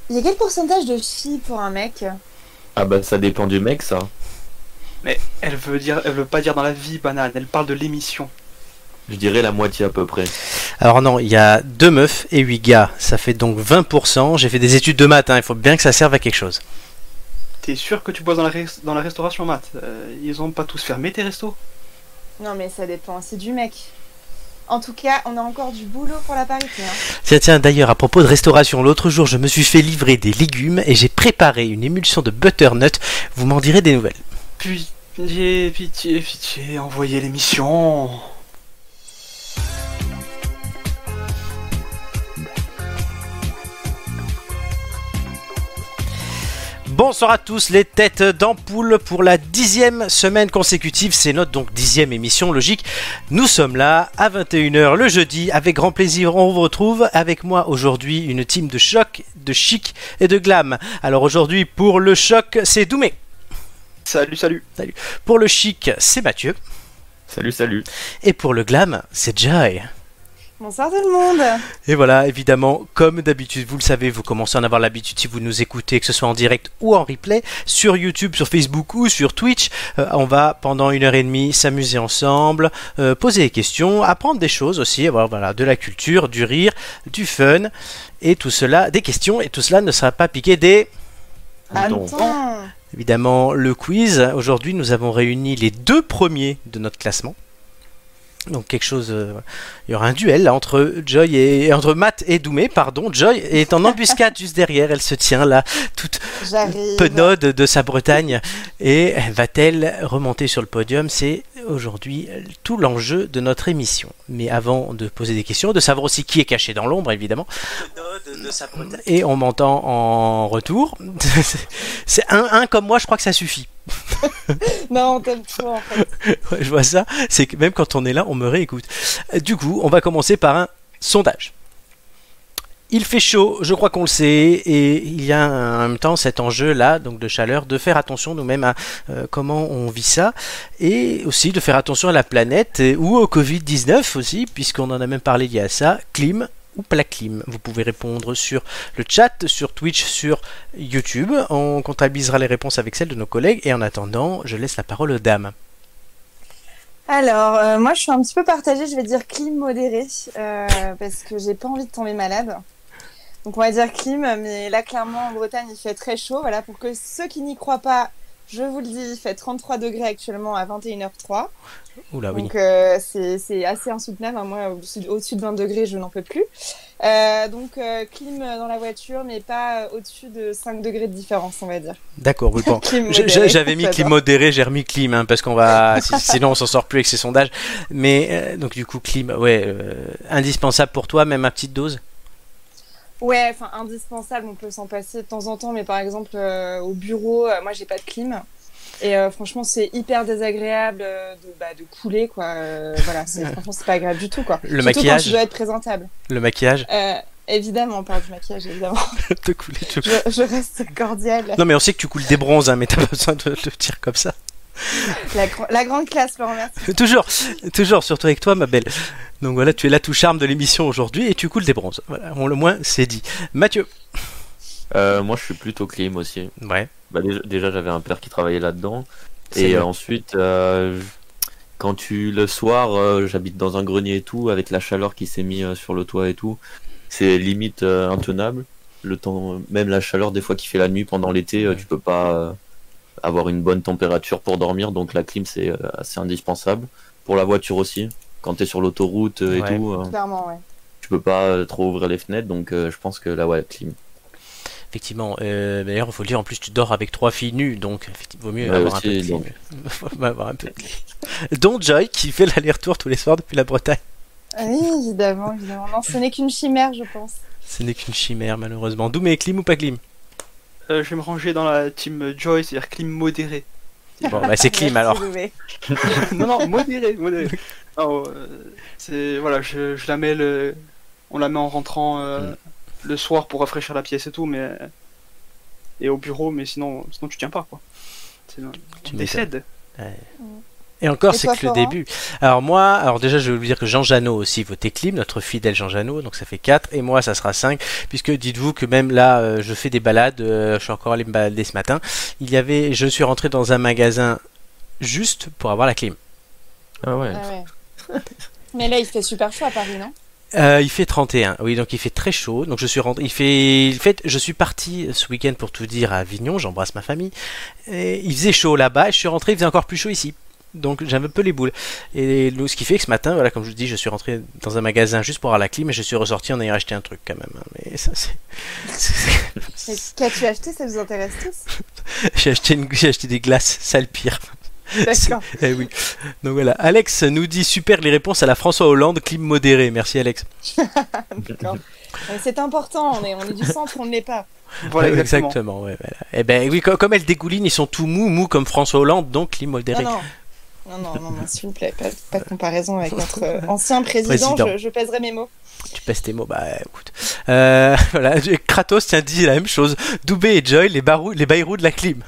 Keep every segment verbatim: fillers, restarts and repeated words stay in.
Il y a quel pourcentage de filles pour un mec? Ah bah ça dépend du mec ça. Mais elle veut dire, elle veut pas dire dans la vie, banane. Elle parle de l'émission. Je dirais la moitié à peu près. Alors non, il y a deux meufs et huit gars. Ça fait donc vingt pour cent. J'ai fait des études de maths, hein. Il faut bien que ça serve à quelque chose. T'es sûr que tu bosses dans la, res- dans la restauration, Matt? Euh, Ils ont pas tous fermé tes restos? Non, mais ça dépend aussi du mec. En tout cas, on a encore du boulot pour la parité. Hein. Tiens, tiens, d'ailleurs, à propos de restauration, l'autre jour, je me suis fait livrer des légumes et j'ai préparé une émulsion de butternut. Vous m'en direz des nouvelles. Pitié, pitié, pitié, envoyez l'émission. Bonsoir à tous les têtes d'ampoule pour la dixième semaine consécutive, c'est notre donc dixième émission logique. Nous sommes là à vingt et une heures le jeudi, avec grand plaisir on vous retrouve. Avec moi aujourd'hui une team de choc, de chic et de glam. Alors aujourd'hui pour le choc c'est Doumé. Salut, salut. Salut. Pour le chic c'est Mathieu. Salut, salut. Et pour le glam c'est Joy. Bonsoir tout le monde. Et voilà, évidemment, comme d'habitude, vous le savez, vous commencez à en avoir l'habitude si vous nous écoutez, que ce soit en direct ou en replay, sur YouTube, sur Facebook ou sur Twitch. Euh, on va, pendant une heure et demie, s'amuser ensemble, euh, poser des questions, apprendre des choses aussi, avoir voilà, de la culture, du rire, du fun, et tout cela, des questions, et tout cela ne sera pas piqué des... Attends. Évidemment, le quiz. Aujourd'hui, nous avons réuni les deux premiers de notre classement. Donc quelque chose, euh, il y aura un duel là, entre Joy et entre Matt et Doumé, pardon. Joy est en embuscade juste derrière, elle se tient là, toute J'arrive. penaude de sa Bretagne, et va-t-elle remonter sur le podium? C'est aujourd'hui tout l'enjeu de notre émission. Mais avant de poser des questions, de savoir aussi qui est caché dans l'ombre, évidemment. Penaude de sa Bretagne. Et on m'entend en retour. C'est un, un comme moi, je crois que ça suffit. Non, on t'aime trop en fait. Ouais, je vois ça, c'est que même quand on est là, on me réécoute. Du coup, on va commencer par un sondage. Il fait chaud, je crois qu'on le sait, et il y a en même temps cet enjeu-là, donc de chaleur, de faire attention nous-mêmes à euh, comment on vit ça, et aussi de faire attention à la planète, et, ou au covid dix-neuf aussi, puisqu'on en a même parlé il y a ça, clim ou pas clim. Vous pouvez répondre sur le chat, sur Twitch, sur YouTube. On comptabilisera les réponses avec celles de nos collègues, et en attendant, je laisse la parole aux dames. Alors, euh, moi je suis un petit peu partagée, je vais dire clim modéré, euh, parce que j'ai pas envie de tomber malade. Donc on va dire clim, mais là clairement en Bretagne il fait très chaud. Voilà, pour que ceux qui n'y croient pas, je vous le dis, il fait trente-trois degrés actuellement à vingt et une heures trois. Oula, oui. Donc euh, c'est, c'est assez insoutenable. Hein. Moi au-dessus, au-dessus de vingt degrés je n'en peux plus. Euh, donc euh, clim dans la voiture, mais pas euh, au-dessus de cinq degrés de différence, on va dire. D'accord, oui, bon. Clim Je- modéré, J'avais mis j'adore. clim modéré, j'ai remis clim, hein, parce qu'on va, si- sinon on s'en sort plus avec ces sondages. Mais euh, donc du coup clim, ouais, euh, indispensable pour toi, même à petite dose. Ouais, enfin indispensable, on peut s'en passer de temps en temps, mais par exemple euh, au bureau, euh, moi j'ai pas de clim. Et euh, franchement, c'est hyper désagréable euh, de, bah, de couler, quoi. Euh, voilà, c'est, franchement, c'est pas agréable du tout, quoi. Le Surtout maquillage. quand tu dois être présentable. Le maquillage, Euh, évidemment, on parle du maquillage, évidemment. te couler. te- Je, je reste cordiale. Non mais on sait que tu coules des bronzes, hein, mais t'as pas besoin de le dire comme ça. La, gr- la grande classe, Laurent, merci. toujours, toujours, surtout avec toi, ma belle. Donc voilà, tu es là tout charme de l'émission aujourd'hui et tu coules des bronzes. Voilà, on, le moins c'est dit. Mathieu. Euh, moi je suis plutôt clim aussi. Ouais. Bah, déjà, déjà, j'avais un père qui travaillait là-dedans. C'est Et vrai. euh, ensuite, euh, quand tu le soir, euh, j'habite dans un grenier et tout, avec la chaleur qui s'est mise euh, sur le toit et tout, c'est limite euh, intenable. Le temps, même la chaleur des fois qui fait la nuit pendant l'été, euh, Ouais. tu peux pas euh, avoir une bonne température pour dormir, donc la clim c'est euh, assez indispensable. Pour la voiture aussi, quand tu es sur l'autoroute euh, et Ouais. tout, euh, Clairement, ouais. tu peux pas euh, trop ouvrir les fenêtres, donc euh, je pense que là ouais, clim. Effectivement, euh, d'ailleurs, il faut le dire, en plus tu dors avec trois filles nues, donc il vaut mieux Ouais, avoir un aussi, peu de clim. donc. Faut avoir un peu de clim. Dont Joy qui fait l'aller-retour tous les soirs depuis la Bretagne. Oui, évidemment, évidemment. Non, ce n'est qu'une chimère, je pense. Ce n'est qu'une chimère, malheureusement. Doumé, clim ou pas clim? Euh, je vais me ranger dans la team Joy, c'est-à-dire clim modéré. Bon, bah c'est clim Merci, alors. Louvet. non, non, modéré, modéré. Non, euh, c'est, voilà, je, je la mets le... On la met en rentrant euh, Mm. le soir pour rafraîchir la pièce et tout, mais... Et au bureau, mais sinon, sinon tu tiens pas, quoi. C'est... Tu Tu décèdes. Ouais. Et encore, Et c'est toi, que le Florent? début. Alors moi, alors déjà, je vais vous dire que Jean Janot aussi votait Clim, notre fidèle Jean Janot, donc ça fait quatre, et moi, ça sera cinq, puisque dites-vous que même là, euh, je fais des balades, euh, je suis encore allé me balader ce matin, il y avait, je suis rentré dans un magasin juste pour avoir la clim. Ah ouais. Ah ouais. Mais là, il fait super chaud à Paris, non? Euh, il fait trente et un, oui, donc il fait très chaud. Donc je suis rentré, il fait, il fait, je suis parti ce week-end pour tout dire à Avignon, j'embrasse ma famille. Et il faisait chaud là-bas, et je suis rentré, il faisait encore plus chaud ici. Donc j'avais un peu les boules. Et ce qui fait que ce matin, voilà, comme je vous dis, je suis rentré dans un magasin juste pour avoir la clim, et je suis ressorti en ayant acheté un truc quand même. Mais ça, c'est. Mais qu'as-tu acheté? Ça vous intéresse tous? j'ai acheté, une... j'ai acheté des glaces, ça le pire. D'accord. Eh oui. Donc voilà. Alex nous dit super les réponses à la François Hollande, clim modéré. Merci Alex. D'accord. Mais c'est important, on est, on est du centre, on ne l'est pas. Voilà, Ouais, exactement. ouais, voilà. Eh ben oui, co- comme elle dégouline, ils sont tout mous, mous comme François Hollande, donc clim modéré. Non, non. Non, non, non, non, s'il vous plaît, pas, pas de comparaison avec notre euh, ancien président, Président. Je, je pèserai mes mots. Tu pèses tes mots, bah écoute. Euh, voilà, Kratos tiens dit la même chose. Doubé et Joy, les, barou, les bayrous de la clim.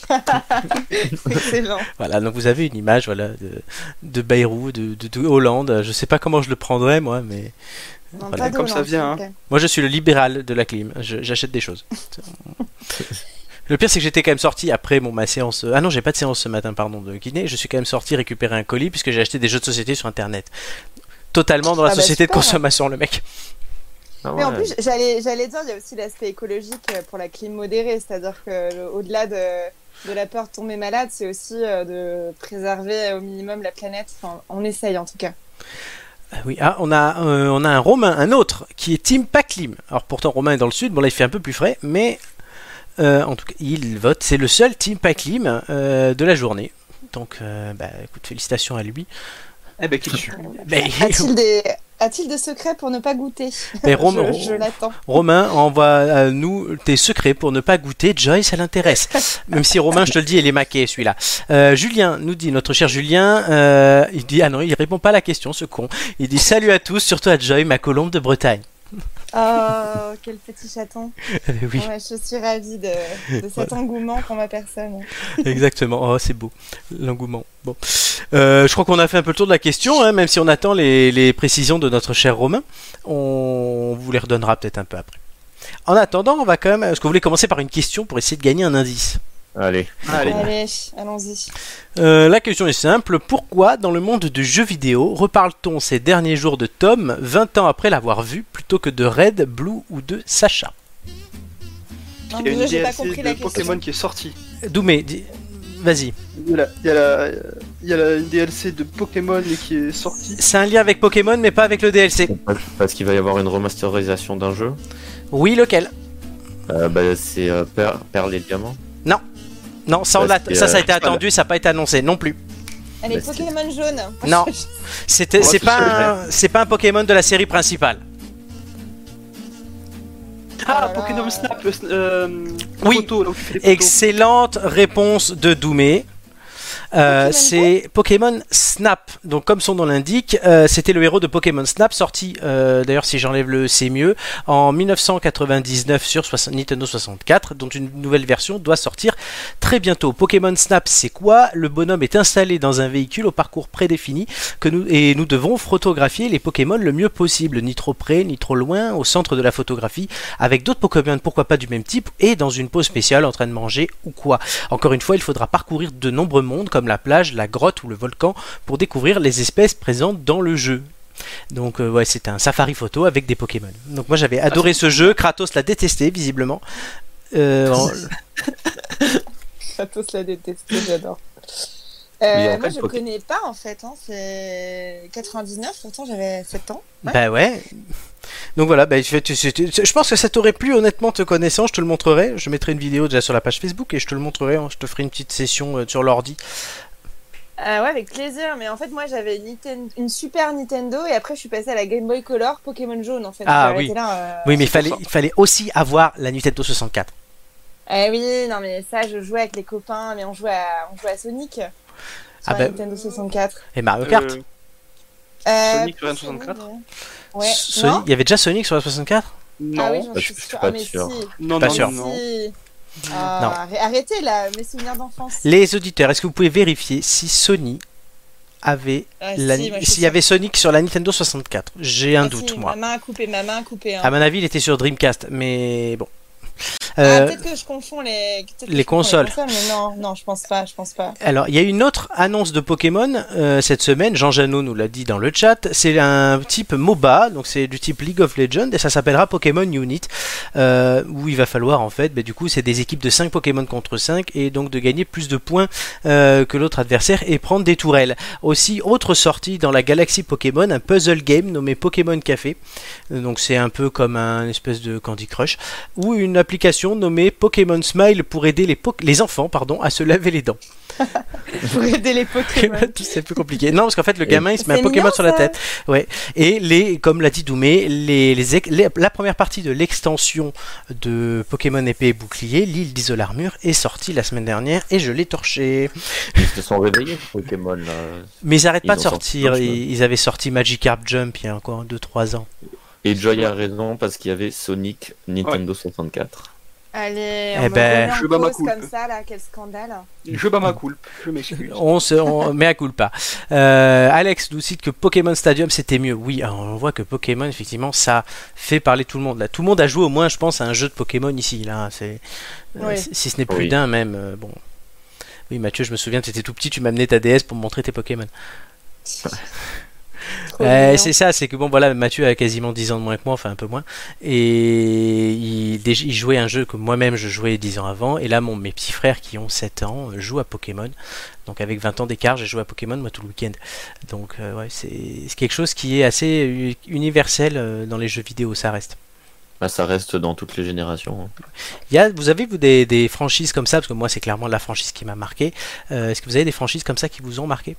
Excellent. Voilà, donc vous avez une image, voilà, de, de Bayrou, de, de, de Hollande. Je sais pas comment je le prendrais moi, mais Non, Voilà, pas de comme ça Hollande, vient, s'il vous hein. plaît. moi je suis le libéral de la clim. Je- J'achète des choses. Le pire, c'est que j'étais quand même sorti après mon, ma séance. Ah non, j'ai pas de séance ce matin, pardon, de kiné. Je suis quand même sorti récupérer un colis puisque j'ai acheté des jeux de société sur internet. Totalement dans la Ah bah, société de super. consommation, le mec. Ah Mais en ouais. plus, j'allais, j'allais dire, il y a aussi l'aspect écologique euh, pour la clim modérée, c'est-à-dire que le- au-delà de, de la peur de tomber malade, c'est aussi euh, de préserver au minimum la planète. Enfin, on essaye en tout cas. Ah oui, ah, on a, euh, on a un Romain, un autre, qui est Team pas clim. Alors pourtant, Romain est dans le sud, bon là il fait un peu plus frais, mais euh, en tout cas, il vote. C'est le seul Team pas clim euh, de la journée. Donc, euh, bah écoute, félicitations à lui. Eh ben, qui tue. Mais, A-t-il des, a-t-il des secrets pour ne pas goûter? mais Romain, Je, je l'attends. Romain, envoie à nous tes secrets pour ne pas goûter. Joy, ça l'intéresse. Même si Romain, je te le dis, il est maqué celui-là. Euh, Julien nous dit, notre cher Julien, euh, il dit, ah non, il répond pas à la question, ce con. Il dit salut à tous, surtout à Joy, ma colombe de Bretagne. Oh, quel petit chaton. Oui, Ouais, je suis ravie de, de cet engouement pour ma personne. exactement. Oh, c'est beau, l'engouement. Bon, Euh, je crois qu'on a fait un peu le tour de la question, hein, même si on attend les, les précisions de notre cher Romain. On vous les redonnera peut-être un peu après. En attendant, on va quand même. Est-ce que vous voulez commencer par une question pour essayer de gagner un indice? Allez. Allez. Allez, allons-y. Euh, la question est simple. Pourquoi, dans le monde du jeu vidéo, reparle-t-on ces derniers jours de Tom, vingt ans après l'avoir vu, plutôt que de Red, Blue ou de Sacha? Non, Il y a une déjà, j'ai pas D L C compris de la question. Pokémon qui est sortie. Doumé, dis- vas-y. Il y a, la, il y a, la, il y a la, une D L C de Pokémon qui est sortie. C'est un lien avec Pokémon, mais pas avec le D L C. Parce qu'il va y avoir une remasterisation d'un jeu. Oui, lequel? Euh, bah, c'est euh, Per- Perle et Diamant. Non, ça, on Parce l'a- que, ça, ça a euh, été attendu, ça n'a pas été annoncé non plus. Elle est Bah, c'est- Pokémon jaune. Non. C'était, Ouais, c'est c'est pas, ça, un, c'est pas un Pokémon de la série principale. Ah, là Pokémon là. Snap, euh, euh, Oui. photo, là où tu fais les photos. Excellente réponse de Doumé. Euh, Pokémon c'est Pokémon Snap. Donc, comme son nom l'indique, euh, c'était le héros de Pokémon Snap, sorti, euh, d'ailleurs, si j'enlève le c'est mieux, en mille neuf cent quatre-vingt-dix-neuf sur soixante Nintendo soixante-quatre, dont une nouvelle version doit sortir très bientôt. Pokémon Snap, c'est quoi? Le bonhomme est installé dans un véhicule au parcours prédéfini que nous, et nous devons photographier les Pokémon le mieux possible, ni trop près, ni trop loin, au centre de la photographie, avec d'autres Pokémon, pourquoi pas du même type, et dans une pause spéciale en train de manger ou quoi. Encore une fois, il faudra parcourir de nombreux mondes, comme la plage, la grotte ou le volcan, pour découvrir les espèces présentes dans le jeu. Donc euh, ouais, c'est un safari photo avec des Pokémon. Donc moi j'avais adoré ce jeu, Kratos l'a détesté visiblement. Euh, en- Kratos l'a détesté, j'adore. Oui, Euh, en moi, fait, je Poké- connais pas en fait. Hein. C'est quatre-vingt-dix-neuf, pourtant j'avais sept ans. Ouais. Bah ouais. Donc voilà, bah, je, tu- tu- tu- je pense que ça t'aurait plu honnêtement te connaissant, je te le montrerai. Je mettrai une vidéo déjà sur la page Facebook et je te le montrerai. hein. Je te ferai une petite session euh, sur l'ordi. Euh, ouais, avec plaisir. Mais en fait, moi j'avais une, Niten- une Super Nintendo et après je suis passée à la Game Boy Color Pokémon jaune en fait. Ah J'ai oui. arrêté Là, euh, Oui, mais il c'est fallait, pour ça. il fallait aussi avoir la Nintendo soixante-quatre. Eh oui, non mais ça, je jouais avec les copains, mais on jouait à, on jouait à Sonic sur Ah la bah- Nintendo soixante-quatre. Et Mario Kart. Euh, Euh, Sonic sur la plus soixante-quatre. Sonic, ouais. Ouais. Sonic- Non il y avait déjà Sonic sur la soixante-quatre? non. Ah oui, j'en je suis suis sûre. pas Ah mais sûr. si. non, Pas non, sûr. non, non. Si. Ah, Non. arrê- Arrêtez là, mes souvenirs d'enfance. Les auditeurs, est-ce que vous pouvez vérifier si Sony avait Ah, la- si, moi, je suis s'il y avait Sonic sur la Nintendo soixante-quatre. J'ai un Ah, doute, si, moi. Ma main a coupé, ma main a coupé. Hein. À mon avis, il était sur Dreamcast, mais bon. Ah, Euh, peut-être que je confonds les, peut-être que les je confonds consoles. mais non, non, je pense pas, je pense pas. Alors, il y a une autre annonce de Pokémon euh, cette semaine. Jean Janot nous l'a dit dans le chat. C'est un type MOBA, donc c'est du type League of Legends, et ça s'appellera Pokémon Unit, euh, où il va falloir en fait, bah, du coup, c'est des équipes de cinq Pokémon contre cinq, et donc de gagner plus de points euh, que l'autre adversaire et prendre des tourelles. Aussi, autre sortie dans la galaxie Pokémon, un puzzle game nommé Pokémon Café. Euh, Donc c'est un peu comme un espèce de Candy Crush, ou une application nommée Pokémon Smile pour aider les, po- les enfants pardon, à se laver les dents. Pour aider les Pokémon. C'est un peu compliqué. Non, parce qu'en fait, le gamin, il se met C'est un Pokémon mignon, sur la ça. tête. Ouais. Et les, comme l'a dit Doumé, les, les, ex- les- la première partie de l'extension de Pokémon Épée et Bouclier, l'île d'Isole Armure, est sortie la semaine dernière et je l'ai torché. Ils se sont réveillés, les Pokémon, là. Mais ils arrêtent Ils pas de ont sorti sortir. plein de Ils, ils avaient sorti Magikarp Jump il y a encore deux trois ans. Et Joy a raison, parce qu'il y avait Sonic Nintendo soixante-quatre. Allez, Eh on me ben, remet je en bats ma cause coupe. comme ça, là, quel scandale. Je bats ma coulpe, je m'excuse. On se, on, mais à culpa. Euh, Alex nous cite que Pokémon Stadium c'était mieux. Oui, alors, on voit que Pokémon effectivement ça fait parler tout le monde. Là, tout le monde a joué au moins, je pense, à un jeu de Pokémon ici. Là, c'est euh, Oui. si si ce n'est plus Oui. d'un même. euh, bon. Oui, Mathieu, je me souviens, tu étais tout petit, tu m'amenais ta D S pour me montrer tes Pokémon. Trop Euh, mignon. c'est ça, c'est que bon voilà, Mathieu a quasiment dix ans de moins que moi, enfin un peu moins, et il, déjà, il jouait un jeu que moi-même je jouais dix ans avant, et là mon, mes petits frères qui ont sept ans euh, jouent à Pokémon, donc avec vingt ans d'écart j'ai joué à Pokémon moi tout le week-end, donc euh, ouais, c'est c'est quelque chose qui est assez u- universel euh, dans les jeux vidéo, ça reste. Bah, ça reste dans toutes les générations. hein. Il y a, vous avez vous des, des franchises comme ça, parce que moi c'est clairement la franchise qui m'a marqué, Euh, est-ce que vous avez des franchises comme ça qui vous ont marqué?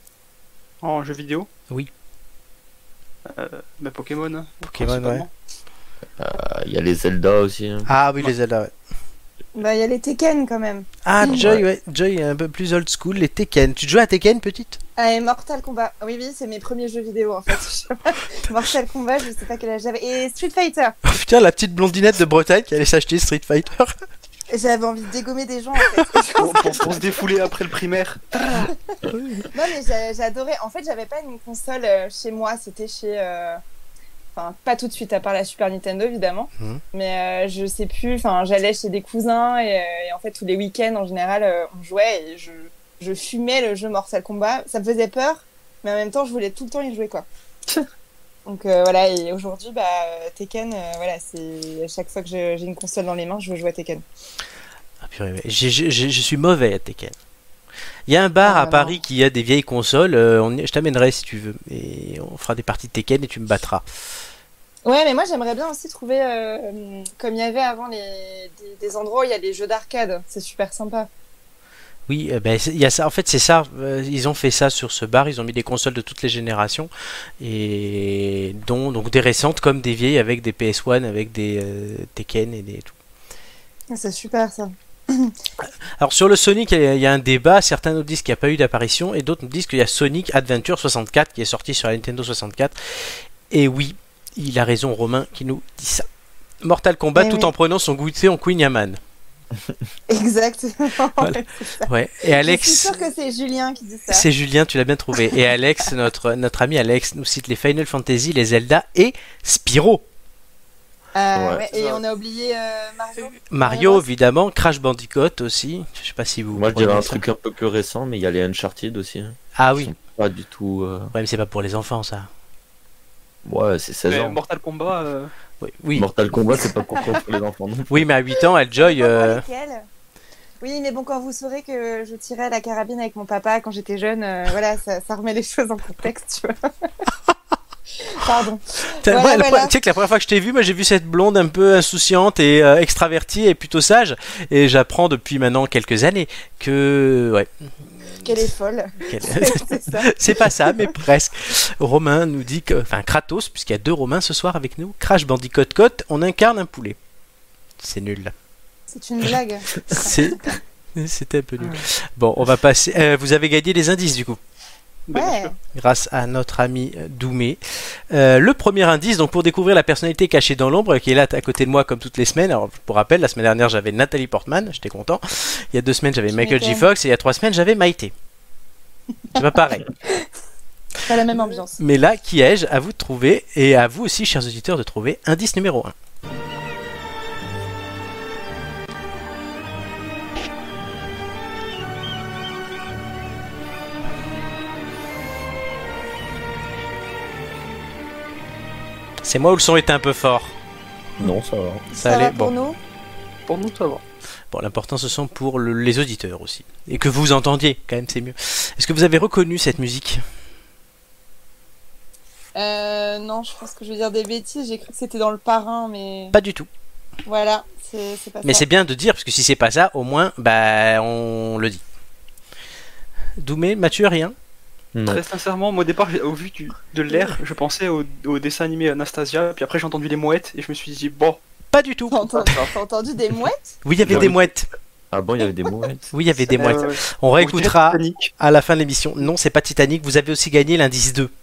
En jeu vidéo Oui. Euh, bah, Pokémon. hein, Pokémon, principalement. Euh, Il y a les Zelda aussi. hein. Ah oui, les Zelda, ouais. Bah, il y a les Tekken quand même. Ah, Ouais. Joy, ouais. Joy est un peu plus old school, les Tekken. Tu te joues à Tekken, petite? Ah, et Mortal Kombat. Oui, oui, c'est mes premiers jeux vidéo en fait. Mortal Kombat, je sais pas quel âge j'avais. Et Street Fighter. Oh, putain, la petite blondinette de Bretagne qui allait s'acheter Street Fighter. J'avais envie de dégommer des gens en fait. Pour, pour- pour se défouler après le primaire. Non, mais j'ai- j'adorais. En fait, j'avais pas une console euh, chez moi, c'était chez. euh, Enfin, pas tout de suite, à part la Super Nintendo évidemment. Mhm. Mais euh, je sais plus, enfin, j'allais chez des cousins et, euh, et en fait, tous les week-ends en général, euh, on jouait et je, je fumais le jeu Mortal Kombat. Ça me faisait peur, mais en même temps, je voulais tout le temps y jouer quoi. Donc euh, voilà, et aujourd'hui, bah, Tekken, euh, voilà, c'est à chaque fois que je- j'ai une console dans les mains, je veux jouer à Tekken. Ah, purée, ouais. J'ai- j'ai- j'ai- je suis mauvais à Tekken. Il y a un bar Ah, à non. Paris qui a des vieilles consoles. euh, on y- je t'amènerai si tu veux. Et on fera des parties de Tekken et tu me battras. Ouais, mais moi j'aimerais bien aussi trouver, euh, comme il y avait avant les, des, des endroits où il y a des jeux d'arcade. C'est super sympa. Oui, euh, ben, c'est- il y a ça. En fait, c'est ça. euh, ils ont fait ça sur ce bar. Ils ont mis des consoles de toutes les générations. Et dont donc des récentes comme des vieilles avec des P S un, avec des euh, Tekken et des tout. Ah, c'est super ça. Alors sur le Sonic, il y a- il y a un débat. Certains nous disent qu'il n'y a pas eu d'apparition et d'autres nous disent qu'il y a Sonic Adventure soixante-quatre qui est sorti sur la Nintendo soixante-quatre. Et oui, il a raison Romain qui nous dit ça. Mortal Kombat Eh tout oui. en prenant son goûter en Queen Yaman. Exactement. Voilà. Ouais, c'est ça. Ouais. Et Je suis Alex, sûre que c'est Julien qui dit ça. c'est Julien, tu l'as bien trouvé. Et Alex, notre, notre ami Alex, nous cite les Final Fantasy, les Zelda et Spyro. Euh, Ouais, ouais, c'est et ça. on a oublié euh, Mario. Mario, Ouais, évidemment, Crash Bandicoot aussi. Je sais pas si vous. Moi, je dirais prenez un ça. truc un peu plus récent, mais il y a les Uncharted aussi. hein. Ah Ils oui. sont Pas du tout. euh, Ouais, mais c'est pas pour les enfants ça. Ouais, c'est seize Mais ans. Mortal Kombat, euh, Oui, oui. Mortal Kombat, c'est pas pour contre les enfants non plus. Oui, mais à huit ans, elle joy. Pas pour euh, lesquels. Oui, mais bon, quand vous saurez que je tirais à la carabine avec mon papa quand j'étais jeune, euh, voilà, ça, ça remet les choses en contexte, tu vois. Pardon. T'as- Voilà, moi, le voilà. point- Tu sais que la première fois que je t'ai vu, moi j'ai vu cette blonde un peu insouciante et euh, extravertie et plutôt sage. Et j'apprends depuis maintenant quelques années que. Ouais. Qu'elle est folle. qu'elle- C'est ça. C'est pas ça, mais presque. Romain nous dit que. Enfin, Kratos, puisqu'il y a deux Romains ce soir avec nous. Crash Bandicoot Cote, on incarne un poulet. C'est nul. C'est une blague. C'est. C'était un peu nul. Bon, on va passer. euh, vous avez gagné des indices du coup. bien Ouais. sûr. Grâce à notre ami euh, Doumé. Euh, le premier indice, donc pour découvrir la personnalité cachée dans l'ombre, qui est là à côté de moi comme toutes les semaines. Alors, pour rappel, la semaine dernière j'avais Nathalie Portman, j'étais content. Il y a deux semaines j'avais Tu Michael J. m'étonnes. Fox et il y a trois semaines j'avais Maïté. C'est pas pareil. pas la même ambiance. Mais là, qui ai-je? À vous de trouver, et à vous aussi, chers auditeurs, de trouver indice numéro un. C'est moi où le son était un peu fort. Non, ça va. Ça, Ça allait. va pour Bon. nous? Pour nous, ça va. Bon, l'important ce sont pour le- les auditeurs aussi. Et que vous entendiez, quand même, c'est mieux. Est-ce que vous avez reconnu cette musique? Euh, non, je pense que je vais dire des bêtises. J'ai cru que c'était dans le parrain, mais Pas du tout. voilà, c'est c'est pas Mais ça. c'est bien de dire, parce que si c'est pas ça, au moins, bah, on le dit. Doumé, Mathieu, rien? Non. Très sincèrement, moi au départ, j'ai- au vu du, de l'air, je pensais au, au dessin animé Anastasia, puis après j'ai entendu les mouettes et je me suis dit, bon, Pas du tout. T'as entendu, t'as entendu des mouettes? Oui, il y avait J'ai des envie- mouettes. Ah bon, il y avait des mouettes. Oui, il y avait des euh, mouettes. ouais. On Donc, réécoutera Titanic. à la fin de l'émission. Non, c'est pas Titanic. Vous avez aussi gagné l'indice deux.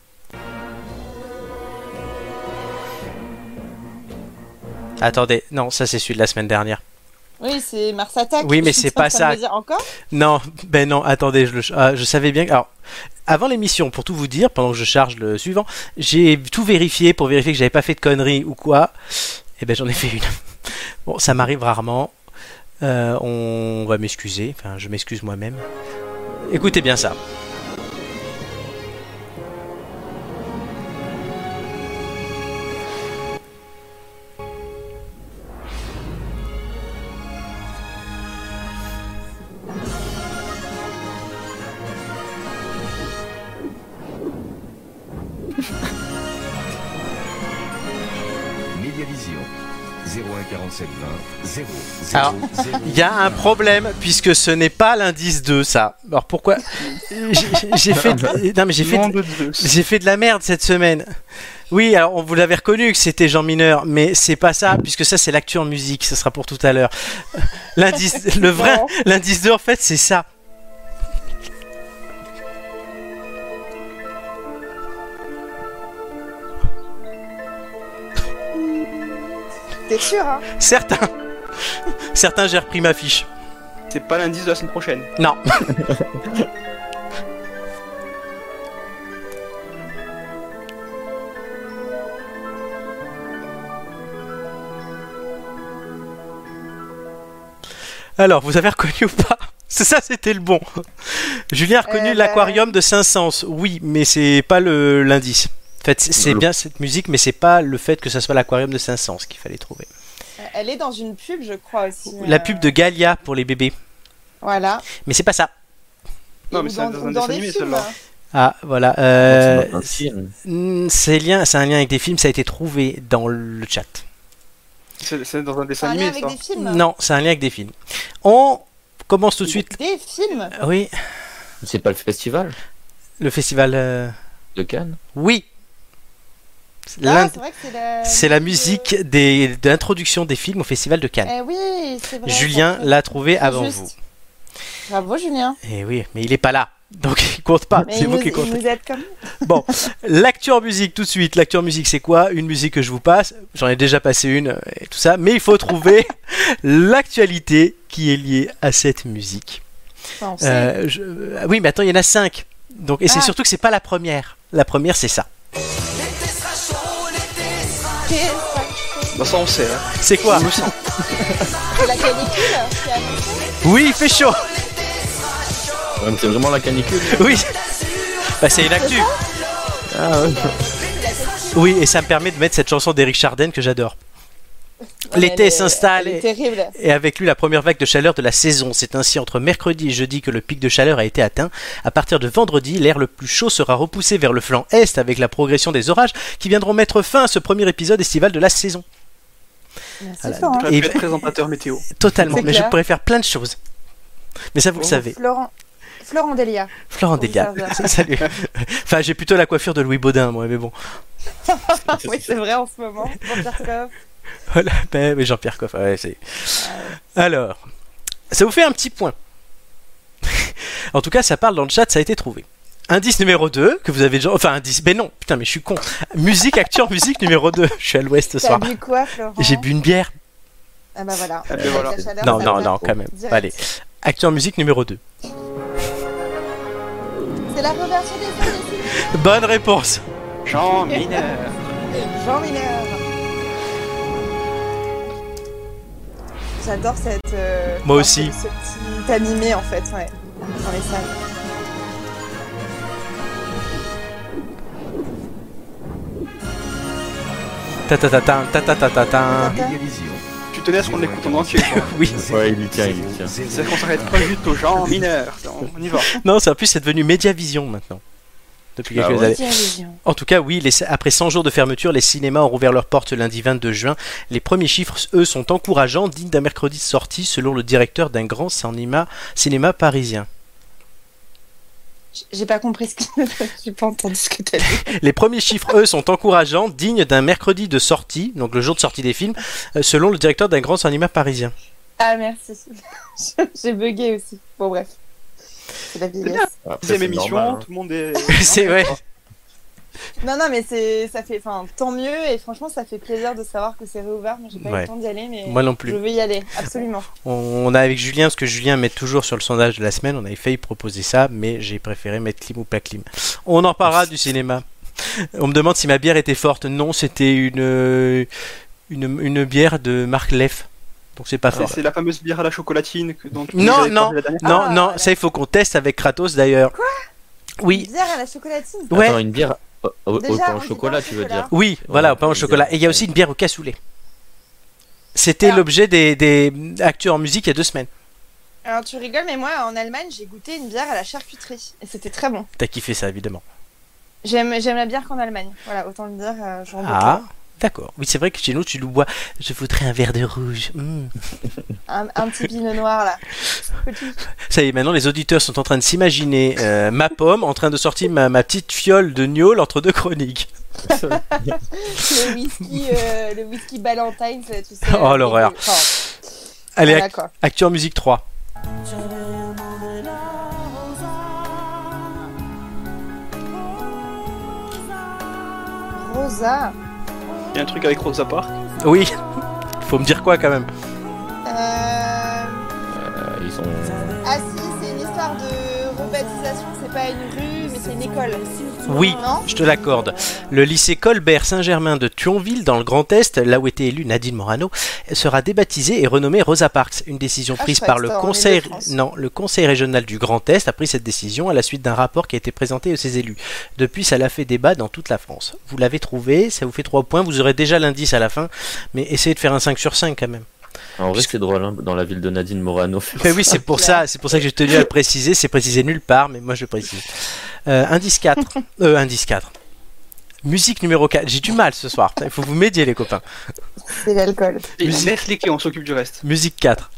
Attendez, non, ça c'est celui de la semaine dernière. Oui, c'est Mars Attack. Oui, mais Je suis c'est en pas train de ça. me dire encore? Non, ben non, attendez, je, le, ah, je savais bien. que- Alors, avant l'émission, pour tout vous dire, pendant que je charge le suivant, j'ai tout vérifié pour vérifier que j'avais pas fait de conneries ou quoi. Et ben j'en ai fait une. Bon, ça m'arrive rarement. Euh, on va m'excuser. Enfin, je m'excuse moi-même. Écoutez bien ça. Médiavision zéro un quarante-sept vingt zéro Alors, zéro zéro. Il y a un problème puisque ce n'est pas l'indice deux, ça. Alors pourquoi? J'ai j'ai fait, de... non mais j'ai fait, Nom de... de Zeus. j'ai fait de la merde cette semaine. Oui, alors on vous l'avait reconnu que c'était Jean Mineur, mais c'est pas ça puisque ça c'est l'actu en musique. Ce sera pour tout à l'heure. L'indice, le vrai, Non. l'indice deux en fait c'est ça. T'es sûr, hein? Certains, certains j'ai repris ma fiche. C'est pas l'indice de la semaine prochaine. Non. Alors, vous avez reconnu ou pas? C'est ça, c'était le bon. Julien a reconnu Euh, bah- l'aquarium de Saint-Saëns. Oui, mais c'est pas le l'indice. En fait, c'est- c'est Le- bien cette musique, mais c'est pas le fait que ça soit l'aquarium de Saint-Saëns qu'il fallait trouver. Elle est dans une pub, je crois aussi. La euh, pub de Galia pour les bébés. Voilà. Mais c'est pas ça. Non, Et mais ou c'est dans, dans ou un dans dessin des animé, films. celle-là. Ah, voilà. euh, C'est un film. Hmm, C'est lien, c'est un lien avec des films, ça a été trouvé dans le chat. C'est c'est dans un C'est dessin un lien animé, avec ça. des films. Non, c'est un lien avec des films. On commence tout de suite. Des films. Oui, C'est pas le festival le festival. euh, de Cannes? Oui. Ah, L'in- c'est vrai que c'est la. C'est la musique des, de l'introduction des films au festival de Cannes. Eh oui, c'est vrai. Julien ça fait- l'a trouvé c'est avant juste. vous. Bravo, Julien. Eh oui, mais il est pas là. Donc il compte pas. Mais C'est il vous nous, qui il comptez. nous aide comme. Bon, l'actu en musique tout de suite. L'actu en musique c'est quoi? Une musique que je vous passe. J'en ai déjà passé une euh, et tout ça. Mais il faut trouver l'actualité qui est liée à cette musique. Enfin, on sait. Euh, je- euh, Oui, mais attends, il y en a cinq. Donc, et c'est Ah. surtout que c'est pas la première. La première c'est ça. C'est Bah, ça, on sait. Hein. C'est quoi? On le sent. c'est la canicule qui a annoncé. Oui, il fait chaud. Ouais, mais c'est vraiment la canicule. Oui. Bah c'est une actu. Ah ouais. Oui, et ça me permet de mettre cette chanson d'Éric Chardin que j'adore. Elle L'été est- s'installe Elle est et, terrible. et avec lui la première vague de chaleur de la saison. C'est ainsi entre mercredi et jeudi que le pic de chaleur a été atteint. À partir de vendredi, l'air le plus chaud sera repoussé vers le flanc est avec la progression des orages qui viendront mettre fin à ce premier épisode estival de la saison. Merci Voilà. Florent. J'aurais Et- pu être présentateur météo. Totalement, C'est mais je clair. pourrais faire plein de choses. Mais ça vous le Oh. savez. Florent. Florent Delia. Florent Pour Delia. vous servir. Salut. Enfin, j'ai plutôt la coiffure de Louis Baudin, moi, mais bon. Oui, c'est vrai en ce moment. Bon, Tcharkov. Voilà, ben, mais Jean-Pierre Coff, ouais, c'est. Alors, ça vous fait un petit point. En tout cas, ça parle dans le chat, ça a été trouvé. Indice numéro deux, que vous avez déjà. Enfin, indice. Ben non, putain, mais je suis con. Musique, acteur, musique numéro deux. Je suis à l'ouest ce T'as soir. bu quoi, Florent? J'ai bu une bière. Ah bah voilà. Ah ben Avec voilà. la chaleur, Non, ça non, va non, quand même. direct. Allez, acteur, musique numéro deux. C'est la réouverture des salles de cinéma. Bonne réponse. Jean Mineur. Jean Mineur. J'adore cette. Euh, Moi enfin, aussi. Ce, ce petit animé en fait, ouais, dans les salles. Ta ta ta ta ta ta ta ta ta. Médiavision. Tu tenais à ce qu'on l'écoute en entier, quoi. Oui. Ouais, il y tient, il y tient. C'est qu'on s'arrête pas juste aux gens mineurs. On y va. Non, c'est en plus c'est devenu Mediavision maintenant. Depuis quelques Ah ouais. années. Télévision. En tout cas, oui, les- après cent jours de fermeture, les cinémas ont rouvert leurs portes ce lundi vingt-deux juin. Les premiers chiffres, eux, sont encourageants, dignes d'un mercredi de sortie, selon le directeur d'un grand cinéma, cinéma parisien. J'ai pas compris ce que. J'ai pas entendu ce que t'as dit. Les premiers chiffres, eux, sont encourageants, dignes d'un mercredi de sortie, donc le jour de sortie des films, euh, selon le directeur d'un grand cinéma parisien. Ah merci. J'ai bugué aussi. Bon bref. C'est la vieillesse. Après, Deuxième c'est émission, normal, hein. tout le monde est. C'est vrai. Non non mais c'est ça fait enfin tant mieux et franchement ça fait plaisir de savoir que c'est réouvert. Moi j'ai pas eu Ouais. le temps d'y aller mais Moi non plus. je veux y aller absolument. On, on a avec Julien, parce que Julien met toujours sur le sondage de la semaine, on avait failli proposer ça, mais j'ai préféré mettre clim ou pas clim. On en parlera du cinéma. On me demande si ma bière était forte. Non, c'était une, une, une bière de marque Lef. Donc c'est pas C'est fort. c'est la fameuse bière à la chocolatine que, dont tu Non, nous avais non, parlé la dernière Non, Ah, non, là. ça il faut qu'on teste avec Kratos d'ailleurs. Quoi Oui, Une bière à la chocolatine. ouais. Attends, une bière au, au- Déjà, au pain on au dit chocolat, pas au tu veux chocolat. dire. Oui, voilà, au pain au une chocolat. bière. Et il y a aussi une bière au cassoulet. C'était Alors- l'objet des, des actus en musique il y a deux semaines. Alors tu rigoles mais moi en Allemagne j'ai goûté une bière à la charcuterie et c'était très bon. T'as kiffé ça évidemment. J'aime j'aime la bière qu'en Allemagne. Voilà autant le dire. Euh, j'en doute Ah, pas. d'accord. Oui, c'est vrai que chez nous tu le bois. Je voudrais un verre de rouge. Mm. Un, un petit pinot noir là. Petit. Ça y est, maintenant les auditeurs sont en train de s'imaginer euh, ma pomme en train de sortir ma, ma petite fiole de gnôle entre deux chroniques. Le whisky euh, le whisky Ballantine tu sais. Oh, euh, l'horreur. Enfin, Allez, voilà, ac- quoi. actu en musique trois. Rosa. Il y a un truc avec Rosa Parks. Oui, faut me dire quoi quand même. Euh... Euh, ils sont. Ah si, c'est une histoire de rebaptisation, c'est pas une rue, mais c'est une école. Oui, Non je te l'accorde. Le lycée Colbert Saint-Germain de Thionville, dans le Grand Est, là où était élue Nadine Morano, sera débaptisé et renommé Rosa Parks. Une décision Ah, prise je par croyais le que c'était en conseil, Île-de-France. non, le conseil régional du Grand Est a pris cette décision à la suite d'un rapport qui a été présenté à ses élus. Depuis, ça l'a fait débat dans toute la France. Vous l'avez trouvé, ça vous fait trois points. Vous aurez déjà l'indice à la fin, mais essayez de faire un cinq sur cinq quand même. En vrai, c'est drôle, hein, dans la ville de Nadine Morano. Mais oui, c'est pour ça, c'est pour ça que j'ai tenu à le préciser. C'est précisé nulle part, mais moi je le précise. Euh, indice quatre. Euh, indice quatre. Musique numéro quatre. J'ai du mal ce soir. Il faut vous m'aider, les copains. C'est l'alcool. Et Musique. laisse-les on s'occupe du reste. Musique quatre.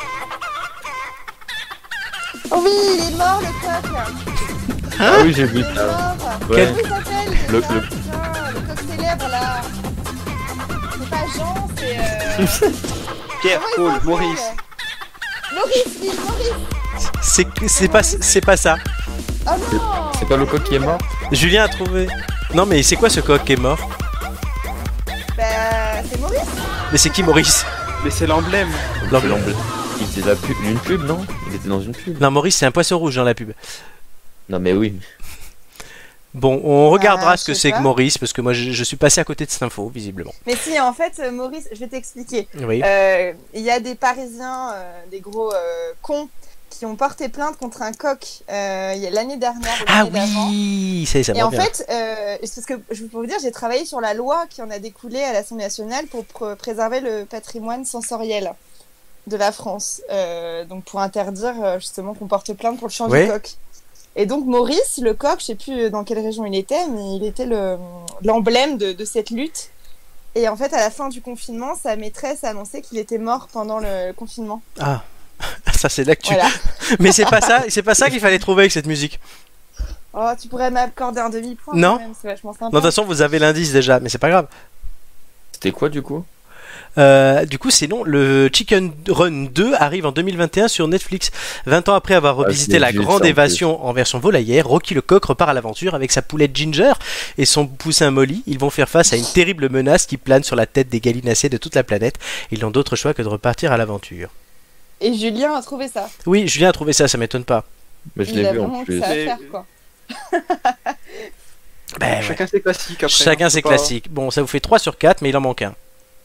Oh oui, il est mort le coq. Ah oui, j'ai vu Il est ça. mort. Ouais. Comment il s'appelle Le- déjà, le- déjà, le coq célèbre là. C'est pas Jean, c'est. Euh... Pierre, comment il Paul, s'appelle Maurice. Maurice, oui, Maurice. C'est c'est pas c'est pas ça. Oh non. C'est pas le coq qui est mort? Julien a trouvé. Non mais c'est quoi ce coq qui est mort? Bah, c'est Maurice. Mais c'est qui Maurice? Mais c'est l'emblème. Non, C'est l'emblème. Il était la pub, une pub, non? Il était dans une pub. non, Maurice c'est un poisson rouge dans la pub. Non, mais oui. Bon, on regardera Ah, ce que je sais c'est que pas. Maurice parce que moi je, je suis passé à côté de cette info visiblement. Mais si, en fait, euh, Maurice, je vais t'expliquer. Oui. Euh, Il y a des Parisiens, euh, des gros euh, cons, qui ont porté plainte contre un coq euh, il y a l'année dernière. ou Ah l'année d'avant. oui, ça, y est, ça me Et en revient. fait, euh, c'est parce que je peux vous dire, j'ai travaillé sur la loi qui en a découlé à l'Assemblée nationale pour pr- préserver le patrimoine sensoriel de la France. Euh, donc pour interdire euh, justement qu'on porte plainte pour le chant Ouais. du coq. Et donc Maurice, le coq, je sais plus dans quelle région il était, mais il était le l'emblème de, de cette lutte. Et en fait, à la fin du confinement, sa maîtresse a annoncé qu'il était mort pendant le confinement. Ah, ça c'est l'actu. Voilà. Mais c'est pas ça, c'est pas ça qu'il fallait trouver avec cette musique. Oh, tu pourrais m'accorder un demi-point. Non. quand même, c'est vachement sympa. Non, de toute façon vous avez l'indice déjà, mais c'est pas grave. C'était quoi, du coup? Euh, du coup, sinon, le Chicken Run deux arrive en deux mille vingt et un sur Netflix. vingt ans après avoir Ah, revisité j'ai la vu ça, grande en évasion en version volaillère, Rocky le coq repart à l'aventure avec sa poulette Ginger et son poussin Molly. Ils vont faire face à une terrible menace qui plane sur la tête des gallinacés de toute la planète. Ils n'ont d'autre choix que de repartir à l'aventure. Et Julien a trouvé ça. Oui, Julien a trouvé ça, ça m'étonne pas. Mais je Il l'ai a vu en vraiment que plus. ça à Mais- faire, quoi. Ben, ouais. Chacun ses classiques après. Chacun hein, ses faut pas- classiques. Bon, ça vous fait trois sur quatre, mais il en manque un.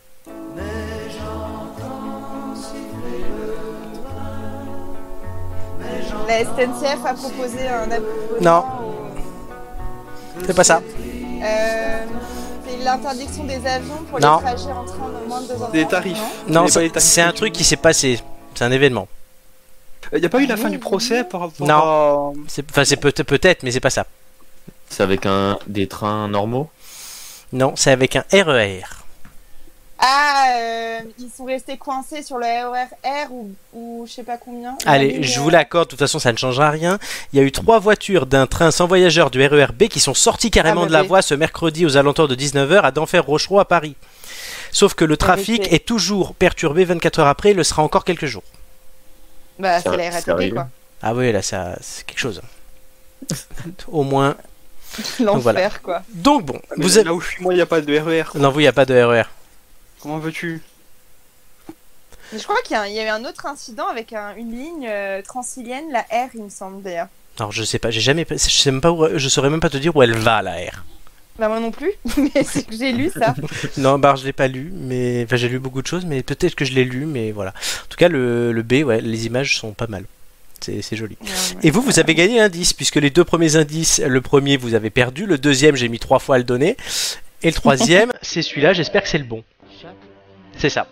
La S N C F a proposé un abonnement. Non. au- C'est pas ça. Euh, c'est l'interdiction des avions pour Non. les trajets en train de moins de deux heures. Des trente, tarifs. non Non, Mais pas les c'est tarifs c'est un du truc tout. qui s'est passé. C'est un événement. Il n'y a pas eu la fin du procès par rapport Non. à... C'est- Enfin, c'est peut-être, peut-être, mais c'est pas ça. C'est avec un des trains normaux. Non, c'est avec un R E R. Ah, euh, ils sont restés coincés sur le R E R R ou, ou je sais pas combien. Allez, La je ligne, vous l'accorde, de toute façon ça ne changera rien. Il y a eu trois voitures d'un train sans voyageurs du R E R B qui sont sorties carrément Ah, bah de la oui. voie ce mercredi aux alentours de dix-neuf heures à Denfert-Rochereau à Paris. Sauf que le trafic c'est- est toujours perturbé vingt-quatre heures après, il le sera encore quelques jours. Bah, Ça- c'est la R A T P sérieux quoi. Ah oui, là ça, c'est quelque chose. Au moins. L'enfer voilà. quoi. Donc bon, Mais vous avez... Là où je suis, moi, il n'y a pas de R E R. Non, vous, il n'y a pas de R E R. Comment veux-tu? Mais je crois qu'il y, a un- il y a eu un autre incident avec un- une ligne euh, transilienne, la R, il me semble d'ailleurs. Alors je sais pas, j'ai jamais... Je sais même pas où... Je saurais même pas te dire où elle va, la R. Bah, moi non plus, mais c'est que j'ai lu ça. Non, bah je l'ai pas lu, mais... Enfin, j'ai lu beaucoup de choses, mais peut-être que je l'ai lu, mais voilà. En tout cas, le, le B, ouais, les images sont pas mal. C'est c'est joli. Ouais, ouais. Et vous, vous avez gagné l'indice, puisque les deux premiers indices, le premier, vous avez perdu, le deuxième, j'ai mis trois fois à le donner, et le troisième, c'est celui-là, j'espère que c'est le bon. C'est ça.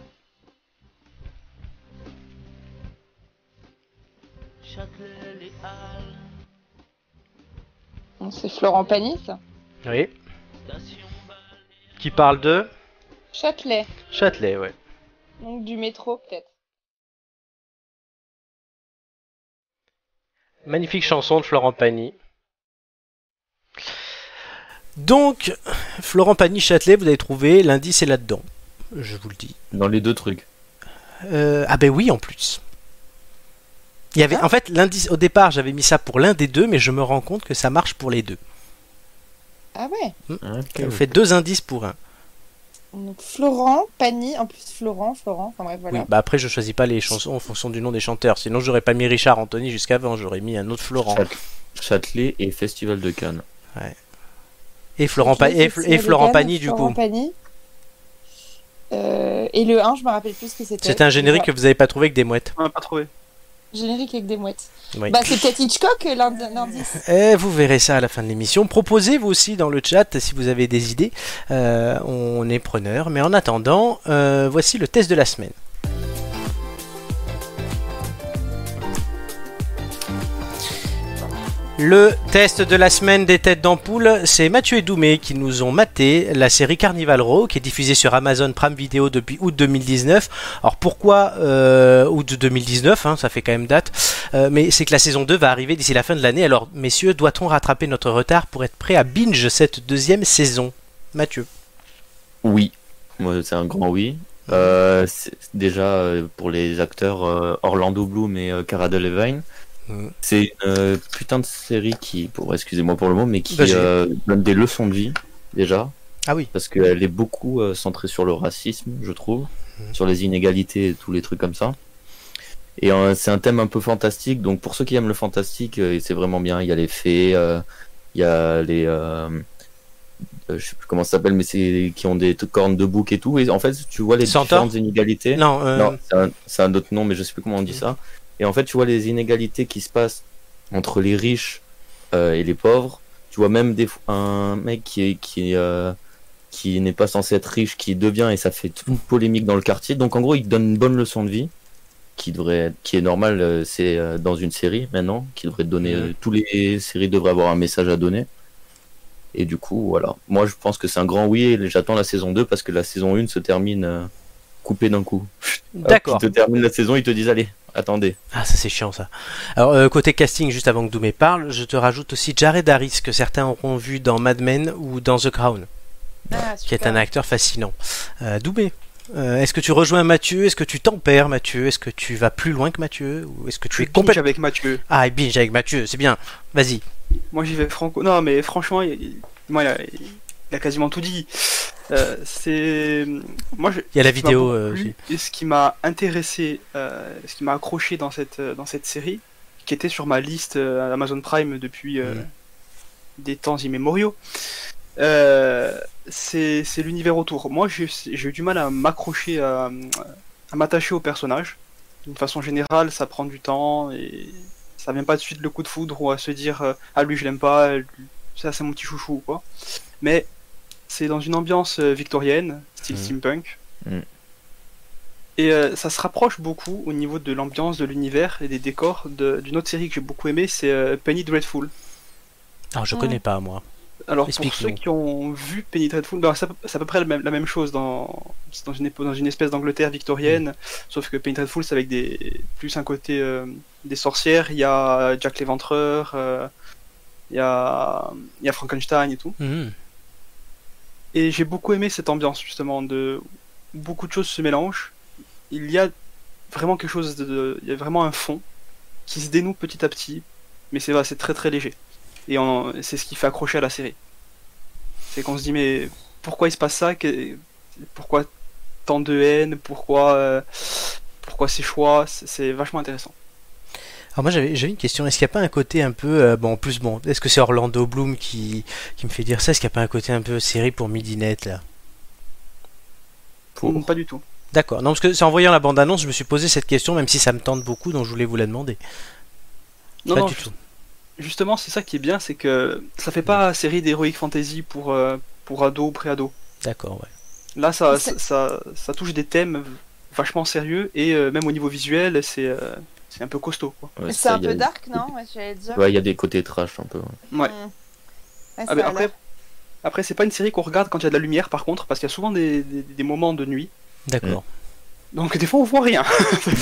Bon, c'est Florent Pagny ça. Oui. Qui parle de Châtelet, Châtelet, ouais. donc du métro peut-être. Magnifique chanson de Florent Pagny. Donc, Florent Pagny Châtelet, vous avez trouvé, l'indice est là-dedans. Je vous le dis. Dans les deux trucs. Euh, ah ben oui, en plus. Il y avait, en fait, l'indice, au départ, j'avais mis ça pour l'un des deux, mais je me rends compte que ça marche pour les deux. Ah ouais. Ok, On ok. fait deux indices pour un. Donc Florent Pagny, en plus Florent, Florent, enfin bref voilà. Oui, bah après, je choisis pas les chansons en fonction du nom des chanteurs. Sinon, j'aurais pas mis Richard Anthony jusqu'avant, j'aurais mis un autre Florent. Châtelet- Châtelet et Festival de Cannes. Et Florent, Pa- et, Fl- et Florent Pagny, du Florent coup. Pagny. Euh, et le un, je me rappelle plus ce que c'était. C'était un générique que vous avez pas trouvé avec des mouettes. On n'a pas trouvé. Générique avec des mouettes. Oui. Bah c'est peut-être Hitchcock euh, l'indi- l'indice. Et vous verrez ça à la fin de l'émission. Proposez vous aussi dans le chat si vous avez des idées. Euh, on est preneur. Mais en attendant, euh, voici le test de la semaine. Le test de la semaine des têtes d'ampoule, c'est Mathieu et Doumé qui nous ont maté la série Carnival Row qui est diffusée sur Amazon Prime Video depuis août deux mille dix-neuf. Alors pourquoi euh, août deux mille dix-neuf, hein, ça fait quand même date, euh, mais c'est que la saison deux va arriver d'ici la fin de l'année. Alors messieurs, doit-on rattraper notre retard pour être prêt à binge cette deuxième saison? Mathieu. Oui, moi c'est un grand oui. Euh, c'est- déjà euh, pour les acteurs euh, Orlando Bloom et euh, Cara Delevingne, Mhm. c'est une euh, putain de série qui, pour excusez-moi pour le mot, mais qui Vas-y. euh, donne des leçons de vie déjà, Ah oui. parce qu'elle est beaucoup euh, centrée sur le racisme, je trouve, Mhm. sur les inégalités et tous les trucs comme ça. Et euh, c'est un thème un peu fantastique, donc pour ceux qui aiment le fantastique, euh, c'est vraiment bien. Il y a les fées, euh, il y a les euh, euh, je sais plus comment ça s'appelle, mais c'est qui ont des t- cornes de bouc et tout. Et en fait, tu vois les Centaures différentes inégalités. Non, euh, Non, c'est un, c'est un autre nom, mais je sais plus comment on dit ça. Et en fait, tu vois les inégalités qui se passent entre les riches euh, et les pauvres. Tu vois même des, fois un mec qui est qui est, euh, qui n'est pas censé être riche, qui devient, et ça fait toute une polémique dans le quartier. Donc en gros, il te donne une bonne leçon de vie, qui devrait, être- qui est normale, euh, c'est euh, dans une série maintenant, qui devrait te donner. Mhm. Euh, tous les séries devraient avoir un message à donner. Et du coup, voilà. Moi, je pense que c'est un grand oui, et j'attends la saison deux parce que la saison un se termine euh, coupée d'un coup. Hop, d'accord. Ils te terminent la saison, ils te disent allez, attendez. Ah, ça c'est chiant ça. Alors, euh, côté casting, juste avant que Doumé parle, je te rajoute aussi Jared Harris, que certains auront vu dans Mad Men ou dans The Crown, Ah, qui est super. un acteur fascinant. Euh, Doumé, euh, est-ce que tu rejoins Mathieu? Est-ce que tu tempères Mathieu? Est-ce que tu vas plus loin que Mathieu? Ou est-ce que tu es Binge complètement... avec Mathieu. Ah, et binge avec Mathieu, c'est bien. Vas-y. Moi j'y vais franco. Non mais franchement, il, il- moi, il, a, il a quasiment tout dit. Euh, c'est moi. Je, Il y a la ce qui m'a vidéo, beaucoup euh, plu aussi. et ce qui m'a intéressé, euh, ce qui m'a accroché dans cette dans cette série, qui était sur ma liste euh, Amazon Prime depuis euh, Mhm. des temps immémoriaux. Euh, c'est c'est l'univers autour. Moi, j'ai j'ai eu du mal à m'accrocher, à, à m'attacher au personnage. D'une façon générale, ça prend du temps et ça vient pas de suite le coup de foudre ou à se dire euh, ah lui je l'aime pas, lui, ça c'est mon petit chouchou ou quoi. Mais c'est dans une ambiance euh, victorienne, style Mmh. steampunk. Mmh. Et euh, ça se rapproche beaucoup au niveau de l'ambiance, de l'univers et des décors de- d'une autre série que j'ai beaucoup aimée, c'est euh, Penny Dreadful. Alors, je Ouais. connais pas, moi. Alors pour Explique-nous. ceux qui ont vu Penny Dreadful, ben, c'est à peu- c'est à peu près la même, la même chose dans, c'est dans, une, épo- dans une espèce d'Angleterre victorienne, sauf que Penny Dreadful c'est avec des, plus un côté euh, des sorcières, il y a Jack l'Éventreur, euh, il y, a, il y a Frankenstein et tout. Mhm. Et j'ai beaucoup aimé cette ambiance justement, de beaucoup de choses se mélangent, il y a vraiment quelque chose, de, de- il y a vraiment un fond qui se dénoue petit à petit, mais c'est vrai, c'est très très léger. Et on- c'est ce qui fait accrocher à la série. C'est qu'on se dit mais pourquoi il se passe ça, que- pourquoi tant de haine, pourquoi euh, pourquoi ces choix, c'est c'est vachement intéressant. Alors moi j'avais j'avais une question, est-ce qu'il n'y a pas un côté un peu, euh, bon en plus bon, est-ce que c'est Orlando Bloom qui, qui me fait dire ça, est-ce qu'il n'y a pas un côté un peu série pour midinette là? Pour- Mm, Pas du tout. D'accord, non parce que c'est en voyant la bande-annonce je me suis posé cette question même si ça me tente beaucoup donc je voulais vous la demander. Non, Pas non, du ju- tout. justement c'est ça qui est bien, c'est que ça fait pas série d'heroic fantasy pour euh, pour ados ou pré-ados. D'accord, ouais. Là ça, C'est- ça, ça ça touche des thèmes vachement sérieux et euh, même au niveau visuel c'est euh, c'est un peu costaud quoi. Ouais, C'est ça, un il y a- peu dark, non? Ouais, j'allais dire. Ouais, il y a des côtés trash un peu. ouais. Ouais. Mm. Ouais, Ah, ça mais a après, l'air. après c'est pas une série qu'on regarde quand il y a de la lumière par contre, parce qu'il y a souvent des, des, des moments de nuit, D'accord. donc des fois on voit rien.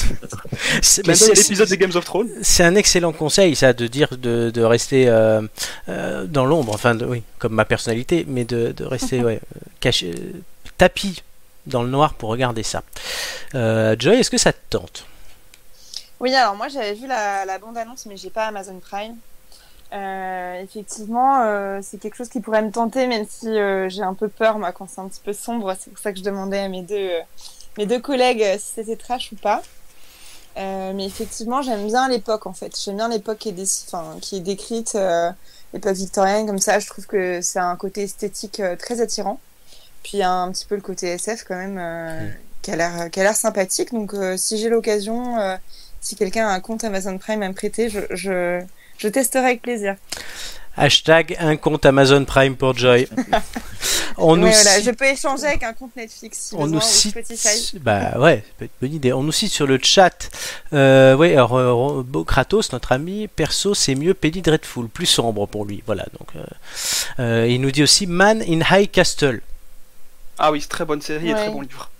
C'est- Clin mais d'œil à c'est- l'épisode de Games of Thrones. C'est un excellent conseil, ça, de dire de, de rester euh, euh, dans l'ombre, enfin, de- oui, comme ma personnalité, mais de, de rester ouais, euh, caché, euh, tapis dans le noir pour regarder ça. Euh, Joy, est-ce que ça te tente? Oui, alors moi j'avais vu la, la bande-annonce, mais j'ai pas Amazon Prime. Euh, effectivement, euh, c'est quelque chose qui pourrait me tenter, même si euh, j'ai un peu peur, moi, quand c'est un petit peu sombre. C'est pour ça que je demandais à mes deux, euh, mes deux collègues euh, si c'était trash ou pas. Euh, mais effectivement, j'aime bien l'époque, en fait. J'aime bien l'époque qui est, dé- enfin, qui est décrite, euh, l'époque victorienne, comme ça. Je trouve que c'est un côté esthétique euh, très attirant. Puis il y a un petit peu le côté S F, quand même, euh, Mm. qui a l'air, qui a l'air sympathique. Donc, euh, si j'ai l'occasion, euh, si quelqu'un a un compte Amazon Prime à me prêter, je, je, je testerai avec plaisir. Hashtag un compte Amazon Prime pour Joy. On nous Ouais, voilà, cite- je peux échanger avec un compte Netflix si On besoin, nous ou cite, Spotify. bah ouais, ça peut être une bonne idée. On nous cite sur le chat. Euh, ouais, alors euh, Bo- Kratos, notre ami, perso, c'est mieux Penny Dreadful, plus sombre pour lui. Voilà. Donc, euh, euh, il nous dit aussi Man in High Castle. Ah oui, c'est très bonne série et Ouais. très bon livre.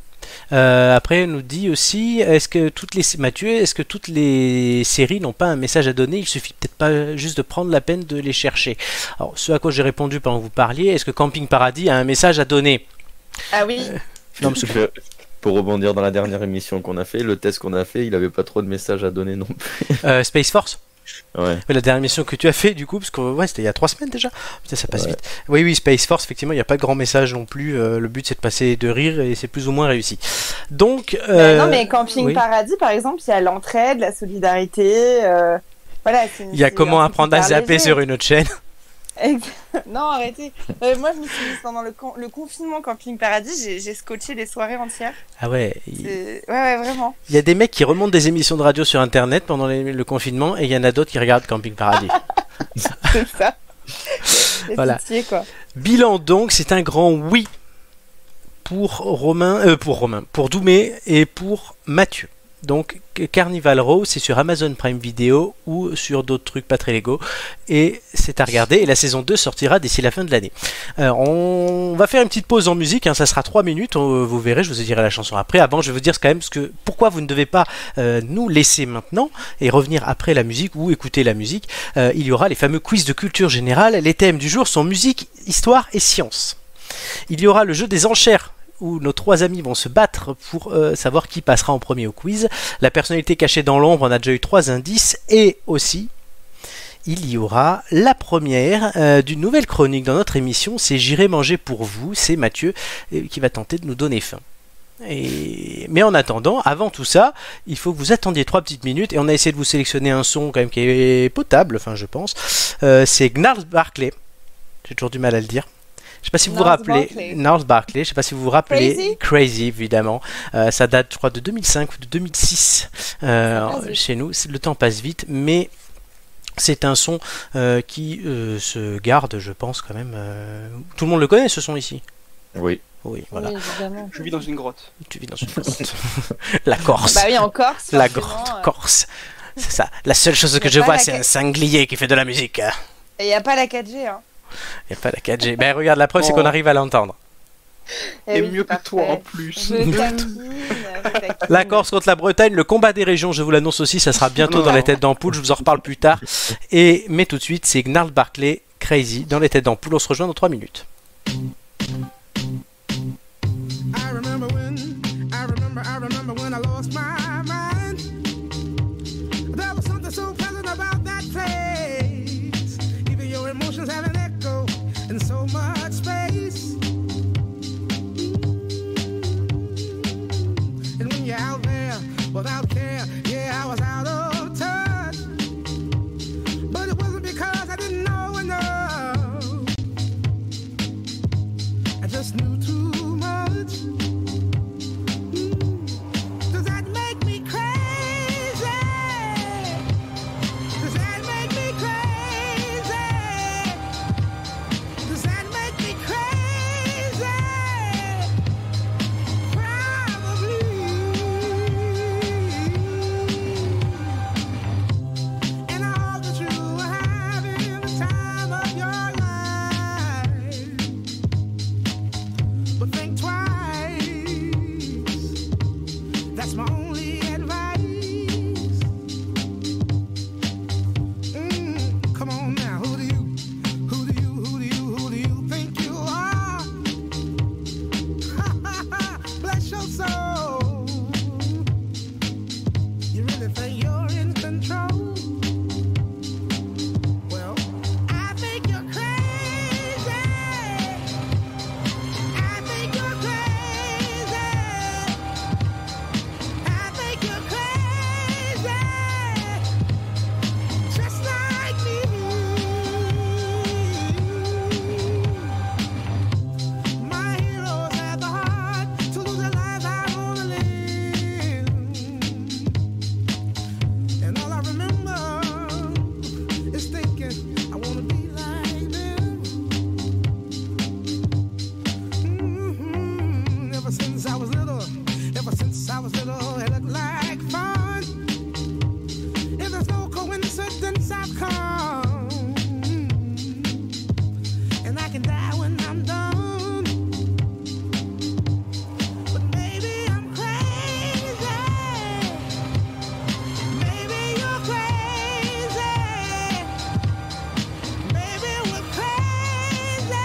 Euh, après, il nous dit aussi, est-ce que toutes les Mathieu, est-ce que toutes les séries n'ont pas un message à donner? Il suffit peut-être pas juste de prendre la peine de les chercher. Alors, ce à quoi j'ai répondu pendant que vous parliez, est-ce que Camping Paradis a un message à donner? Ah oui, Non, parce que- Je- Pour rebondir dans la dernière émission qu'on a fait, le test qu'on a fait, il avait pas trop de messages à donner non plus. euh, Space Force. Ouais. Ouais, la dernière mission que tu as fait du coup, parce que ouais, c'était il y a trois semaines déjà. Putain, ça passe Ouais. vite. Oui, oui, Space Force, effectivement, il n'y a pas de grand message non plus. euh, le but c'est de passer de rire et c'est plus ou moins réussi. Donc, Bah, euh, non, mais Camping oui. Paradis, par exemple, il y a l'entraide, la solidarité. euh, Voilà, c'est une- il y a c'est comment un truc apprendre à hyper zapper léger. sur une autre chaîne. Ex- Non, arrêtez. Euh, moi, je me suis dit, pendant le, con- le confinement Camping Paradis, j'ai j'ai scotché des soirées entières. Ah ouais, il C'est- Ouais, ouais, vraiment. il y a des mecs qui remontent des émissions de radio sur internet pendant les- le confinement et il y en a d'autres qui regardent Camping Paradis. C'est ça. C'est Voilà. pitié, quoi. Bilan donc, c'est un grand oui pour Romain, euh, pour Romain, pour Doumé et pour Mathieu. Donc Carnival Row, c'est sur Amazon Prime Video ou sur d'autres trucs pas très légaux et c'est à regarder et la saison deux sortira d'ici la fin de l'année. Euh, on va faire une petite pause en musique, hein, ça sera trois minutes, on- vous verrez, je vous dirai la chanson après. Avant, je vais vous dire quand même ce que, pourquoi vous ne devez pas euh, nous laisser maintenant et revenir après la musique ou écouter la musique. Euh, il y aura les fameux quiz de culture générale, les thèmes du jour sont musique, histoire et science. Il y aura le jeu des enchères où nos trois amis vont se battre pour euh, savoir qui passera en premier au quiz. La personnalité cachée dans l'ombre, on a déjà eu trois indices. Et aussi, il y aura la première euh, d'une nouvelle chronique dans notre émission, c'est J'irai manger pour vous. C'est Mathieu euh, qui va tenter de nous donner faim. Et... Mais en attendant, avant tout ça, il faut que vous attendiez trois petites minutes et on a essayé de vous sélectionner un son quand même qui est potable, enfin je pense. Euh, c'est Gnarls Barkley. J'ai toujours du mal à le dire. Je sais pas si vous vous Gnarls rappelez Barkley. Gnarls Barkley. Je sais pas si vous vous rappelez Crazy, Crazy évidemment. Euh, ça date, je crois, de deux mille cinq ou de deux mille six euh, Ça passe vite. chez nous. C'est- Le temps passe vite, mais c'est un son euh, qui euh, se garde, je pense quand même. euh, Tout le monde le connaît ce son ici. Oui. Oui, voilà. Oui, évidemment. Je vis dans une grotte. Tu vis dans une grotte. La Corse. Bah oui, en Corse. La forcément, grotte euh, Corse. C'est ça. La seule chose que Y a je pas vois, la c'est ca- un sanglier qui fait de la musique. Et il n'y a pas la quatre G. Hein. Il n'y a pas la quatre G. Ben regarde, la preuve, c'est Oh. qu'on arrive à l'entendre. Eh Et oui, mieux que c'est toi en parfait. plus. Je taquine, je taquine. La Corse contre la Bretagne, le combat des régions, je vous l'annonce aussi, ça sera bientôt Non. dans les têtes d'ampoule, je vous en reparle plus tard. Et, mais tout de suite, c'est Gnarls Barkley, Crazy, dans les têtes d'ampoule, on se rejoint dans trois minutes. I remember when, I remember, I remember when I lost my mind. There was something so pleasant about that place. Even your emotions have an echo in so much space. And when you're out there without care, yeah, I was out of touch. But it wasn't because I didn't know enough. I just knew too much. Does that make me crazy? Does that make me crazy? Does that make me crazy? Probably. And I hope that you are having the time of your life. But think twice. That's my only advice. Mm, come on now, who do you, who do you, who do you, who do you think you are? Bless your soul. You really think you're in control? Well, I think you're crazy. I think you're crazy. I think you're crazy. Just like me. My heroes had the heart to lose their lives out on the limb. And all I remember is thinking, I wanna be like them. Mhm. Ever since I was little, ever since I was little, it looked like fun. If there's no coincidence, I've come, and I can die when I'm done. But maybe I'm crazy. Maybe you're crazy. Maybe we're crazy.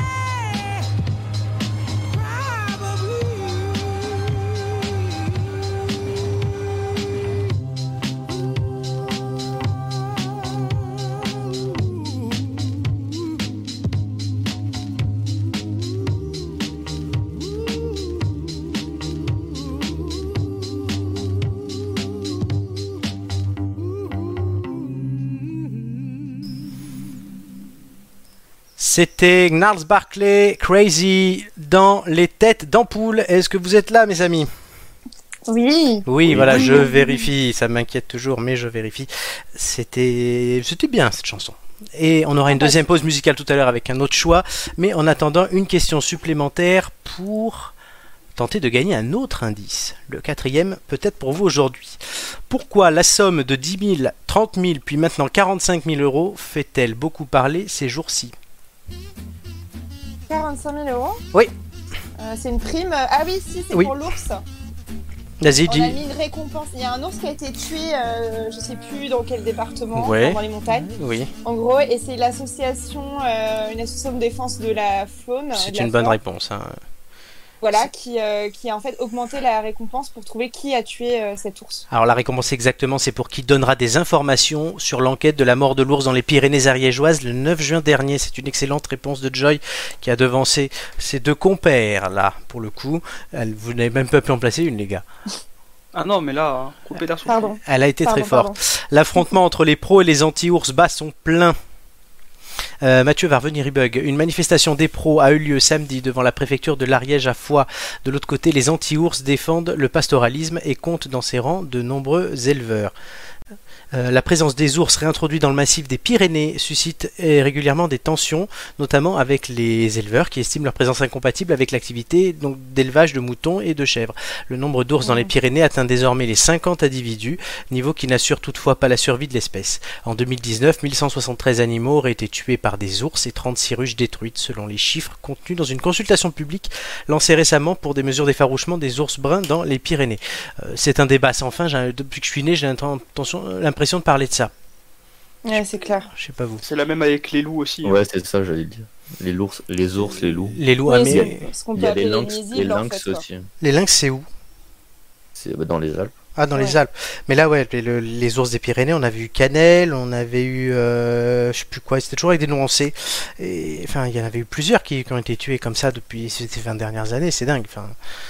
C'était Gnarls Barkley, Crazy, dans les têtes d'ampoule. Est-ce que vous êtes là, mes amis? Oui. Oui, Oui. voilà, Oui. je vérifie, ça m'inquiète toujours, mais je vérifie. C'était c'était bien cette chanson. Et on aura une deuxième pause musicale tout à l'heure avec un autre choix, mais en attendant, une question supplémentaire pour tenter de gagner un autre indice. Le quatrième, peut-être pour vous aujourd'hui. Pourquoi la somme de dix mille, trente mille, puis maintenant quarante-cinq mille euros fait-elle beaucoup parler ces jours-ci? quarante-cinq mille euros. Oui. Euh, c'est une prime. Ah oui, si, c'est Oui. pour l'ours. Vas-y, On a dis. mis une récompense. Il y a un ours qui a été tué, euh, je sais plus dans quel département, Ouais. dans les montagnes. Oui, En gros, et c'est l'association, euh, une association de défense de la faune. c'est de la une bonne flore. réponse. hein. voilà, qui, euh, qui a en fait augmenté la récompense pour trouver qui a tué euh, cet ours. Alors la récompense exactement, c'est pour qui donnera des informations sur l'enquête de la mort de l'ours dans les Pyrénées ariégeoises le neuf juin dernier. C'est une excellente réponse de Joy qui a devancé ses deux compères là, pour le coup. Elle, vous n'avez même pas pu en placer une, les gars. Ah non, mais là, hein, coupé d'air soufflé. Pardon. Elle a été Pardon, très forte. pardon. L'affrontement entre les pros et les anti-ours bas sont pleins. Euh, Mathieu va revenir, il bug. Une manifestation des pros a eu lieu samedi devant la préfecture de l'Ariège à Foix. De l'autre côté, les anti-ours défendent le pastoralisme et comptent dans ses rangs de nombreux éleveurs. Euh, la présence des ours réintroduits dans le massif des Pyrénées suscite euh, régulièrement des tensions, notamment avec les éleveurs qui estiment leur présence incompatible avec l'activité donc, d'élevage de moutons et de chèvres. Le nombre d'ours dans les Pyrénées atteint désormais les cinquante individus, niveau qui n'assure toutefois pas la survie de l'espèce. En deux mille dix-neuf, mille cent soixante-treize animaux auraient été tués par des ours et trente-six ruches détruites, selon les chiffres contenus dans une consultation publique lancée récemment pour des mesures d'effarouchement des ours bruns dans les Pyrénées. Euh, c'est un débat sans fin. J'ai, depuis que je suis né, j'ai l'intention, l'impression de parler de ça. Ouais, c'est clair. Je sais pas vous. C'est la même avec les loups aussi. hein. Ouais, c'est ça, j'allais dire. Les ours, les ours, les loups. Les loups, Oui, ah, mais c'est ce qu'on Il peut y a les appeler les lynx, les nuisibles, en lynx fait, quoi. aussi. les lynx, c'est où? C'est bah, dans les Alpes. Ah, dans les Ouais. Alpes. Mais là, ouais, les, le- les ours des Pyrénées, on avait eu cannelle, on avait eu, euh, je sais plus quoi, c'était toujours avec des noms en C. Et enfin, il y en avait eu plusieurs qui, qui ont été tués comme ça depuis ces vingt dernières années, c'est dingue. Enfin,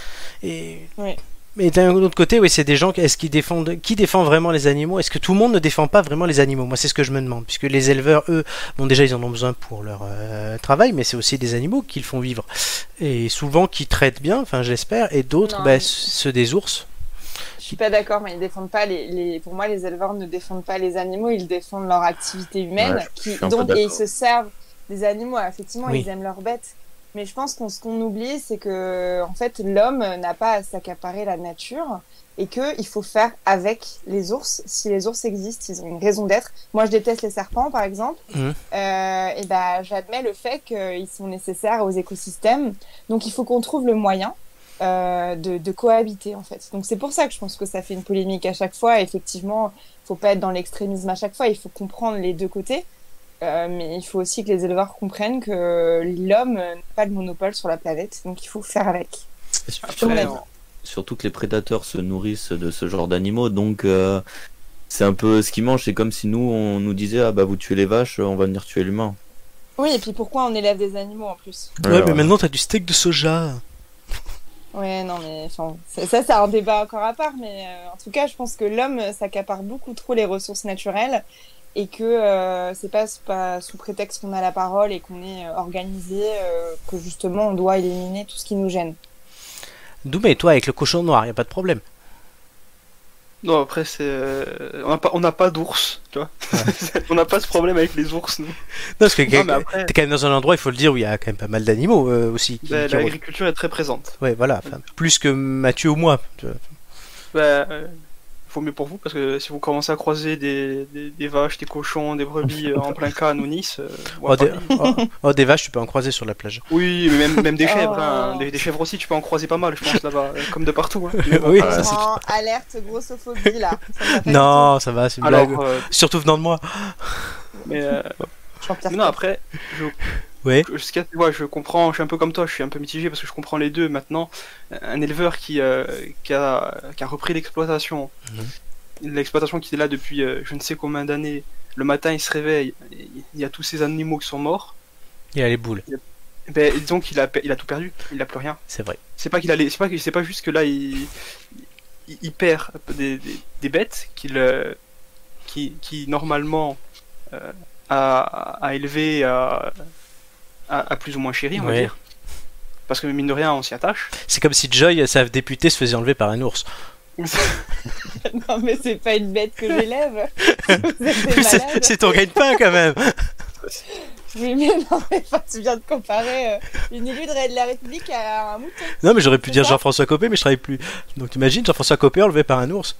et Oui. mais d'un autre côté, oui, c'est des gens, est-ce qu'ils défendent, qui défend vraiment les animaux? Est-ce que tout le monde ne défend pas vraiment les animaux? Moi, c'est ce que je me demande, puisque les éleveurs, eux, bon, déjà, ils en ont besoin pour leur euh, travail, mais c'est aussi des animaux qu'ils font vivre. Et souvent, qui traitent bien, enfin, j'espère, et d'autres, Non, ben, mais- ceux des ours. Je suis pas d'accord, mais ils défendent pas les, les. Pour moi, les éleveurs ne défendent pas les animaux, ils défendent leur activité humaine, Ouais, je- qui je suis un peu donc et ils d'accord. se servent des animaux. Effectivement, Oui. ils aiment leurs bêtes, mais je pense qu'on ce qu'on oublie, c'est que en fait, l'homme n'a pas à s'accaparer la nature et que il faut faire avec les ours. Si les ours existent, ils ont une raison d'être. Moi, je déteste les serpents, par exemple. Mhm. Euh, et ben, j'admets le fait qu'ils sont nécessaires aux écosystèmes. Donc, il faut qu'on trouve le moyen. Euh, de, de cohabiter en fait. Donc c'est pour ça que je pense que ça fait une polémique à chaque fois. Effectivement, il faut pas être dans l'extrémisme à chaque fois, il faut comprendre les deux côtés. Euh, mais il faut aussi que les éleveurs comprennent que l'homme n'a pas le monopole sur la planète, donc il faut faire avec. Après, mon avis. on- Surtout que les prédateurs se nourrissent de ce genre d'animaux, donc euh, c'est un peu ce qu'ils mangent. C'est comme si nous, on nous disait, ah bah vous tuez les vaches, on va venir tuer l'humain. Oui, et puis pourquoi on élève des animaux en plus? Ouais, mais maintenant, t'as du steak de soja. Ouais, non, mais enfin, ça, ça, c'est un débat encore à part, mais euh, en tout cas, je pense que l'homme s'accapare beaucoup trop les ressources naturelles et que euh, c'est pas, c'est pas sous prétexte qu'on a la parole et qu'on est euh, organisé euh, que justement on doit éliminer tout ce qui nous gêne. Doumé, toi, avec le cochon noir, y a pas de problème. Non, après, c'est. euh, On n'a pas, on n'a pas d'ours, tu vois. On n'a pas ce problème avec les ours, nous. Non, parce que Non, mais après, t'es quand même dans un endroit, il faut le dire, où il y a quand même pas mal d'animaux euh, aussi. Qui, bah, qui- l'agriculture est très présente. Ouais, voilà, enfin, plus que Mathieu ou moi. tu vois. Bah, euh, faut mieux pour vous, parce que si vous commencez à croiser des, des, des vaches, des cochons, des brebis euh, en plein Cannes ou Nice. euh, Oh, ouais, des... pareil. oh, oh, des vaches, tu peux en croiser sur la plage. Oui, mais même, même des chèvres, Oh. hein. des, des chèvres aussi, tu peux en croiser pas mal, je pense, là-bas, euh, comme de partout. Hein. Mais bon, Oui, euh, ça, c'est- En alerte grossophobie là. Ça me va pas Non, ça va, c'est une alors, blague. euh, Surtout venant de moi. mais, euh, du tout. J'empire mais non, pas. après, je, Ouais. je, ce qu'il y a- tu vois, je comprends, je suis un peu comme toi, je suis un peu mitigé parce que je comprends les deux maintenant. Un éleveur qui, euh, qui, a, qui a repris l'exploitation, l'exploitation qui est là depuis euh, je ne sais combien d'années, le matin il se réveille, il y a tous ces animaux qui sont morts, Il a les boules, et ben, disons qu'il a, il a tout perdu, il a plus rien. c'est vrai. C'est pas qu'il a les- c'est pas, que- c'est pas juste que là il, il, il perd des, des, des bêtes qu'il, euh, qui, qui normalement euh, a, a élevé, à, à, à plus ou moins chéri, on va Ouais. dire. Parce que mine de rien, on s'y attache. C'est comme si Joy, sa députée, se faisait enlever par un ours. Non, mais c'est pas une bête que j'élève. Vous êtes des C'est malades. c'est ton gagne-pain quand même. Oui, mais non, mais enfin, tu viens de comparer euh, une élue de de la République à un mouton. Non, mais j'aurais pu C'est dire ça. Jean-François Copé, mais je travaille plus. Donc t'imagines Jean-François Copé enlevé par un ours.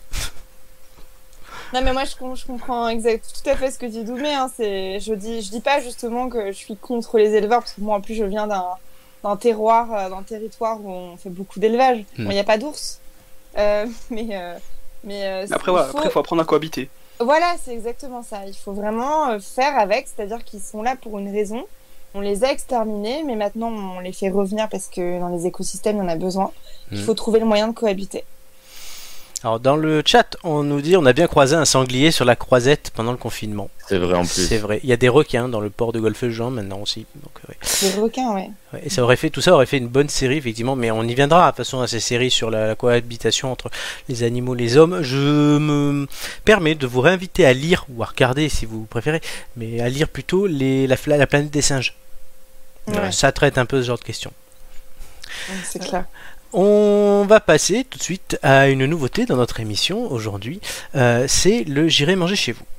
Non, mais moi, je, com- je comprends exact, tout à fait ce que dit Doumé. Hein, c'est, je dis, je dis pas justement que je suis contre les éleveurs, parce que moi, en plus, je viens d'un, d'un terroir, euh, d'un territoire où on fait beaucoup d'élevage. Hmm. Bon, il n'y a pas d'ours. Euh, mais, euh, mais, euh, Mais après, il voilà, faut- après, faut apprendre à cohabiter. Voilà, c'est exactement ça. Il faut vraiment euh, faire avec, c'est-à-dire qu'ils sont là pour une raison. on les a exterminés, mais maintenant on les fait revenir parce que dans les écosystèmes, il y en a besoin. Il Mm. faut trouver le moyen de cohabiter. Alors dans le chat, on nous dit on a bien croisé un sanglier sur la croisette pendant le confinement. C'est vrai en plus. C'est vrai. Il y a des requins dans le port de Golfe-Jean maintenant aussi. Donc, ouais. Les requins, ouais. Ouais, et ça aurait fait tout ça aurait fait une bonne série effectivement, mais on y viendra de toute façon à ces séries sur la, la cohabitation entre les animaux et les hommes. Je me permets de vous réinviter à lire ou à regarder si vous préférez, mais à lire plutôt les, la, la planète des singes. Ouais, Euh, ça traite un peu ce genre de questions. c'est clair. On va passer tout de suite à une nouveauté dans notre émission aujourd'hui. Euh, c'est le J'irai manger chez vous.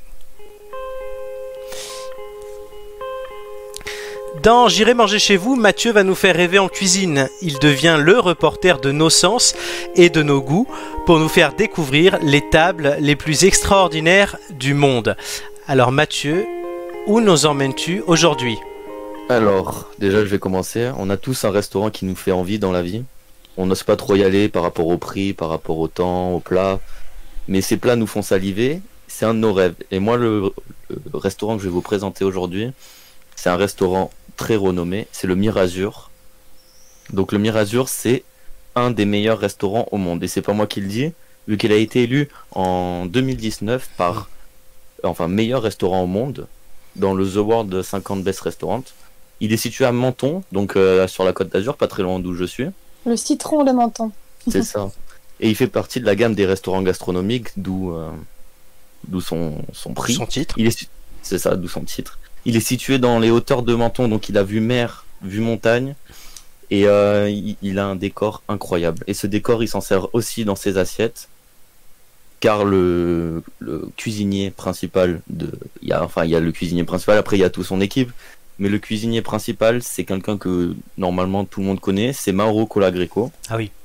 Dans J'irai manger chez vous, Mathieu va nous faire rêver en cuisine. Il devient le reporter de nos sens et de nos goûts pour nous faire découvrir les tables les plus extraordinaires du monde. Alors Mathieu, où nous emmènes-tu aujourd'hui ? Alors, déjà, je vais commencer. On a tous un restaurant qui nous fait envie dans la vie. On n'ose pas trop y aller par rapport au prix, par rapport au temps, au plat. Mais ces plats nous font saliver. C'est un de nos rêves. Et moi, le, le restaurant que je vais vous présenter aujourd'hui, c'est un restaurant très renommé. C'est le Mirazur. Donc, le Mirazur, c'est un des meilleurs restaurants au monde. Et c'est pas moi qui le dis, vu qu'il a été élu en deux mille dix-neuf par, enfin, meilleur restaurant au monde dans le The World cinquante Best Restaurants. Il est situé à Menton, donc euh, sur la Côte d'Azur, pas très loin d'où je suis. Le citron de Menton. C'est ça. Et il fait partie de la gamme des restaurants gastronomiques, d'où euh, d'où son, son prix. Son titre. Il est su- c'est ça, d'où son titre. Il est situé dans les hauteurs de Menton, donc il a vue mer, vue montagne, et euh, il, il a un décor incroyable. Et ce décor, il s'en sert aussi dans ses assiettes, car le, le cuisinier principal de, il y a, enfin il y a le cuisinier principal, après il y a toute son équipe, mais le cuisinier principal, c'est quelqu'un que normalement tout le monde connaît, c'est Mauro Colagreco. Ah oui.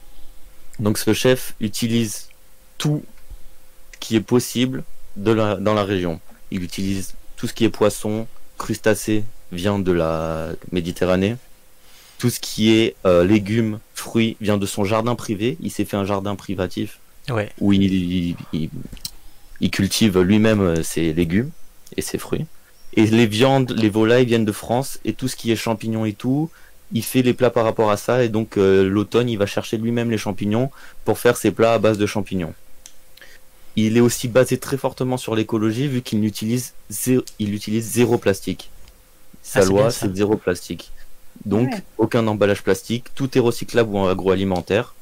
Donc ce chef utilise tout ce qui est possible de la, dans la région. Il utilise tout ce qui est poisson, crustacés, viande de la Méditerranée. Tout ce qui est euh, légumes, fruits vient de son jardin privé. Il s'est fait un jardin privatif Ouais. où il, il, il, il cultive lui-même ses légumes et ses fruits. Et les viandes, les volailles viennent de France, et tout ce qui est champignons et tout, il fait les plats par rapport à ça, et donc euh, l'automne, il va chercher lui-même les champignons pour faire ses plats à base de champignons. Il est aussi basé très fortement sur l'écologie, vu qu'il utilise zéro, il utilise zéro plastique. Sa Ah, c'est bien loi, ça. c'est zéro plastique. Donc, Ouais. aucun emballage plastique, tout est recyclable ou agroalimentaire.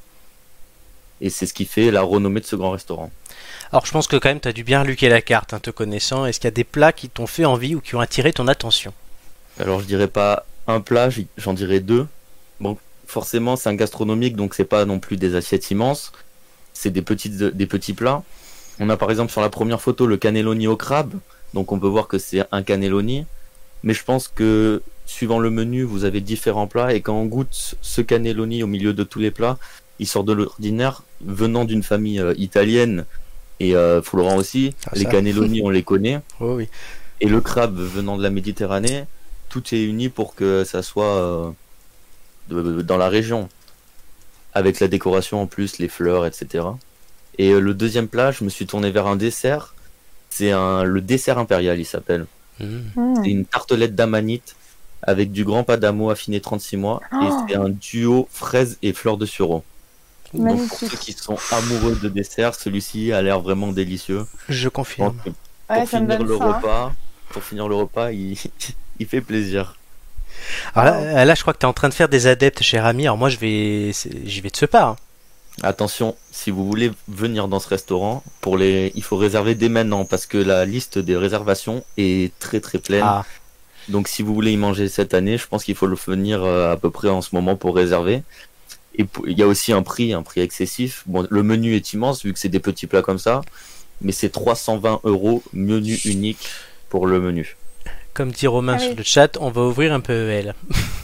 Et c'est ce qui fait la renommée de ce grand restaurant. Alors je pense que quand même tu as dû bien luquer la carte, hein, te connaissant. Est-ce qu'il y a des plats qui t'ont fait envie ou qui ont attiré ton attention ? Alors je dirais pas un plat, j'y- j'en dirais deux. Bon, forcément c'est un gastronomique, donc c'est pas non plus des assiettes immenses. C'est des petites, des petits plats. On a par exemple sur la première photo le cannelloni au crabe, donc on peut voir que c'est un cannelloni. Mais je pense que suivant le menu, vous avez différents plats, et quand on goûte ce cannelloni au milieu de tous les plats, il sort de l'ordinaire, venant d'une famille euh, italienne, et euh, Florent aussi. Ah, les ça. cannelloni on les connaît. Oh oui. Et le crabe venant de la Méditerranée, tout est uni pour que ça soit euh, de- de- dans la région. Avec la décoration en plus, les fleurs, et cetera. Et euh, le deuxième plat, je me suis tourné vers un dessert. C'est un, le dessert impérial, il s'appelle. Mmh. Mmh. C'est une tartelette d'amanite avec du grand padamo affiné trente-six mois. Oh. Et c'est un duo fraises et fleurs de sureau. Donc pour Magnifique. ceux qui sont amoureux de dessert, celui-ci a l'air vraiment délicieux. Je Je confirme. pense que Ouais, pour ça me finir donne le faim, hein. repas, pour finir le repas, il, il fait plaisir. Alors là, là, je crois que tu es en train de faire des adeptes, cher ami. Alors moi, je vais, c'est- j'y vais de ce pas. hein. Attention, si vous voulez venir dans ce restaurant, pour les, il faut réserver dès maintenant parce que la liste des réservations est très très pleine. Ah, Donc si vous voulez y manger cette année, je pense qu'il faut le venir euh, à peu près en ce moment pour réserver. Et pour- il y a aussi un prix, un prix excessif. Bon, le menu est immense vu que c'est des petits plats comme ça, mais c'est trois cent vingt euros menu unique pour le menu. comme dit Romain Ah oui. sur le chat, on va ouvrir un P E L.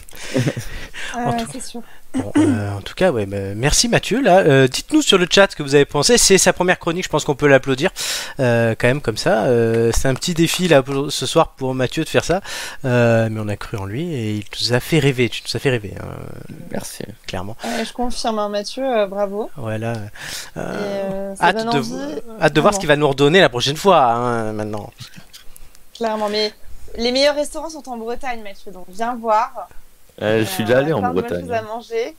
En Ouais, tout- c'est sûr. Bon, euh, en tout cas, ouais, bah, merci Mathieu. Là, Euh, dites-nous sur le chat ce que vous avez pensé. C'est sa première chronique, je pense qu'on peut l'applaudir euh, quand même comme ça. Euh, c'est un petit défi là pour- ce soir pour Mathieu de faire ça, Euh, mais on a cru en lui et il nous a fait rêver. Tu nous as fait rêver, hein, Merci. clairement. Ouais, je confirme, hein, Mathieu, euh, bravo. Voilà. Et, Euh, euh, ça hâte donne de, envie, hâte de voir vraiment. ce qu'il va nous redonner la prochaine fois. Hein, maintenant. Clairement, mais Les meilleurs restaurants sont en Bretagne, Mathieu, donc viens voir. Euh, je suis Euh, déjà on a allé en plein de bonnes Bretagne. choses à manger.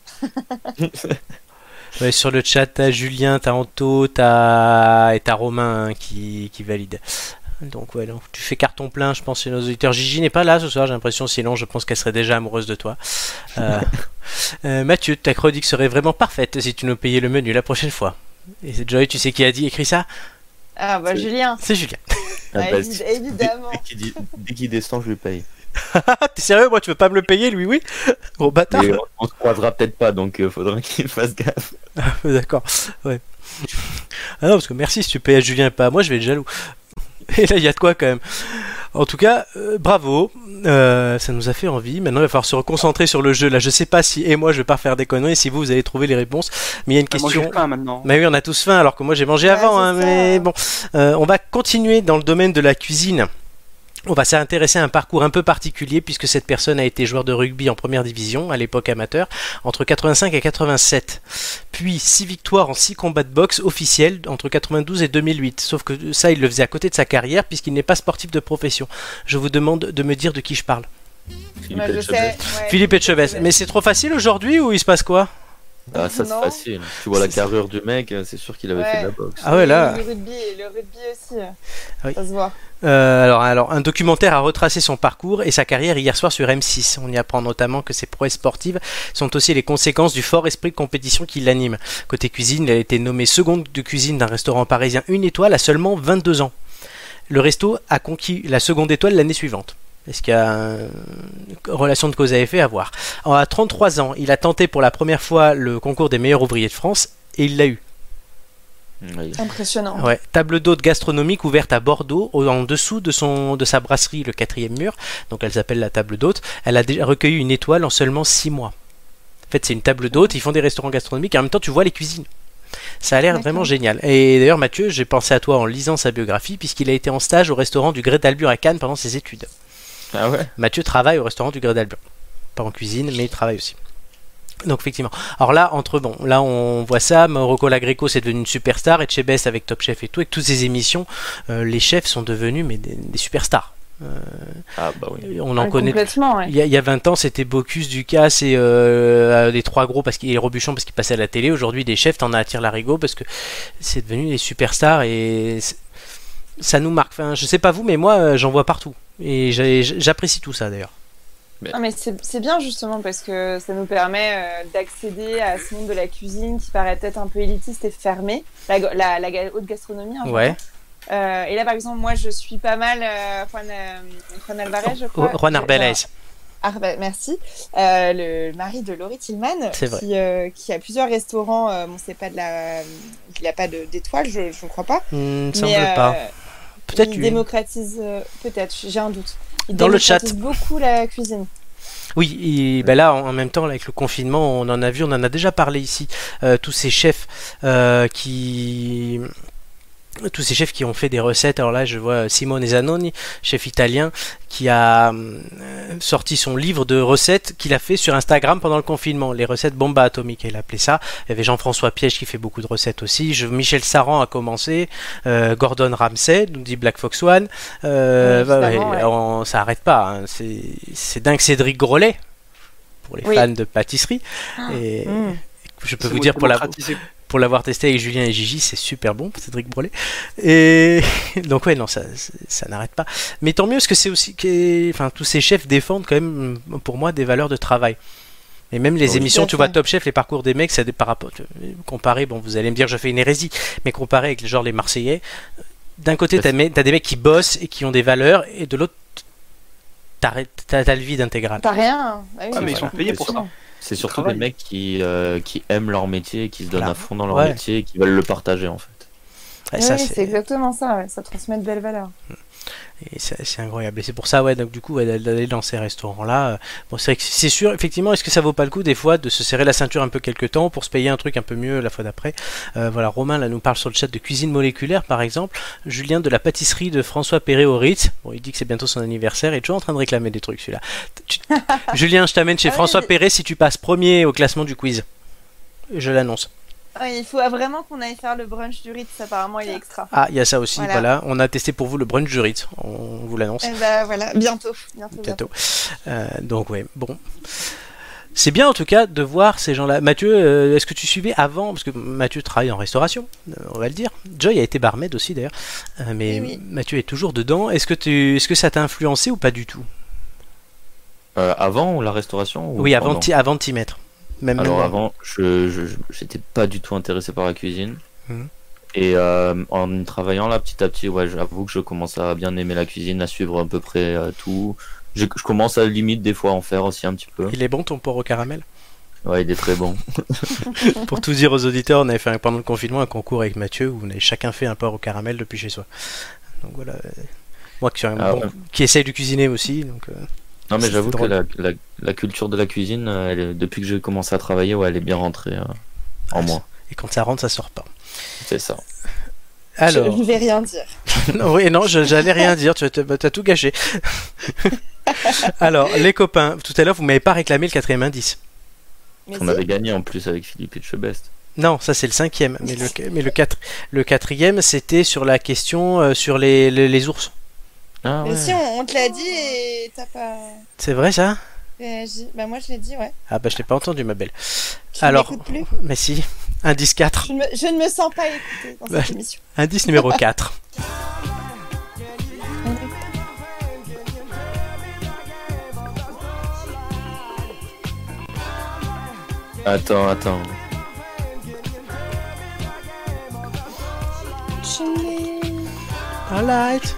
Ouais, sur le chat, t'as Julien, t'as Anto, t'as et t'as Romain hein, qui, qui valide. Donc ouais, donc, tu fais carton plein, je pense, chez nos auditeurs. Gigi n'est pas là ce soir, j'ai l'impression, sinon je pense qu'elle serait déjà amoureuse de toi. Euh, euh, Mathieu, ta chronique serait vraiment parfaite si tu nous payais le menu la prochaine fois. Et c'est Joy, tu sais qui a dit, écrit ça? Ah bah C'est- Julien, C'est Julien. Ah, Ah, bah, évi- si- évidemment. Dès, dès qu'il dit- dès qu'il descend, je lui paye. T'es sérieux, moi tu veux pas me le payer, lui, oui? Gros bâtard. Mais on, on se croisera peut-être pas, donc euh, faudra qu'il fasse gaffe. D'accord, ouais. Ah non, parce que merci si tu payes à Julien et pas à moi, je vais être jaloux. Et là, il y a de quoi quand même. En tout cas, euh, bravo. Euh, ça nous a fait envie. Maintenant, il va falloir se reconcentrer sur le jeu. Là, je sais pas si, et moi, je vais pas faire des conneries, si vous, vous allez trouver les réponses. Mais il y a une Ah, moi, question. j'ai faim maintenant. Mais oui, on a tous faim, alors que moi, j'ai mangé Ouais, avant. c'est Hein, ça. mais bon, Euh, on va continuer dans le domaine de la cuisine. On va s'intéresser à un parcours un peu particulier puisque cette personne a été joueur de rugby en première division à l'époque amateur entre quatre-vingt-cinq et quatre-vingt-sept. Puis six victoires en six combats de boxe officiels entre quatre-vingt-douze et deux mille huit. Sauf que ça, il le faisait à côté de sa carrière puisqu'il n'est pas sportif de profession. Je vous demande de me dire de qui je parle. Philippe Moi, je Etchebest. sais, ouais, Philippe Etchebest. Mais c'est trop facile aujourd'hui ou il se passe quoi? Ah, ça c'est Non. facile. Tu vois la C'est- carrure du mec, c'est sûr qu'il avait Ouais. fait de la boxe. Ah ouais, là. Le rugby, le rugby aussi, euh, Oui. ça se voit. Euh, alors, alors, un documentaire a retracé son parcours et sa carrière hier soir sur M six. On y apprend notamment que ses prouesses sportives sont aussi les conséquences du fort esprit de compétition qui l'anime. Côté cuisine, il a été nommé seconde de cuisine d'un restaurant parisien une étoile à seulement vingt-deux ans. Le resto a conquis la seconde étoile l'année suivante. Est-ce qu'il y a une relation de cause à effet à voir? À trente-trois ans, il a tenté pour la première fois le concours des meilleurs ouvriers de France et il l'a eu. Oui. Impressionnant. Ouais, table d'hôte gastronomique ouverte à Bordeaux, au- en dessous de, son, de sa brasserie, le quatrième mur. Donc elle s'appelle la table d'hôte. Elle a déjà recueilli une étoile en seulement six mois. En fait, c'est une table d'hôte, ils font des restaurants gastronomiques et en même temps, tu vois les cuisines. Ça a l'air D'accord. vraiment génial. Et d'ailleurs, Mathieu, j'ai pensé à toi en lisant sa biographie, puisqu'il a été en stage au restaurant du Grès d'Albure à Cannes pendant ses études. Ah ouais. Mathieu travaille au restaurant du Grès d'Albure. Pas en cuisine, mais il travaille aussi. Donc effectivement. Alors là, entre bon, là on voit ça, Rocco Lagreco c'est devenu une superstar, Etchebest avec Top Chef et tout, avec toutes ces émissions, euh, les chefs sont devenus mais des, des superstars. Euh, Ah bah oui. on en Ouais, connaît. complètement, ouais. Il y, a, il y a vingt ans, c'était Bocuse, Ducasse et euh, les trois gros parce qu'il est Robuchon parce qu'il passait à la télé. Aujourd'hui, des chefs, t'en as à Tire-Larigot parce que c'est devenu des superstars et c'est- ça nous marque. Enfin, je sais pas vous, mais moi, euh, j'en vois partout et j'ai- j'apprécie tout ça d'ailleurs. Ah, mais c'est c'est bien justement parce que ça nous permet euh, d'accéder à ce monde de la cuisine qui paraît peut-être un peu élitiste et fermé, la, la, la ga- haute gastronomie. Hein, Ouais. Euh, et là, par exemple, moi, je suis pas mal euh, Juan, euh, Juan Alvarez, je crois. Juan Je- Arbeláez. genre- Ah, bah, merci. Euh, le mari de Laurie Tillman, C'est vrai. qui, euh, qui a plusieurs restaurants. Euh, bon, c'est pas de la, il a pas de- d'étoiles, je ne crois pas. Hmm, me semble mais euh, pas. Peut-être il une. démocratise, euh, peut-être, j'ai un doute. Il Dans le chat. démocratise beaucoup la cuisine. Oui, et ben là, en en même temps, là, avec le confinement, on en a vu, on en a déjà parlé ici, euh, tous ces chefs euh, qui... Tous ces chefs qui ont fait des recettes. Alors là, je vois Simone Zanoni, chef italien, qui a euh, sorti son livre de recettes qu'il a fait sur Instagram pendant le confinement. Les recettes bomba atomique, il appelait ça. Il y avait Jean-François Piège qui fait beaucoup de recettes aussi. Je, Michel Saran a commencé. Euh, Gordon Ramsay, nous dit Black Fox One. Euh, Oui, bah, évidemment, ouais, ouais. on- ça arrête pas. Hein. C'est, c'est dingue. Cédric Grolet, pour les Oui. fans de pâtisserie. Et Mm. je peux C'est vous dire pour la, démocratisé. pour l'avoir testé avec Julien et Gigi, c'est super bon, Cédric Brolet. Et donc ouais, non, ça, ça n'arrête pas. Mais tant mieux, parce que c'est aussi que, enfin, tous ces chefs défendent quand même, pour moi, des valeurs de travail. Et même les Oui, émissions, tout à tu vois, fait. Top Chef, les parcours des mecs, ça par rapport, comparé, bon, vous allez me dire, je fais une hérésie, mais comparé avec genre les Marseillais, d'un côté, t'as, me- t'as des mecs qui bossent et qui ont des valeurs, et de l'autre, t'as, t'as, t'as le vide intégral. T'as rien. Ah, oui, Ah, mais ils voilà. sont payés pour ça. C'est surtout travail. des mecs qui, euh, qui aiment leur métier, qui se donnent Voilà. à fond dans leur Ouais. métier, et qui veulent le partager en fait. Ouais, Oui, ça, oui, c'est exactement ça. Ouais. Ça transmet de belles valeurs. Et c'est, c'est incroyable. Et c'est pour ça, ouais, donc du coup, ouais, d'aller dans ces restaurants-là. euh, Bon, c'est vrai que c'est sûr, effectivement, est-ce que ça vaut pas le coup des fois de se serrer la ceinture un peu quelque temps pour se payer un truc un peu mieux la fois d'après? Euh, Voilà, Romain là nous parle sur le chat de cuisine moléculaire, par exemple. Julien de la pâtisserie de François Perret au Ritz. Bon, il dit que c'est bientôt son anniversaire. Il est toujours en train de réclamer des trucs, celui-là. Tu- Julien, je t'amène chez Ah oui, François mais- Perret si tu passes premier au classement du quiz. Je l'annonce. Ouais, il faut vraiment qu'on aille faire le brunch du Ritz, apparemment il est extra. Ah, il y a ça aussi, voilà. Voilà. On a testé pour vous le brunch du Ritz, on vous l'annonce. Et bah voilà, bientôt. Bientôt. Bientôt. Euh, donc ouais, bon. C'est bien en tout cas de voir ces gens-là. Mathieu, euh, est-ce que tu suivais avant, parce que Mathieu travaille en restauration, euh, on va le dire. Joy a été barmaid aussi d'ailleurs, euh, mais Oui, oui. Mathieu est toujours dedans. Est-ce que tu, est-ce que ça t'a influencé ou pas du tout? Euh, avant la restauration ou Oui, avant, pendant de t'y- avant de t'y mettre. Même Alors même- avant, je, je, je- j'étais pas du tout intéressé par la cuisine. Mhm. Et euh, en travaillant là petit à petit, ouais, j'avoue que je commence à bien aimer la cuisine, à suivre à peu près euh, tout. Je, je commence à la limite des fois à en faire aussi un petit peu. Il est bon ton porc au caramel? Ouais, il est très bon. Pour tout dire aux auditeurs, on avait fait un- pendant le confinement un concours avec Mathieu où on avait chacun fait un porc au caramel depuis chez soi. Donc voilà. euh, Moi qui, suis un Ah bon- ouais. qui essaye de cuisiner aussi. Donc, euh, Non mais C'est j'avoue que drôle. la, la, la culture de la cuisine, euh, elle est- depuis que j'ai commencé à travailler, ouais, elle est bien rentrée euh, en moi. et quand ça rentre, ça sort pas. C'est ça. Alors, Je ne vais rien dire. non, oui, non, je- j'allais rien dire, tu as, t'as tout gâché. Alors, les copains, tout à l'heure, vous m'avez pas réclamé le quatrième indice. Mais On si. avait gagné en plus avec Philippe Etchebest. Non, ça c'est le cinquième, mais le, mais le, quatre, le quatrième, c'était sur la question euh, sur les, les, les ours. Ah Mais ouais. si, on, on te l'a dit et t'as pas C'est vrai ça? réagi. Bah moi je l'ai dit, ouais. Ah bah je l'ai pas entendu ma belle. Tu Alors, m'écoutes plus. mais si, indice quatre, Je ne, me, je ne me sens pas écoutée dans Bah, cette émission. indice numéro quatre. Attends, attends. Alright.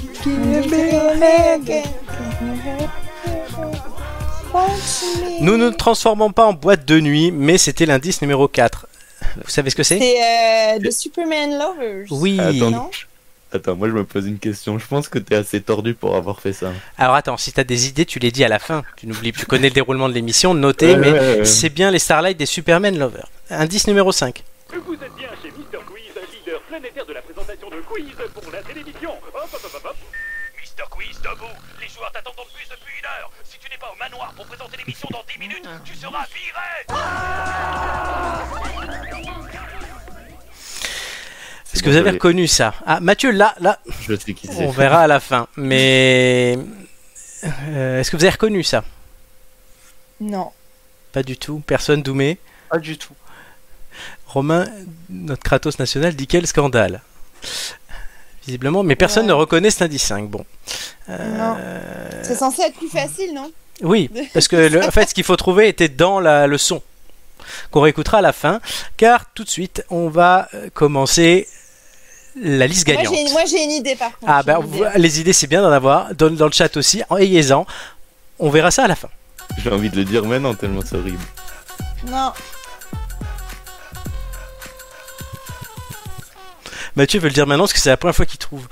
Nous ne nous transformons pas en boîte de nuit, mais c'était l'indice numéro quatre. Vous savez ce que c'est? C'est euh, The Superman Lovers. Oui. Attends. Non. Attends, moi je me pose une question. Je pense que t'es assez tordu pour avoir fait ça. Alors attends, si t'as des idées, tu les dis à la fin. Tu n'oublies, tu connais le déroulement de l'émission, notez, Ouais, mais ouais, ouais. c'est bien les Starlight des Superman Lovers. Indice numéro cinq. Vous êtes bien chez Mister Quiz, leader planétaire de la présentation de quiz pour la télévision. Hop, hop, hop, hop. Mister Quiz, debout. Les joueurs t'attendent en plus depuis une heure. Si tu n'es pas au manoir pour présenter l'émission dans dix minutes, tu seras viré. Est-ce que vous avez Désolé. reconnu ça? Ah, Mathieu, là, là, Je sais qui c'est. on verra à la fin. Mais euh, est-ce que vous avez reconnu ça? Non. Pas du tout. Personne, Doumé. Pas du tout. Romain, notre Kratos national, dit quel scandale. Visiblement, mais personne Ouais. ne reconnaît cet indice cinq. Bon. Euh, Non. C'est censé être plus facile, non? Oui, parce que le, en fait, ce qu'il faut trouver était dans la, le son, qu'on réécoutera à la fin, car tout de suite, on va euh, commencer la liste Moi gagnante. j'ai, moi j'ai une idée par contre. Ah j'ai ben, une vous- idée. les idées, c'est bien d'en avoir. Dans, dans le chat aussi, en- ayez-en. On verra ça à la fin. J'ai envie de le dire maintenant tellement c'est horrible. Non. Mathieu veut le dire maintenant parce que c'est la première fois qu'il trouve.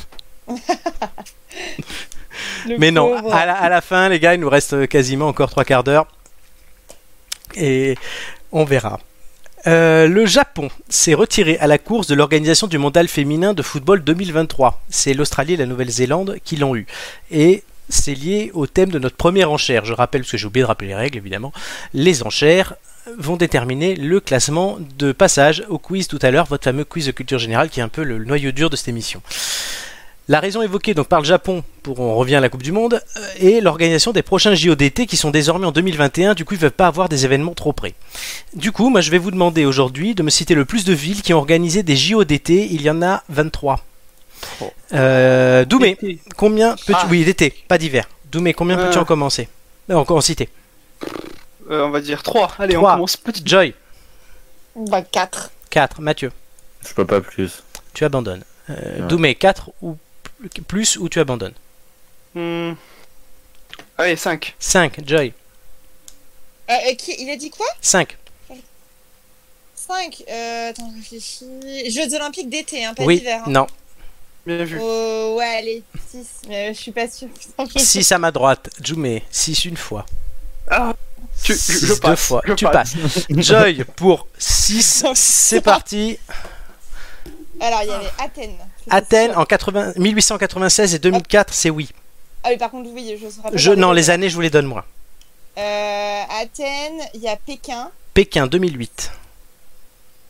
Le Mais non, pauvre. à la, à la fin, les gars, il nous reste quasiment encore trois quarts d'heure. Et on verra. Euh, le Japon s'est retiré à la course de l'organisation du mondial féminin de football deux mille vingt-trois. C'est l'Australie et la Nouvelle-Zélande qui l'ont eu. Et c'est lié au thème de notre première enchère. Je rappelle, parce que j'ai oublié de rappeler les règles, évidemment. Les enchères vont déterminer le classement de passage au quiz tout à l'heure, votre fameux quiz de culture générale qui est un peu le noyau dur de cette émission. La raison évoquée donc par le Japon, pour on revient à la Coupe du Monde, euh, est l'organisation des prochains J O d'été qui sont désormais en deux mille vingt et un, du coup ils ne peuvent pas avoir des événements trop près. Du coup, moi je vais vous demander aujourd'hui de me citer le plus de villes qui ont organisé des J O d'été, il y en a vingt-trois. Oh. Euh, Doumé, Été. combien peux-tu... Ah. Oui, d'été, pas d'hiver. Doumé, combien Euh. peux-tu en commencer? Non, encore en citer. Euh, on va dire trois. Allez, Trois. on commence petit. Joy, Bah quatre. quatre. Mathieu, Je peux pas plus. tu abandonnes. Euh, Ouais. Doumé, quatre ou plus ou tu abandonnes? Hmm. Allez, cinq. cinq. Joy, Euh, euh, qui, il a dit quoi? cinq. cinq. Euh, attends, je réfléchis. Jeux olympiques d'été, hein, pas Oui, d'hiver. Hein. non. Bien vu. Oh, ouais, allez, six. Mais euh, je suis pas sûre. six à ma droite. Jume, six une fois. Ah, tu- je- six je deux passe, fois. je Tu passe. passes. Joy pour six. C'est parti. Alors, il y avait Athènes. c'est Athènes sûr. en quatre-vingts mille huit cent quatre-vingt-seize et deux mille quatre, c'est oui. Ah oui, par contre, oui, je serai pas. Je, non, les années, je vous les donne moi. Euh, Athènes, il y a Pékin. Pékin deux mille huit.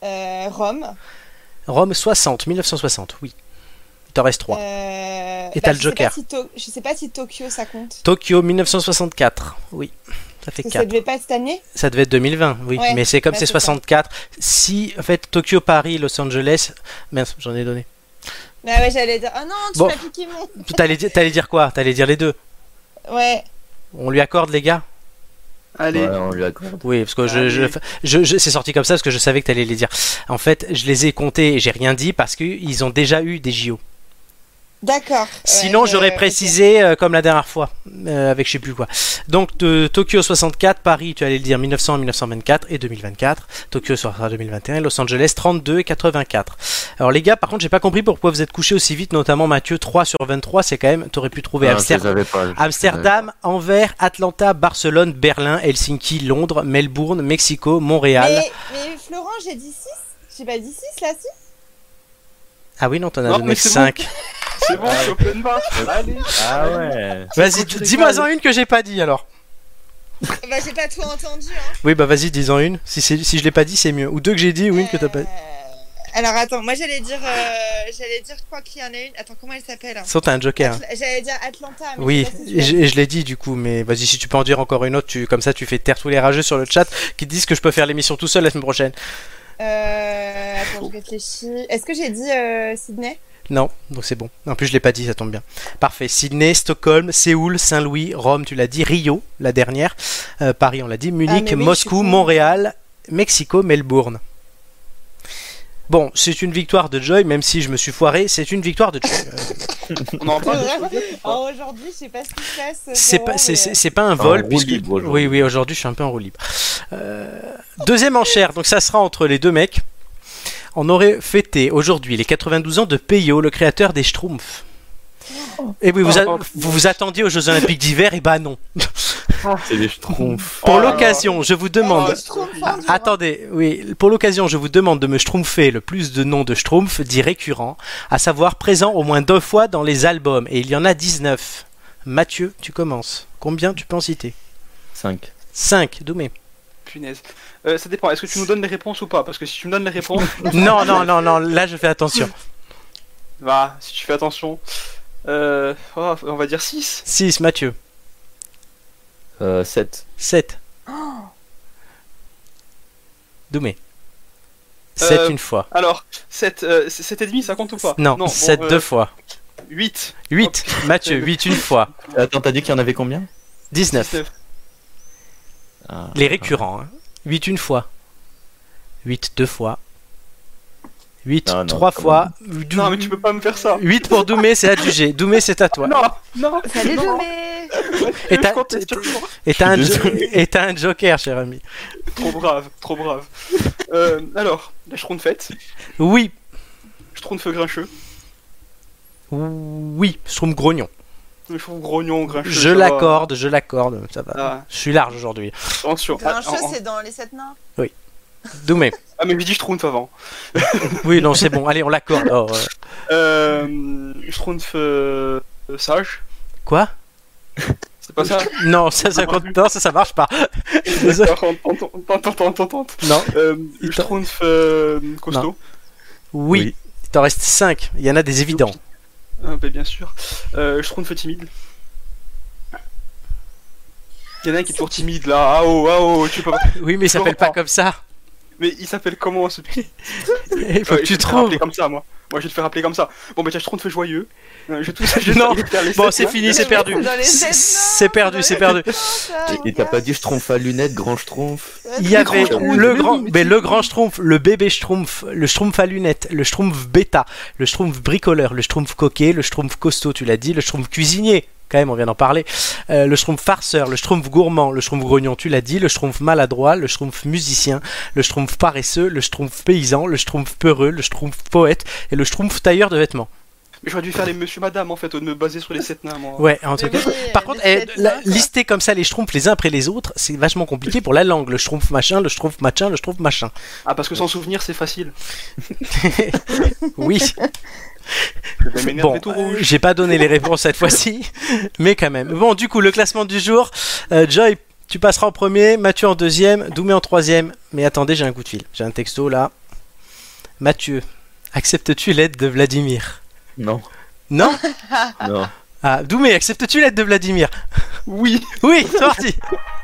Euh, Rome. Rome soixante, mille neuf cent soixante, oui. Il t'en reste trois. Euh, Et t'as le je sais Joker. pas si To- je sais pas si Tokyo ça compte. Tokyo mille neuf cent soixante-quatre, oui. Ça fait Parce que ça quatre. devait pas être cette année. Ça devait être deux mille vingt, oui. Ouais, Mais c'est comme ouais, c'est c'est ça. soixante-quatre. Si, en fait, Tokyo, Paris, Los Angeles. Mince, j'en ai donné. Ah ouais, j'allais dire. Oh non, tu Bon. m'as piqué mon. T'allais dire, t'allais dire quoi? T'allais dire les deux. Ouais. On lui accorde, les gars? Allez. Ouais, on lui accorde. Oui, parce que je, Allez. je, je, je- c'est sorti comme ça parce que je savais que t'allais les dire. En fait, je les ai comptés et j'ai rien dit parce qu'ils ont déjà eu des J O. D'accord. Sinon, Ouais, j'aurais euh, précisé euh, comme la dernière fois, euh, avec je sais plus quoi. Donc, de Tokyo soixante-quatre, Paris, tu allais le dire mille neuf cents, mille neuf cent vingt-quatre et deux mille vingt-quatre. Tokyo sera deux mille vingt et un, Los Angeles trente-deux et quatre-vingt-quatre. Alors, les gars, par contre, j'ai pas compris pourquoi vous êtes couchés aussi vite, notamment Mathieu, trois sur vingt-trois, c'est quand même, t'aurais pu trouver Ah, je Amsterdam. les avais pas, je les avais Amsterdam, Anvers, Atlanta, Barcelone, Berlin, Helsinki, Londres, Melbourne, Mexico, Montréal. Mais, mais Florent, j'ai dit six. J'ai pas dit six là, si. Ah oui, non, t'en as Non, donné mais c'est cinq. C'est bon, je suis open bar. Allez. pas. Ah ouais. Vas-y, Quand tu dis-moi en régales. une que j'ai pas dit alors. Bah, j'ai pas tout entendu. Hein. Oui, bah vas-y, dis-en une. Si, c'est- si je l'ai pas dit, c'est mieux. Ou deux que j'ai dit, ou une que t'as pas dit. Euh, Alors attends, moi j'allais dire, euh, j'allais dire quoi qu'il y en a une. Attends, comment elle s'appelle? Sans t'as un joker. hein. Atl- J'allais dire Atlanta. Mais Oui, je sais pas si tu et l'as je, dit. et je l'ai dit du coup, mais vas-y, si tu peux en dire encore une autre, tu, comme ça tu fais taire tous les rageux sur le chat qui te disent que je peux faire l'émission tout seul la semaine prochaine. Euh, attends, je réfléchis. Est-ce que j'ai dit euh, Sydney? Non, donc c'est bon. En plus, je l'ai pas dit, ça tombe bien. Parfait. Sydney, Stockholm, Séoul, Saint-Louis, Rome, tu l'as dit, Rio, la dernière, Euh, Paris, on l'a dit, Munich, mais oui, je Moscou, suis con. Montréal, Mexico, Melbourne. Bon, c'est une victoire de Joy, même si je me suis foiré, c'est une victoire de Joy. Euh, On en parle. Oh, aujourd'hui, je sais pas ce qui se passe. C'est Florent, pas, c'est, mais- c'est- c'est pas un En vol, roue puisque... libre aujourd'hui. Oui, oui, aujourd'hui, je suis un peu en roue libre. Euh, Deuxième enchère, donc ça sera entre les deux mecs. On aurait fêté aujourd'hui les quatre-vingt-douze ans de Peyo, le créateur des Schtroumpfs. Et oui, vous, a- vous vous attendiez aux Jeux Olympiques d'hiver, et bah non. C'est des schtroumpfs. Pour Oh là l'occasion, je vous demande... Oh, je trouve fendu, hein. Attendez, oui, pour l'occasion, je vous demande de me schtroumpfer le plus de noms de schtroumpfs dits récurrents, à savoir présents au moins deux fois dans les albums, et il y en a dix-neuf. Mathieu, tu commences. Combien tu peux en citer? cinq. cinq, Doumé. Punaise. Euh, ça dépend. Est-ce que tu nous donnes les réponses ou pas? Parce que si tu me donnes les réponses, Non, non, non, non, là je fais attention. va, si tu fais attention. Euh, oh, on va dire six. six, Mathieu. Euh, sept. sept. Doumé. sept Euh, une fois. Alors, sept, euh, sept et demi, ça compte ou pas? Non, bon, sept euh, deux fois. huit. huit, Mathieu, huit une fois. Attends, t'as dit qu'il y en avait combien? dix-neuf. dix-neuf. Ah, Les récurrents. Hein. huit une fois. huit deux fois. huit Non, non, trois quand fois. Non, mais tu peux pas me faire ça. huit pour Doumé, c'est adjugé. Doumé, c'est à toi. Non, non. Salut, non. Doumé. Et Je t'as- conteste toujours. Et t'as un, Je suis jo- désolé. et t'as un joker, cher ami. Trop brave, trop brave. Euh, alors, la Schtroumpfette, Oui. Schtroumpf grincheux, Oui, je trouve grognon. le Schtroumpf grognon, grincheux. Je ça va. l'accorde, je l'accorde. Ça va. Ah, Je suis large aujourd'hui. attention. Ah, Grincheux, en- en- c'est dans les sept nains. Doumé. ah, mais j'ai dit Schtroumpf avant. Oui, non, c'est bon. Allez, on l'accorde. Oh, euh, Euh, Schtroumpf euh, euh, sage, Quoi? c'est pas ça? Non, ça, ça compte. Non, ça, ça marche pas. Désolé. Tente, tente, tente, tente, tente, tente. Non. Euh, Il t'en- Schtroumpf euh, costaud. Oui. Oui. Il t'en reste cinq. Il y en a des évidents. Ah, bah, bien sûr. Euh, Schtroumpf timide. Il y en a un qui est toujours timide là. Ah oh, ah oh, tu peux pas. Oui, mais il s'appelle pas comme ça. Mais il s'appelle comment ce petit? Il faut Ouais, que je tu vais te faire appeler trouves. comme ça, moi. Moi, je vais te faire appeler comme ça. Bon, bah, tiens, Schtroumpf joyeux. Euh, je vais tout ça. Je vais Non. te faire les Bon, sept, c'est là. fini, c'est perdu. C'est dans les sept nains, C'est perdu, dans c'est les perdu. sept nains, ça, Et- Et t'as regarde. pas dit schtroumpf à lunettes, grand schtroumpf? Il y avait grand Schtroumpf, le mais grand, oui, mais mais tu- le grand Schtroumpf, le bébé Schtroumpf, le Schtroumpf à lunettes, le Schtroumpf bêta, le Schtroumpf bricoleur, le Schtroumpf coquet, le Schtroumpf costaud, tu l'as dit, le Schtroumpf cuisinier, quand même, on vient d'en parler, euh, le Schtroumpf farceur, le Schtroumpf gourmand, le Schtroumpf grognon, tu l'as dit, le Schtroumpf maladroit, le Schtroumpf musicien, le Schtroumpf paresseux, le Schtroumpf paysan, le Schtroumpf peureux, le Schtroumpf poète et le Schtroumpf tailleur de vêtements. Mais j'aurais dû faire les monsieur madame en fait, au lieu de me baser sur les sept nains, moi. Ouais, en tout Mais cas. oui, Par les contre, sept eh, la- nains, quoi. lister comme ça les Schtroumpfs les uns après les autres, c'est vachement compliqué pour la langue. Le Schtroumpf machin, le Schtroumpf machin, le Schtroumpf machin. Ah, parce que sans souvenir, c'est facile. Oui. Je vais m'énerver Bon, tout euh, rouge. j'ai pas donné les réponses cette fois-ci, mais quand même. Bon, du coup, le classement du jour, euh, Joy, tu passeras en premier, Mathieu en deuxième, Doumé en troisième. Mais attendez, j'ai un coup de fil. J'ai un texto là. Mathieu, acceptes-tu l'aide de Vladimir? Non, Non? non. Ah, Doumé, acceptes-tu l'aide de Vladimir? Oui. Oui, c'est parti.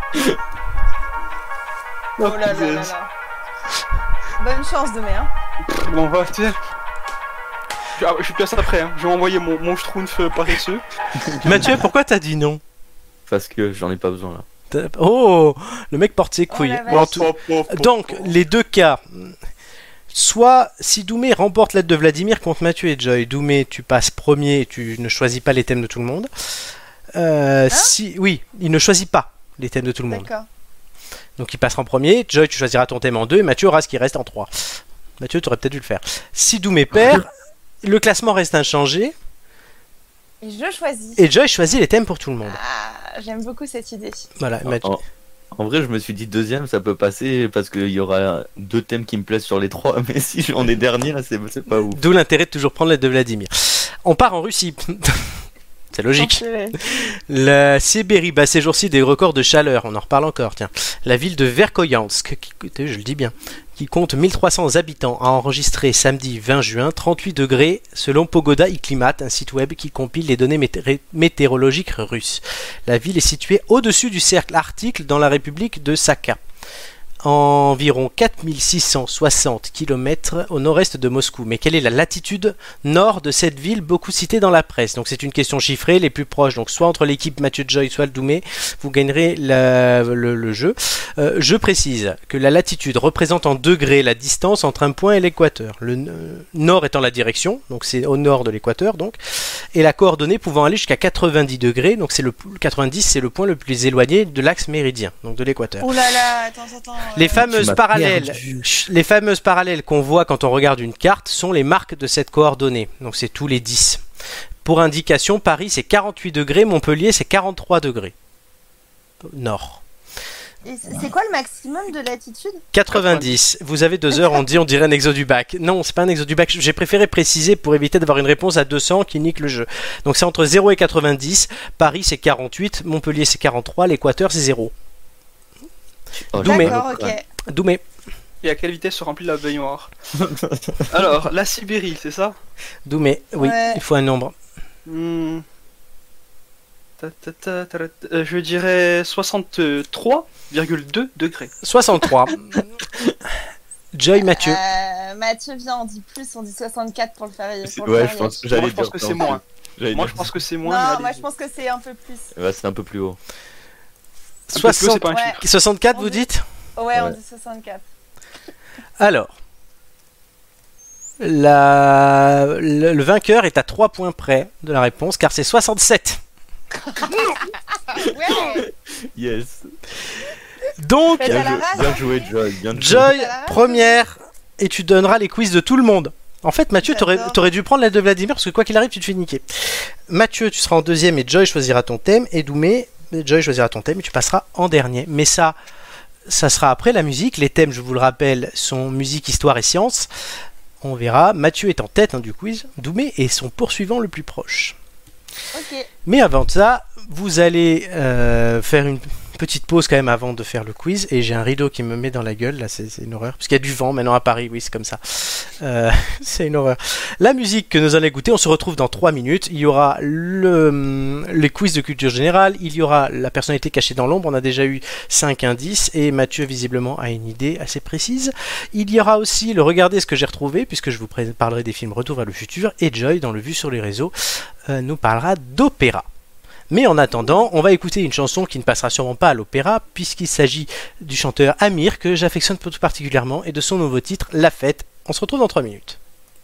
Oh là là là là. Bonne chance demain. Hein. Bon, on va, tu sais. Je ah, je suis plus à ça après, hein. Je vais envoyer mon, mon schtroumpf paresseux. Mathieu, pourquoi t'as dit non? Parce que j'en ai pas besoin là. T'as- Oh, le mec porte ses Oh couilles. la vache. Bon, en tout- Hop, hop, hop, Donc, hop. les deux cas. Soit si Doumé remporte l'aide de Vladimir contre Mathieu et Joy, Doumé, tu passes premier, tu ne choisis pas les thèmes de tout le monde. Euh, si, oui, il ne choisit pas les thèmes de tout le monde. D'accord. Donc il passera en premier. Joy, tu choisiras ton thème en deux. Et Mathieu aura ce qui reste en trois. Mathieu, tu aurais peut-être dû le faire. Si Doumé perd, le classement reste inchangé. Et je choisis. Et Joy choisit les thèmes pour tout le monde. Ah, j'aime beaucoup cette idée. Voilà, Mathieu. En, en vrai, je me suis dit deuxième, ça peut passer parce qu'il y aura deux thèmes qui me plaisent sur les trois. Mais si j'en ai dernier, là, c'est c'est pas ouf. D'où l'intérêt de toujours prendre l'aide de Vladimir. On part en Russie. C'est logique. Enculé. La Sibérie bat ces jours-ci des records de chaleur, on en reparle encore, tiens. La ville de Verkhoyansk, qui, je le dis bien, qui compte mille trois cents habitants, a enregistré samedi vingt juin trente-huit degrés selon Pogoda Iklimat, un site web qui compile les données mété- météorologiques russes. La ville est située au-dessus du cercle arctique dans la république de Sakha, environ quatre mille six cent soixante kilomètres au nord-est de Moscou. Mais quelle est la latitude nord de cette ville, beaucoup citée dans la presse? Donc c'est une question chiffrée, les plus proches, donc soit entre l'équipe Mathieu Joy, soit le Doumé, vous gagnerez la- le, le jeu. Euh, je précise que la latitude représente en degrés la distance entre un point et l'équateur. Le euh, nord étant la direction, donc c'est au nord de l'équateur, donc, et la coordonnée pouvant aller jusqu'à quatre-vingt-dix degrés, donc c'est le quatre-vingt-dix, c'est le point le plus éloigné de l'axe méridien, donc de l'équateur. Oh là là, attends, attends. Les euh, fameuses m'as parallèles, perdu. Chut, les fameuses parallèles qu'on voit quand on regarde une carte sont les marques de cette coordonnée. Donc c'est tous les dix. Pour indication, Paris c'est quarante-huit degrés, Montpellier c'est quarante-trois degrés. Nord. et c'est c'est quoi le maximum de latitude? quatre-vingt-dix. Vous avez deux heures, on dit on dirait un exo du bac. Non, c'est pas un exo du bac. J'ai préféré préciser pour éviter d'avoir une réponse à deux cents qui nique le jeu. Donc c'est entre zéro et quatre-vingt-dix. Paris c'est quarante-huit, Montpellier c'est quarante-trois, l'équateur c'est zéro. Oh, Doumé. D'accord, ok. Doumé. Et à quelle vitesse se remplit la baignoire? Alors, la Sibérie, c'est ça? Doumé, oui, Ouais. il faut un nombre. Hmm. Ta, ta, ta, ta, ta, ta, euh, Je dirais soixante-trois virgule deux degrés. soixante-trois. Joy Mathieu. Euh, Mathieu vient, on dit plus, on dit soixante-quatre pour le faire. Pour le Ouais, faire je pense que Moi, j'allais je pense dire que ça c'est aussi. moins. J'allais Moi, dire je pense que c'est Non, moins. mais moi allez-y. je pense que c'est un peu plus. ça. Ouais, c'est un peu plus haut. Un peu plus haut, c'est soixante... pas un Ouais. chiffre. soixante-quatre, On vous dit- dites? Ouais, on Ouais. dit soixante-quatre. Alors, la... le, le vainqueur est à trois points près de la réponse, car c'est soixante-sept. Ouais. Yes. Donc, Faites à la Bien, race, joué, bien hein. joué, Joy. Bien joué. Joy, Voilà. première, et tu donneras les quiz de tout le monde. En fait, Mathieu, t'aurais, J'adore. t'aurais dû prendre l'aide de Vladimir, parce que quoi qu'il arrive, tu te fais niquer. Mathieu, tu seras en deuxième, et Joy choisira ton thème, et Doumé, Joy choisira ton thème, et tu passeras en dernier. Mais ça... Ça sera après la musique. Les thèmes, je vous le rappelle, sont musique, histoire et sciences. On verra. Mathieu est en tête hein, du quiz. Doumé est son poursuivant le plus proche. Ok. Mais avant ça, vous allez euh, faire une petite pause quand même avant de faire le quiz. Et j'ai un rideau qui me met dans la gueule. Là, c'est, c'est une horreur. Parce qu'il y a du vent maintenant à Paris. Oui, c'est comme ça. Euh, c'est une horreur. La musique que nous allons écouter, on se retrouve dans trois minutes. Il y aura le, les quiz de culture générale. Il y aura la personnalité cachée dans l'ombre. On a déjà eu cinq indices. Et Mathieu, visiblement, a une idée assez précise. Il y aura aussi le Regardez ce que j'ai retrouvé, puisque je vous pré- parlerai des films Retour vers le futur. Et Joy, dans le Vu sur les réseaux, euh, nous parlera d'opéra. Mais en attendant, on va écouter une chanson qui ne passera sûrement pas à l'opéra, puisqu'il s'agit du chanteur Amir, que j'affectionne tout particulièrement, et de son nouveau titre, La Fête. On se retrouve dans trois minutes.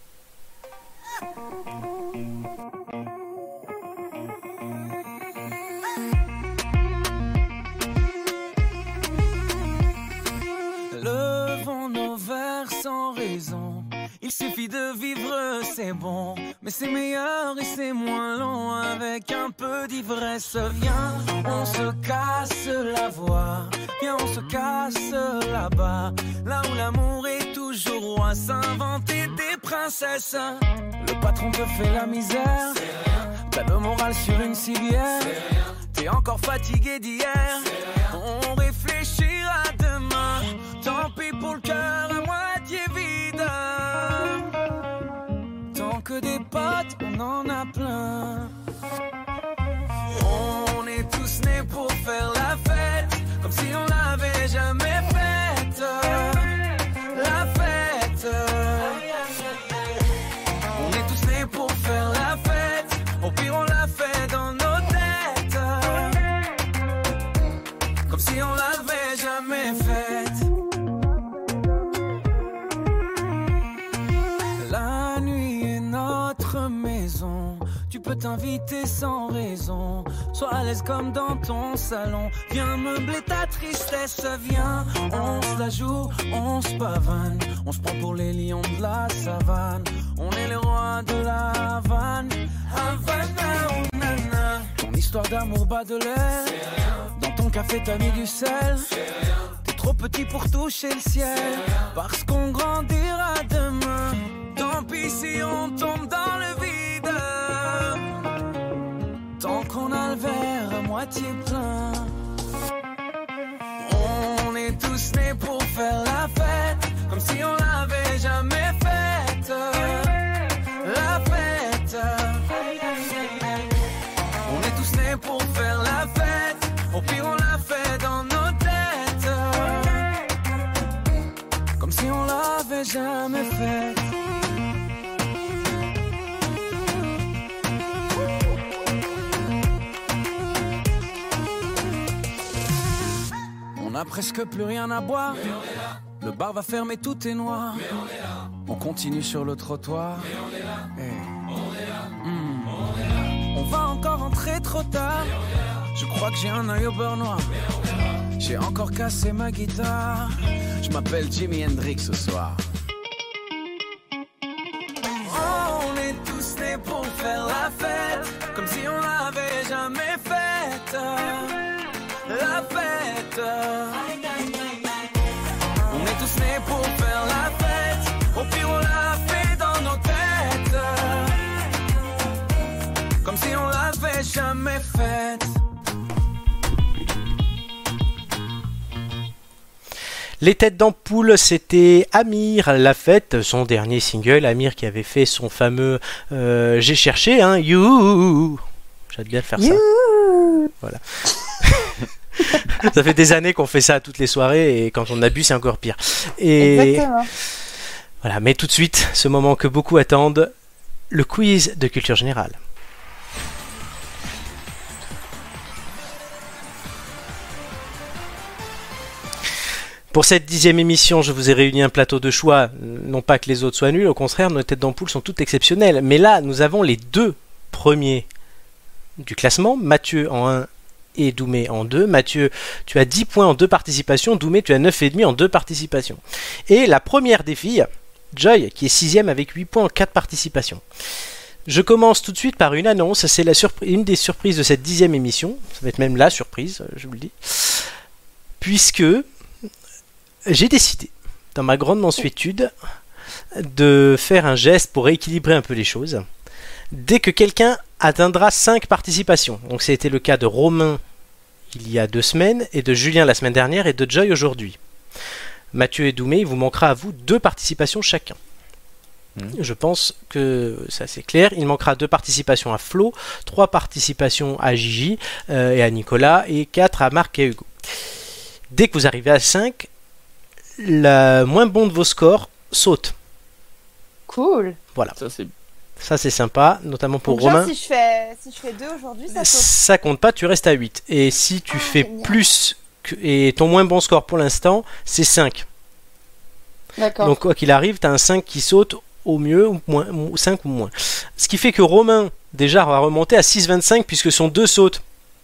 Levons nos verres sans raison. Il suffit de vivre, c'est bon. Mais c'est meilleur et c'est moins long avec un peu d'ivresse. Viens, on se casse la voix. Viens, on se casse là-bas. Là où l'amour est toujours roi. S'inventer des princesses. Le patron te fait la misère. T'as le moral sur une civière. T'es encore fatigué d'hier. On réfléchira demain. Tant pis pour le cœur à moitié vide. potes, on en a plein. On est tous nés pour faire la fête, comme si on l'avait jamais faite. La fête. On est tous nés pour faire la fête, au pire on la fait dans nos têtes, comme si on l'avait jamais faite. La nuit est notre maison, tu peux t'inviter sans raison. Sois à l'aise comme dans ton salon. Viens meubler ta tristesse, viens. On se la joue, on se pavane. On se prend pour les lions de la savane. On est les rois de la Havane. Havana, oh nana. Ton histoire d'amour bat de l'air. Dans ton café t'as mis du sel. T'es trop petit pour toucher le ciel. Parce qu'on grandira demain. Tant pis si on tombe dans le vide. Tant qu'on a le verre à moitié plein. On est tous nés pour faire la fête, comme si on l'avait jamais faite. La fête. On est tous nés pour faire la fête, au pire on la fait dans nos têtes, comme si on l'avait jamais faite. On a presque plus rien à boire. Le bar va fermer, tout est noir. On, on continue sur le trottoir. Hey. On, mmh. On va encore rentrer trop tard. Je crois que j'ai un œil au beurre noir. J'ai encore cassé ma guitare. Je m'appelle Jimi Hendrix ce soir. Oh, on est tous nés pour faire la fête, comme si on l'avait jamais faite. La fête. On est tous nés pour faire la fête, au pire on l'a fait dans nos têtes, comme si on l'avait jamais faite. Les têtes d'ampoule, c'était Amir, La Fête, son dernier single. Amir qui avait fait son fameux euh, J'ai cherché, hein, you. J'aime bien faire ça. You. Voilà. Ça fait des années qu'on fait ça à toutes les soirées et quand on abuse c'est encore pire. Et exactement. Voilà, mais tout de suite, ce moment que beaucoup attendent, le quiz de culture générale. Pour cette dixième émission, je vous ai réuni un plateau de choix, non pas que les autres soient nuls, au contraire, nos têtes d'ampoule sont toutes exceptionnelles. Mais là, nous avons les deux premiers du classement, Mathieu en un et Doumé en deux. Mathieu, tu as dix points en deux participations, Doumé, tu as neuf virgule cinq en deux participations. Et la première des filles, Joy, qui est sixième avec huit points en quatre participations. Je commence tout de suite par une annonce, c'est la surprise, une des surprises de cette dixième émission, ça va être même la surprise, je vous le dis, puisque j'ai décidé, dans ma grande mansuétude, de faire un geste pour rééquilibrer un peu les choses. Dès que quelqu'un atteindra cinq participations, donc c'était le cas de Romain il y a deux semaines, et de Julien la semaine dernière, et de Joy aujourd'hui. Mathieu et Doumé, il vous manquera à vous deux participations chacun. Mmh. Je pense que ça c'est clair. Il manquera deux participations à Flo, trois participations à Gigi euh, et à Nicolas, et quatre à Marc et Hugo. Dès que vous arrivez à cinq, le moins bon de vos scores saute. Cool. Voilà. Ça, c'est... Ça c'est sympa, notamment pour Donc, Romain. genre, si je fais si je fais deux aujourd'hui, ça saute. Ça compte pas, tu restes à huit. Et si tu Ah, fais génial. plus que... et ton moins bon score pour l'instant, c'est cinq. D'accord. Donc quoi qu'il arrive, tu as un cinq qui saute au mieux, ou moins, ou cinq ou moins. Ce qui fait que Romain, déjà, va remonter à six virgule vingt-cinq puisque son deux saute.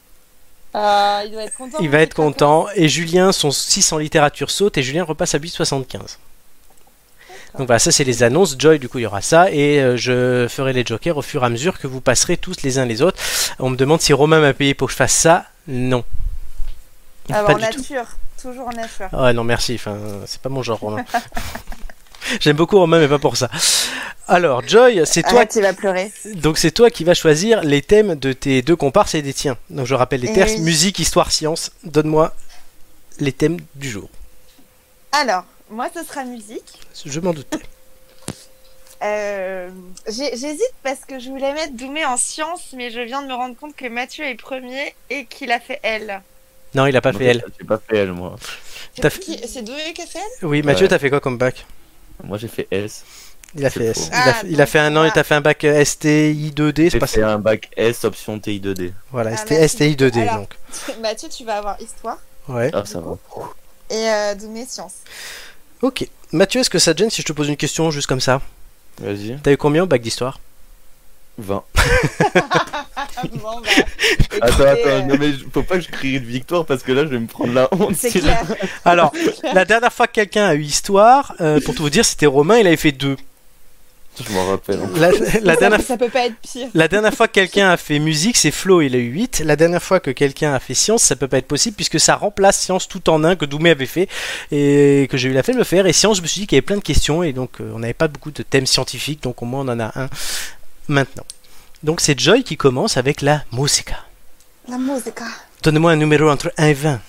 Euh, il doit être content. Il va être content. Et Julien, son six en littérature saute et Julien repasse à huit virgule soixante-quinze. Donc voilà, ça c'est les annonces. Joy, du coup, il y aura ça. Et euh, je ferai les jokers au fur et à mesure que vous passerez tous les uns les autres. On me demande si Romain m'a payé pour que je fasse ça. Non. Alors Pas en du tout. nature, toujours en nature. Ah ouais, non, merci. Enfin, c'est pas mon genre, Romain. J'aime beaucoup Romain, mais pas pour ça. Alors, Joy, c'est toi. Arrête, il va pleurer. Donc c'est toi qui vas choisir les thèmes de tes deux comparses et des tiens. Donc je rappelle les Eh terces, oui. musique, histoire, science. Donne-moi les thèmes du jour. Alors, moi, ce sera musique. Je m'en doutais. Euh, j'ai- J'hésite parce que je voulais mettre Doumé en sciences, mais je viens de me rendre compte que Mathieu est premier et qu'il a fait L. Non, il a pas Moi, fait elle. J'ai pas fait L, moi. T'as C'est qui- c'est Doumé qui a fait L? Oui, Mathieu, Ouais. t'as fait quoi comme bac? Moi, j'ai fait S. Il a C'est fait faux. S. Il a, Ah, fait- il a donc, fait un an et voilà. t'as fait un bac euh, S T I deux D, c'est J'ai pas fait ça? un bac S option T I deux D. Voilà, Ah, c'était merci S T I deux D beaucoup. Alors, donc. Mathieu, tu vas avoir histoire Ouais. Ah, ça va. et euh, Doumé sciences. Ok. Mathieu, est-ce que ça te gêne si je te pose une question juste comme ça? Vas-y. T'as eu combien au bac d'histoire? vingt. Bon, bah, Attends, écoutez, attends, euh, non mais faut pas que je crie de victoire parce que là je vais me prendre la honte. c'est si clair. Alors, la dernière fois que quelqu'un a eu histoire, euh, pour tout vous dire, c'était Romain, il avait fait deux. Je m'en rappelle. hein. La, la ça, dernière ça peut pas être pire. La dernière fois que quelqu'un a fait musique, c'est Flo, il a eu huit. La dernière fois que quelqu'un a fait science, ça peut pas être possible puisque ça remplace science tout en un que Doumé avait fait et que j'ai eu la flemme de le faire. Et science, je me suis dit qu'il y avait plein de questions et donc euh, on n'avait pas beaucoup de thèmes scientifiques, donc au moins on en a un maintenant. Donc c'est Joy qui commence avec la musica. La musique. Donnez-moi un numéro entre un et vingt.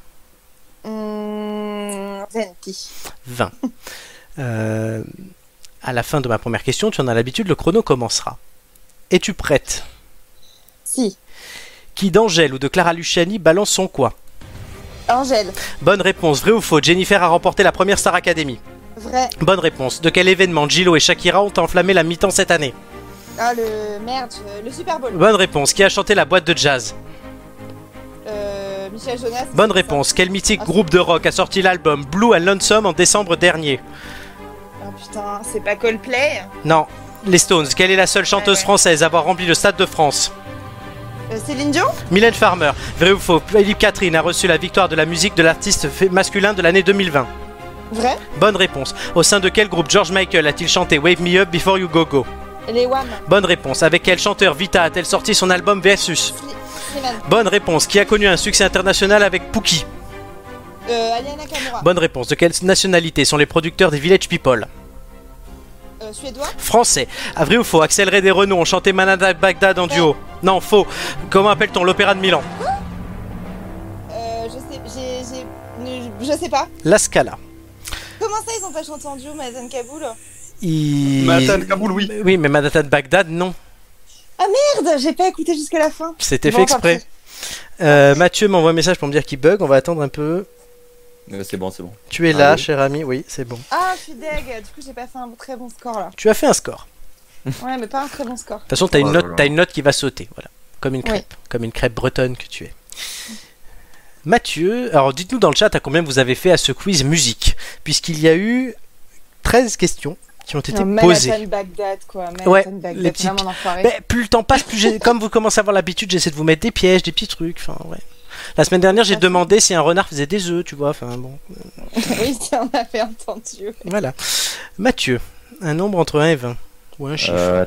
Mmh, vingt. vingt. Euh, à la fin de ma première question, tu en as l'habitude, le chrono commencera. Es-tu prête? Si. Qui d'Angèle ou de Clara Luciani balance son quoi? Angèle. Bonne réponse, vrai ou faux? Jennifer a remporté la première Star Academy. Vrai. Bonne réponse. De quel événement J-Lo et Shakira ont enflammé la mi-temps cette année? Ah, le merde, euh, le Super Bowl. Bonne réponse. Qui a chanté la boîte de jazz? Euh, Michel Jonas. Bonne c'est réponse. Quel mythique Ah, groupe de rock a sorti l'album Blue and Lonesome en décembre dernier? ça. Oh putain, c'est pas Coldplay. Non. Les Stones. Quelle est la seule chanteuse Ouais, ouais. française à avoir rempli le Stade de France? Euh, Céline Dion. Mylène Farmer. Vrai ou faux? Philippe Catherine a reçu la victoire de la musique de l'artiste f- masculin de l'année deux mille vingt. Vrai. Bonne réponse. Au sein de quel groupe George Michael a-t-il chanté Wake Me Up Before You Go Go? Les Wham. Bonne réponse. Avec quel chanteur Vita a-t-elle sorti son album Versus? Sli- Slimane. Bonne réponse. Qui a connu un succès international avec Pookie? Euh, Aya Nakamura. Bonne réponse. De quelle nationalité sont les producteurs des Village People? Euh, Suédois. Français. À vrai ou faux? Axel Red et Renaud ont chanté Manada Bagdad en duo. Non, faux. Comment appelle-t-on l'opéra de Milan? Euh, je sais, j'ai, j'ai, je sais pas. La Scala. Comment ça, ils ont pas chanté en duo, Mazen Kaboul? Il... Manhattan, Kaboul, oui. Oui, mais Manhattan Bagdad, non. Merde, j'ai pas écouté jusqu'à la fin. C'était Bon, fait exprès. tant pis. Euh, Mathieu m'envoie un message pour me dire qu'il bug. On va attendre un peu. Euh, c'est bon, c'est bon. Tu es là, Allô cher ami. Oui, c'est bon. Ah, je suis deg. Du coup, j'ai pas fait un très bon score là. Tu as fait un score. Ouais, mais pas un très bon score. De toute façon, t'as une Oh là note, là. t'as une note qui va sauter. Voilà. Comme une Oui. crêpe. Comme une crêpe bretonne que tu es. Mathieu, alors dites-nous dans le chat à combien vous avez fait à ce quiz musique. Puisqu'il y a eu treize questions qui ont été Non, posées. Manhattan Bagdad, quoi. Manhattan Ouais, Bagdad, les petits- vraiment un enfoiré. Mais plus le temps passe, plus j'ai... comme vous commencez à avoir l'habitude, j'essaie de vous mettre des pièges, des petits trucs. Enfin, ouais. La semaine dernière, j'ai Merci. demandé si un renard faisait des œufs, tu vois. Enfin, bon. Oui, ça, on avait entendu. Voilà. Mathieu, un nombre entre un et vingt. Ou un chiffre. Euh...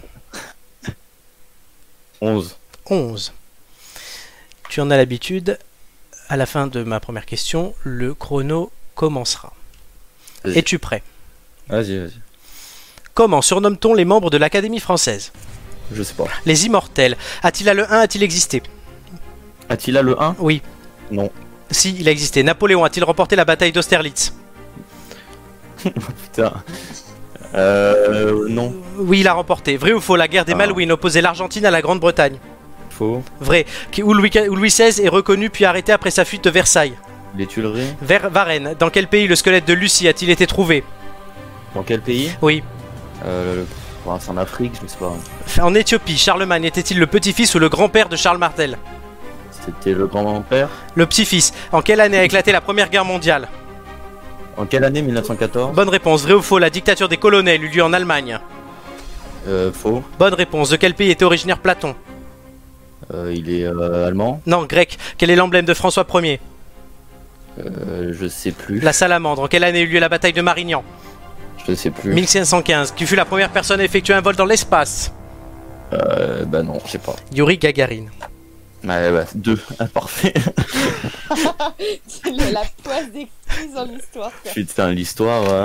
onze. onze. Tu en as l'habitude. À la fin de ma première question, le chrono commencera. Vas-y. Es-tu prêt? Vas-y, vas-y. Comment surnomme-t-on les membres de l'Académie française? Je sais pas. Les immortels. Attila le un a-t-il existé? Attila le un? Oui. Non. Si, il a existé. Napoléon a-t-il remporté la bataille d'Austerlitz? Putain. Euh... Non. Oui, il a remporté. Vrai ou faux? La guerre des Ah. Malouines opposait l'Argentine à la Grande-Bretagne. Faux. Vrai. Qui- Où Louis, où Louis seize est reconnu puis arrêté après sa fuite de Versailles. Les Tuileries. Vers Varennes. Dans quel pays le squelette de Lucie a-t-il été trouvé? Dans quel pays? Oui. Euh... le- bon, c'est en Afrique, je sais pas. En Éthiopie, Charlemagne était-il le petit-fils ou le grand-père de Charles Martel? C'était le grand-père. Le petit-fils. En quelle année a éclaté la Première Guerre mondiale? En quelle année? mille neuf cent quatorze. Bonne réponse. Vrai ou faux? La dictature des colonels eut lieu en Allemagne. Euh... Faux. Bonne réponse. De quel pays était originaire Platon? Euh... Il est euh, allemand. Non, grec. Quel est l'emblème de François Ier? Euh... Je sais plus. La salamandre. En quelle année eut lieu la bataille de Marignan? Je sais plus. mille cinq cent quinze. Qui fut la première personne à effectuer un vol dans l'espace? Euh... Bah non, je sais pas. Yuri Gagarin. Ouais, bah, deux. Ah, parfait. C'est le- la poisse d'excuse en histoire, quoi. Putain, l'histoire. euh.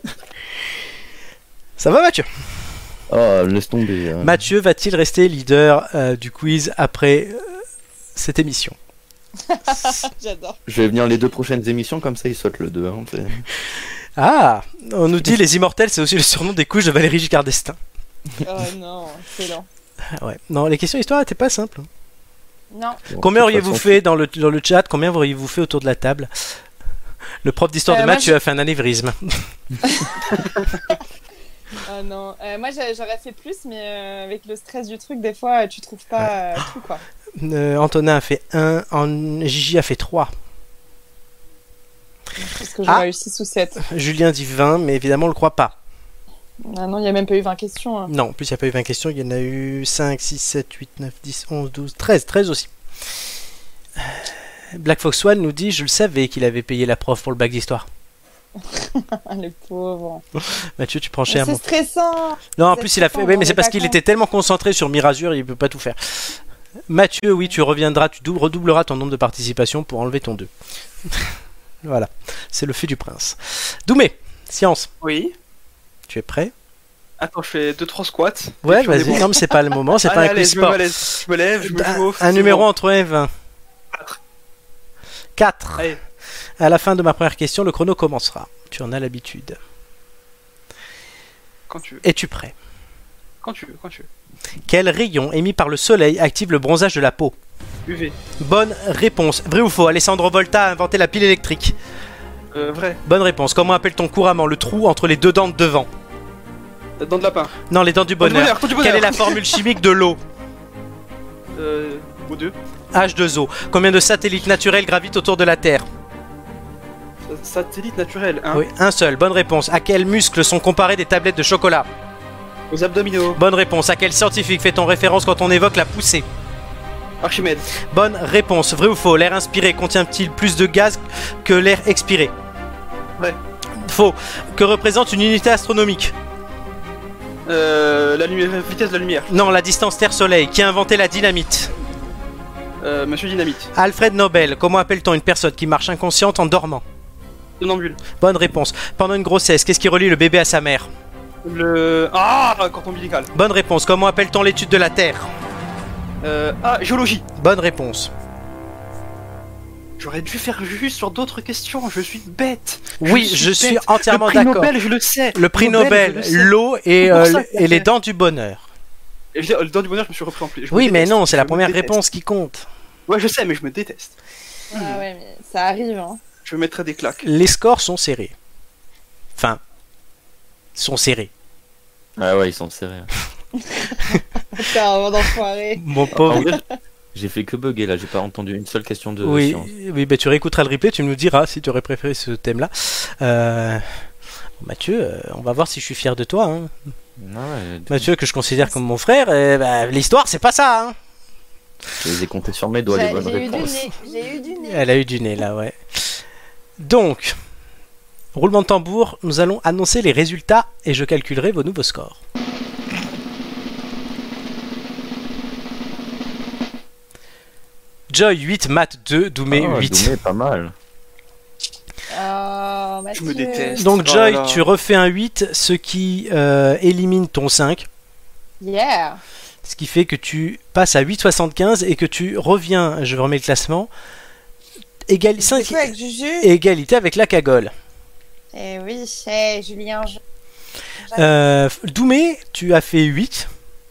Ça va, Mathieu? Oh, laisse tomber. hein. Mathieu va-t-il rester leader euh, du quiz après euh, cette émission? J'adore. Je vais venir les deux prochaines émissions, comme ça il saute le deux. Hein, t'sais. Ah, on nous dit les immortels, c'est aussi le surnom des couches de Valérie Giscard d'Estaing. Oh non, excellent. Ah ouais. Non, les questions histoire n'étaient pas simples. Non. Bon, Combien de toute auriez-vous façon, fait dans le, dans le chat? Combien auriez-vous fait autour de la table? Le prof d'histoire Euh, de moi, maths, je- tu as fait un anévrisme. Oh non. Euh, moi, j'a- j'aurais fait plus, mais euh, avec le stress du truc, des fois, tu trouves pas euh, tout, quoi. Euh, Antonin a fait un, en... Gigi a fait trois. Parce que j'aurais Ah. eu six ou sept. Julien dit vingt, mais évidemment on le croit pas. Ah non, il n'y a même pas eu vingt questions. hein. Non, en plus il n'y a pas eu vingt questions, il y en a eu cinq, six, sept, huit, neuf, dix, onze, douze, treize, treize aussi. Euh, Black Fox One nous dit, je le savais qu'il avait payé la prof pour le bac d'histoire. Ah, le pauvre. Mathieu, tu prends Mais cher. C'est mon- stressant. Non, en c'est plus il a fait. stressant, Oui, on mais c'est est parce pas qu'il con. était tellement concentré sur Mirazur, il peut pas tout faire. Mathieu, oui, tu reviendras, tu dou- redoubleras ton nombre de participations pour enlever ton deux. Voilà, c'est le fait du prince. Doumé, science, Oui. tu es prêt? Attends, je fais deux trois squats. Ouais, Et puis on est vas-y. bon. Non, mais c'est pas le moment, c'est pas Allez, un allez, quiz je me sport. malaise. Je me lève, je me Un, chauffe. un c'est numéro bon. entre un et vingt. Quatre. quatre. Allez. À la fin de ma première question, le chrono commencera. Tu en as l'habitude. Quand tu veux. Es-tu prêt? Quand tu veux. Quand tu veux. Quel rayon émis par le soleil active le bronzage de la peau? U V. Bonne réponse. Vrai ou faux? Alessandro Volta a inventé la pile électrique. Euh, vrai. Bonne réponse. Comment appelle-t-on couramment le trou entre les deux dents de devant? Dents de lapin. Non, les dents du Dents du bonheur. bonheur, dents du bonheur. Quelle est la formule chimique de l'eau? Euh. O deux. H deux O. Combien de satellites naturels gravitent autour de la Terre? Satellite naturel. Hein. Oui, un seul. Bonne réponse. À quels muscles sont comparées des tablettes de chocolat? Aux abdominaux. Bonne réponse. À quel scientifique fait-on référence quand on évoque la poussée? Archimède. Bonne réponse. Vrai ou faux? L'air inspiré contient-il plus de gaz que l'air expiré? Vrai. Faux. Que représente une unité astronomique? Euh. La lumière. Vitesse de la lumière. Non, la distance Terre-Soleil. Qui a inventé la dynamite? Euh. Monsieur Dynamite. Alfred Nobel. Comment appelle-t-on une personne qui marche inconsciente en dormant? Somnambule. Bonne réponse. Pendant une grossesse, qu'est-ce qui relie le bébé à sa mère? Le. Ah. Cordon ombilical. Bonne réponse. Comment appelle-t-on l'étude de la Terre? Euh. Ah. Géologie. Bonne réponse. J'aurais dû faire juste sur d'autres questions. Je suis bête. Oui, je suis bête. entièrement Le prix d'accord. Nobel, je le sais. Le prix je le Nobel, sais. l'eau et, C'est pour euh, ça que et les j'ai- dents du bonheur. Et je veux dire, le dent du bonheur, je me suis repris en plus. Je me Oui, mais déteste. non, c'est la Je me première déteste. réponse qui compte. Ouais, je sais, mais je me déteste. Ah ouais, mais ça arrive. Hein. Je me mettrai des claques. Les scores sont serrés. Enfin, sont serrés. Ah ouais, ils sont serrés. T'es un moment d'enfoiré. Mon En pauvre. vrai, j'ai fait que bugger là, j'ai pas entendu une seule question de Oui, science. oui bah, tu réécouteras le replay, tu nous diras si tu aurais préféré ce thème-là. Euh, Mathieu, euh, on va voir si je suis fier de toi. Hein. Ah ouais, Mathieu, que je considère comme mon frère, euh, bah, l'histoire, c'est pas ça. Hein. je les ai comptés sur mes doigts les J'ai bonnes j'ai eu du réponses. nez. J'ai eu du nez. Elle a eu du nez là, ouais. Donc, roulement de tambour, nous allons annoncer les résultats et je calculerai vos nouveaux scores. Joy huit, Matt deux, Doumé Ah, huit. Doumé, pas mal. Oh, Mathieu. Je me déteste. Donc Oh Joy, là là. tu refais un huit, ce qui euh, élimine ton cinq. Yeah. Ce qui fait que tu passes à huit virgule soixante-quinze et que tu reviens, je remets le classement, égal, C'est cinq, quoi avec Juju? égalité avec la cagole. Eh oui, hey, Julien. je- Euh, Doumé, tu as fait huit,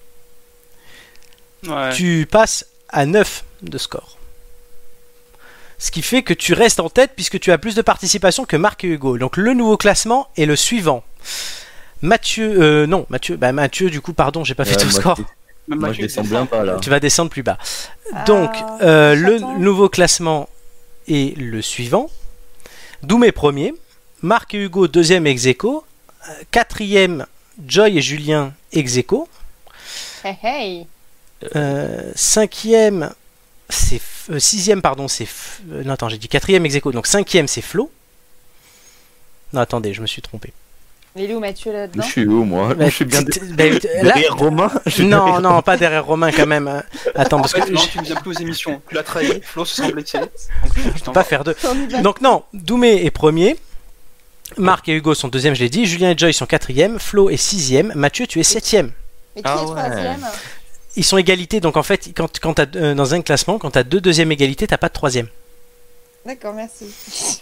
Ouais. tu passes à neuf de score. Ce qui fait que tu restes en tête puisque tu as plus de participation que Marc et Hugo. Donc le nouveau classement est le suivant. Mathieu, euh, non, Mathieu, bah Mathieu, du coup, pardon, j'ai pas fait Ouais, ton moi, score. je- Même Moi je Mathieu, descends il bien descend. pas là. Tu vas descendre plus bas. Ah, Donc, euh, le j'attends. nouveau classement est le suivant. Doumé premier, Marc et Hugo deuxième ex aequo, euh, quatrième Joy et Julien ex aequo, Hey, hey. euh, cinquième, c'est F- euh, sixième pardon, c'est F- euh, non attends j'ai dit quatrième ex aequo, donc cinquième c'est Flo. Non attendez, je me suis trompé. Il est où Mathieu là-dedans? Je suis où moi Bah, Je suis bien t- t- bah, t- là- derrière Romain. Je suis Non derrière- non pas derrière Romain quand même. hein. Attends En parce fait, que non, je tu ne viens plus aux émissions. Tu l'as trahi. Flo se sent blessé. Donc, je peux pas faire deux. On y va. Donc non, Doumé est premier. Marc et Hugo sont deuxième, je l'ai dit. Julien et Joy sont quatrième. Flo est sixième. Mathieu, tu es septième. Mais qui Ah est ouais. troisième? Ils sont égalités, donc en fait, quand, quand t'as, euh, dans un classement, quand tu as deux deuxièmes égalités, t'as pas de troisième. D'accord, merci.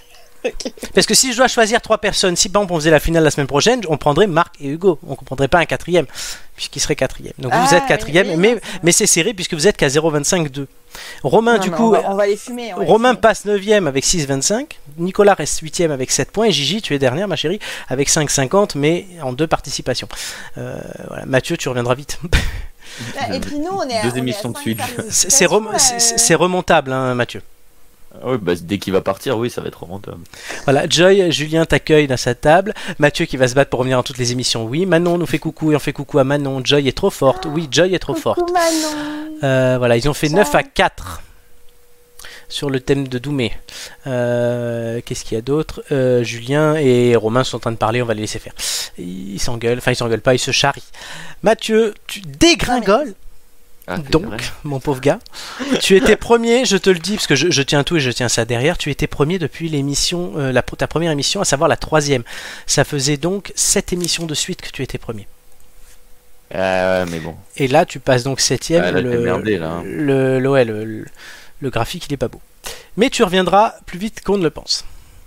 Parce que si je dois choisir trois personnes, si par exemple on faisait la finale la semaine prochaine, on prendrait Marc et Hugo. On ne prendrait pas un quatrième, puisqu'il serait quatrième. Donc vous, Ah, vous êtes quatrième, oui, oui, mais, non, mais c'est serré puisque vous êtes qu'à zéro virgule vingt-cinq deux. Romain, Non, du mais coup, on va, on va les fumer. on va les Romain fumer. passe neuvième avec six virgule vingt-cinq. Nicolas reste huitième avec sept points. Et Gigi, tu es dernière, ma chérie, avec cinq virgule cinquante, mais en deux participations. Euh, voilà. Mathieu, tu reviendras vite. Ah, Et puis nous, on est à, Deux on est à émissions de cinq suite. participations, C'est c'est rem- euh, c'est- c'est remontable, hein, Mathieu. Ah oui, bah, dès qu'il va partir, oui, ça va être remontable. Voilà, Joy, Julien t'accueille dans sa table. Mathieu qui va se battre pour revenir dans toutes les émissions. Oui, Manon nous fait coucou et on fait coucou à Manon. Joy est trop forte. Oui, Joy est trop forte. Coucou Manon. Euh, voilà, ils ont fait Ciao. neuf à quatre sur le thème de Doumé. Euh, Qu'est-ce qu'il y a d'autre Euh, Julien et Romain sont en train de parler, on va les laisser faire. Ils s'engueulent, enfin ils s'engueulent pas, ils se charrient. Mathieu, tu dégringoles. Ah, c'est Donc, vrai. mon pauvre gars, tu étais premier, je te le dis, parce que je, je tiens tout et je tiens ça derrière, tu étais premier depuis l'émission, euh, la, ta première émission, à savoir la troisième. Ça faisait donc sept émissions de suite que tu étais premier. Ah, ouais, mais bon. Et là, tu passes donc septième. Ah, là, le, t'es merdé, là, hein. le, le, ouais, le, le- le graphique, il est pas beau. Mais tu reviendras plus vite qu'on ne le pense.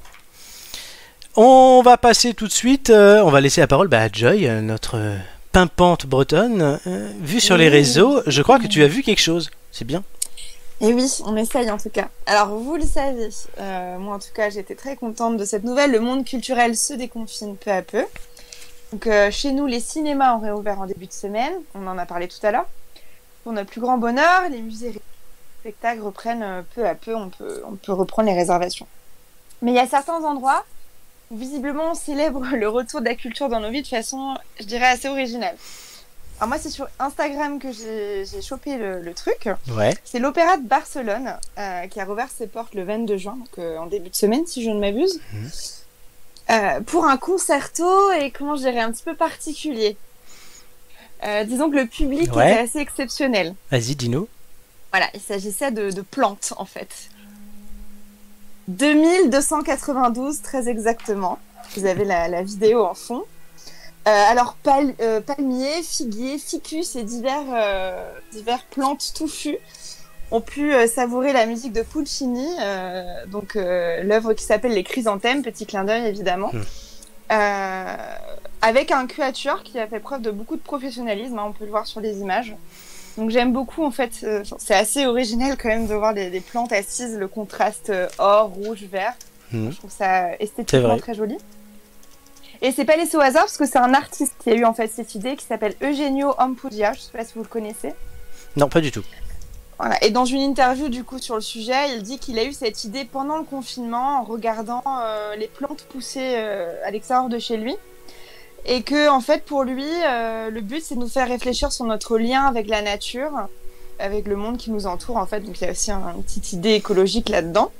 On va passer tout de suite, euh, on va laisser la parole bah, à Joy, euh, notre euh, pimpante bretonne. Euh, vue sur les Oui. réseaux, je crois que tu as vu quelque chose. C'est bien. Et oui, on essaye en tout cas. Alors, vous le savez, euh, moi en tout cas, j'étais très contente de cette nouvelle. Le monde culturel se déconfine peu à peu. Donc, euh, chez nous, les cinémas ont réouvert en début de semaine. On en a parlé tout à l'heure. Pour notre plus grand bonheur, les musées et les spectacles reprennent euh, peu à peu. On peut, on peut reprendre les réservations. Mais il y a certains endroits où visiblement on célèbre le retour de la culture dans nos vies de façon, je dirais, assez originale. Alors moi, c'est sur Instagram que j'ai j'ai chopé le, le truc. Ouais. C'est l'Opéra de Barcelone euh, qui a rouvert ses portes le vingt-deux juin, donc euh, en début de semaine, si je ne m'abuse, Mhm. euh, pour un concerto et, comment je dirais, un petit peu particulier. Euh, disons que le public Ouais. était assez exceptionnel. Vas-y, dis-nous. Voilà, il s'agissait de, de plantes, en fait. deux mille deux cent quatre-vingt-douze, très exactement. Vous avez la, la vidéo en fond. Euh, alors, pal- euh, palmiers, figuiers, ficus et divers, euh, divers plantes touffues ont pu euh, savourer la musique de Puccini, euh, donc euh, l'œuvre qui s'appelle Les Chrysanthèmes, petit clin d'œil évidemment, Mm. euh, avec un quatuor qui a fait preuve de beaucoup de professionnalisme, hein, on peut le voir sur les images. Donc j'aime beaucoup en fait, euh, c'est assez original quand même de voir les, les plantes assises, le contraste euh, or, rouge, vert. Mm. Je trouve ça C'est esthétiquement vrai. très joli. Et c'est pas laissé au hasard parce que c'est un artiste qui a eu en fait cette idée qui s'appelle Eugenio Ampudia, je sais pas si vous le connaissez. Non, pas du tout. Voilà. Et dans une interview du coup sur le sujet, il dit qu'il a eu cette idée pendant le confinement en regardant euh, les plantes pousser euh, à l'extérieur de chez lui. Et que en fait pour lui, euh, le but c'est de nous faire réfléchir sur notre lien avec la nature, avec le monde qui nous entoure en fait. Donc il y a aussi un- une petite idée écologique là-dedans.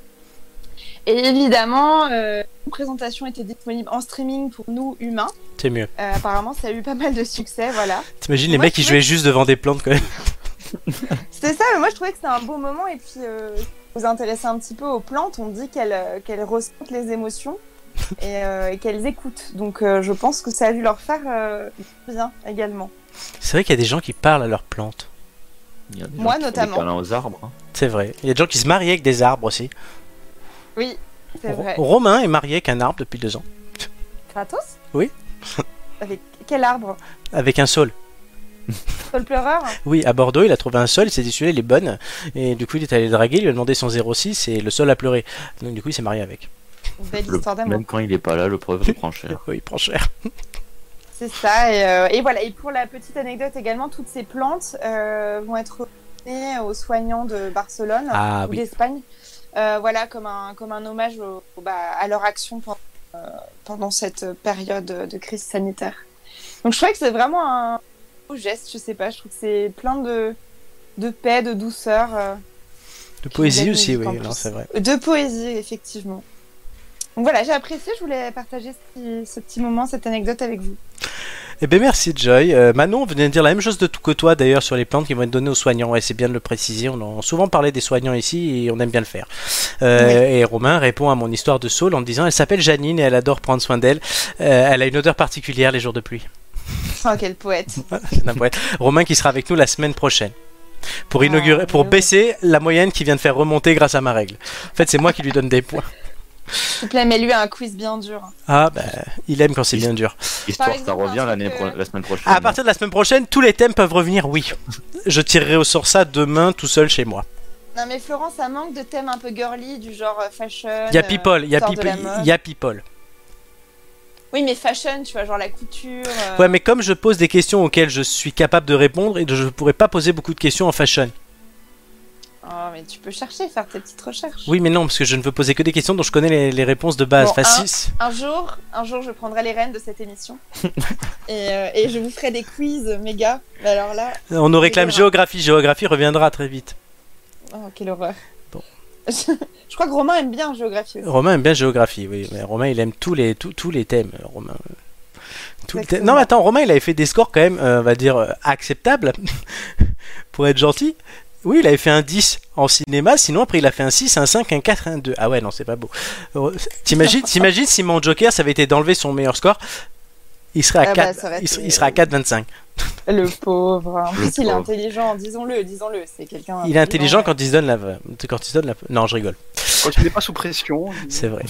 Et évidemment, euh, une présentation était disponible en streaming pour nous humains. C'est mieux. Euh, apparemment, ça a eu pas mal de succès, voilà. T'imagines les Moi, mecs qui je jouaient juste devant des plantes quand même. C'était ça, mais moi je trouvais que c'était un beau moment. Et puis, euh, vous intéressez un petit peu aux plantes, on dit qu'elles euh, qu'elles ressentent les émotions et, euh, et qu'elles écoutent. Donc, euh, je pense que ça a dû leur faire euh, bien également. C'est vrai qu'il y a des gens qui parlent à leurs plantes. Il y a des Moi, gens qui font des notamment. câlins aux arbres. hein. C'est vrai. Il y a des gens qui se marient avec des arbres aussi. Oui, c'est vrai. Ro- Romain est marié avec un arbre depuis deux ans. Kratos Oui. Avec quel arbre? Avec un saule. Saule pleureur? Oui, à Bordeaux, il a trouvé un sol, il s'est dit celui-là il est bonne. Et du coup, il est allé le draguer, il lui a demandé son zéro six et le sol a pleuré. Donc du coup, il s'est marié avec. Une belle Le- histoire d'amour. même quand il est pas là, le preuve se prend cher. Oui, il prend cher. C'est ça, et, euh, et voilà. Et pour la petite anecdote également, toutes ces plantes euh, vont être données aux soignants de Barcelone Ah ou oui. d'Espagne, euh, voilà, comme un, comme un hommage au- au- bah, à leur action pendant, euh, pendant cette période de crise sanitaire. Donc je trouvais que c'est vraiment un beau geste, je sais pas, je trouve que c'est plein de, de paix, de douceur. euh, De poésie belle aussi, musique oui, en non, plus. c'est vrai. De poésie, effectivement. Donc voilà, j'ai apprécié, je voulais partager ce petit, ce petit moment, cette anecdote avec vous. Eh bien merci Joy. Euh, Manon venait de dire la même chose de tout que toi d'ailleurs sur les plantes qui vont être données aux soignants. Ouais, c'est bien de le préciser. On a souvent parlé des soignants ici et on aime bien le faire. Euh, Oui. Et Romain répond à mon histoire de saule en me disant elle s'appelle Janine et elle adore prendre soin d'elle. Euh, elle a une odeur particulière les jours de pluie. Oh, quel poète. C'est un poète. Romain qui sera avec nous la semaine prochaine. Pour Ah, inaugurer, pour mais oui. baisser la moyenne qui vient de faire remonter grâce à ma règle. En fait, c'est moi qui lui donne des points. S'il te plaît, mets-lui un quiz bien dur. Ah, bah, il aime quand c'est bien dur. Histoire Par que ça exemple, revient un l'année truc, pro- euh, la semaine prochaine. À partir de la semaine prochaine, tous les thèmes peuvent revenir, oui. Je tirerai au sort ça demain tout seul chez moi. Non mais Florence, ça manque de thèmes un peu girly, du genre euh, fashion. Il y a euh, people, il y a sort de people, la mode. il y a people. Oui, mais fashion, tu vois, genre la couture. euh, Ouais, mais comme je pose des questions auxquelles je suis capable de répondre, et je ne pourrais pas poser beaucoup de questions en fashion. Oh, mais tu peux chercher, faire tes petites recherches. Oui, mais non, parce que je ne veux poser que des questions dont je connais les, les réponses de base. Bon, Enfin, un- si- Un jour, un jour, je prendrai les rênes de cette émission et, euh, et je vous ferai des quiz méga. Mais alors là, on nous réclame verra. géographie. Géographie reviendra très vite. oh, quelle horreur. Bon. je, je crois que Romain aime bien géographie aussi. Romain aime bien géographie, oui. Mais Romain, il aime tous les, tous, tous les thèmes. euh, Romain. Tous les thèmes. Exactement. Non, mais attends, Romain, il avait fait des scores quand même, euh, on va dire, euh, acceptables. Pour être gentil. Oui, il avait fait un dix en cinéma, sinon après il a fait un six, un cinq, un quatre, un deux. Ah ouais, non, c'est pas beau. Euh, T'imagines, t'imagines si mon Joker, ça avait été d'enlever son meilleur score, il serait à Ah bah, quatre, ça aurait il, été- serait, il serait à quatre vingt-cinq. Le pauvre. En Le plus, il est pauvre. intelligent, disons-le, disons-le. C'est quelqu'un. Il est intelligent quand il se donne la... Quand il se donne la... Non, je rigole. Quand tu n'es pas sous pression. C'est vrai.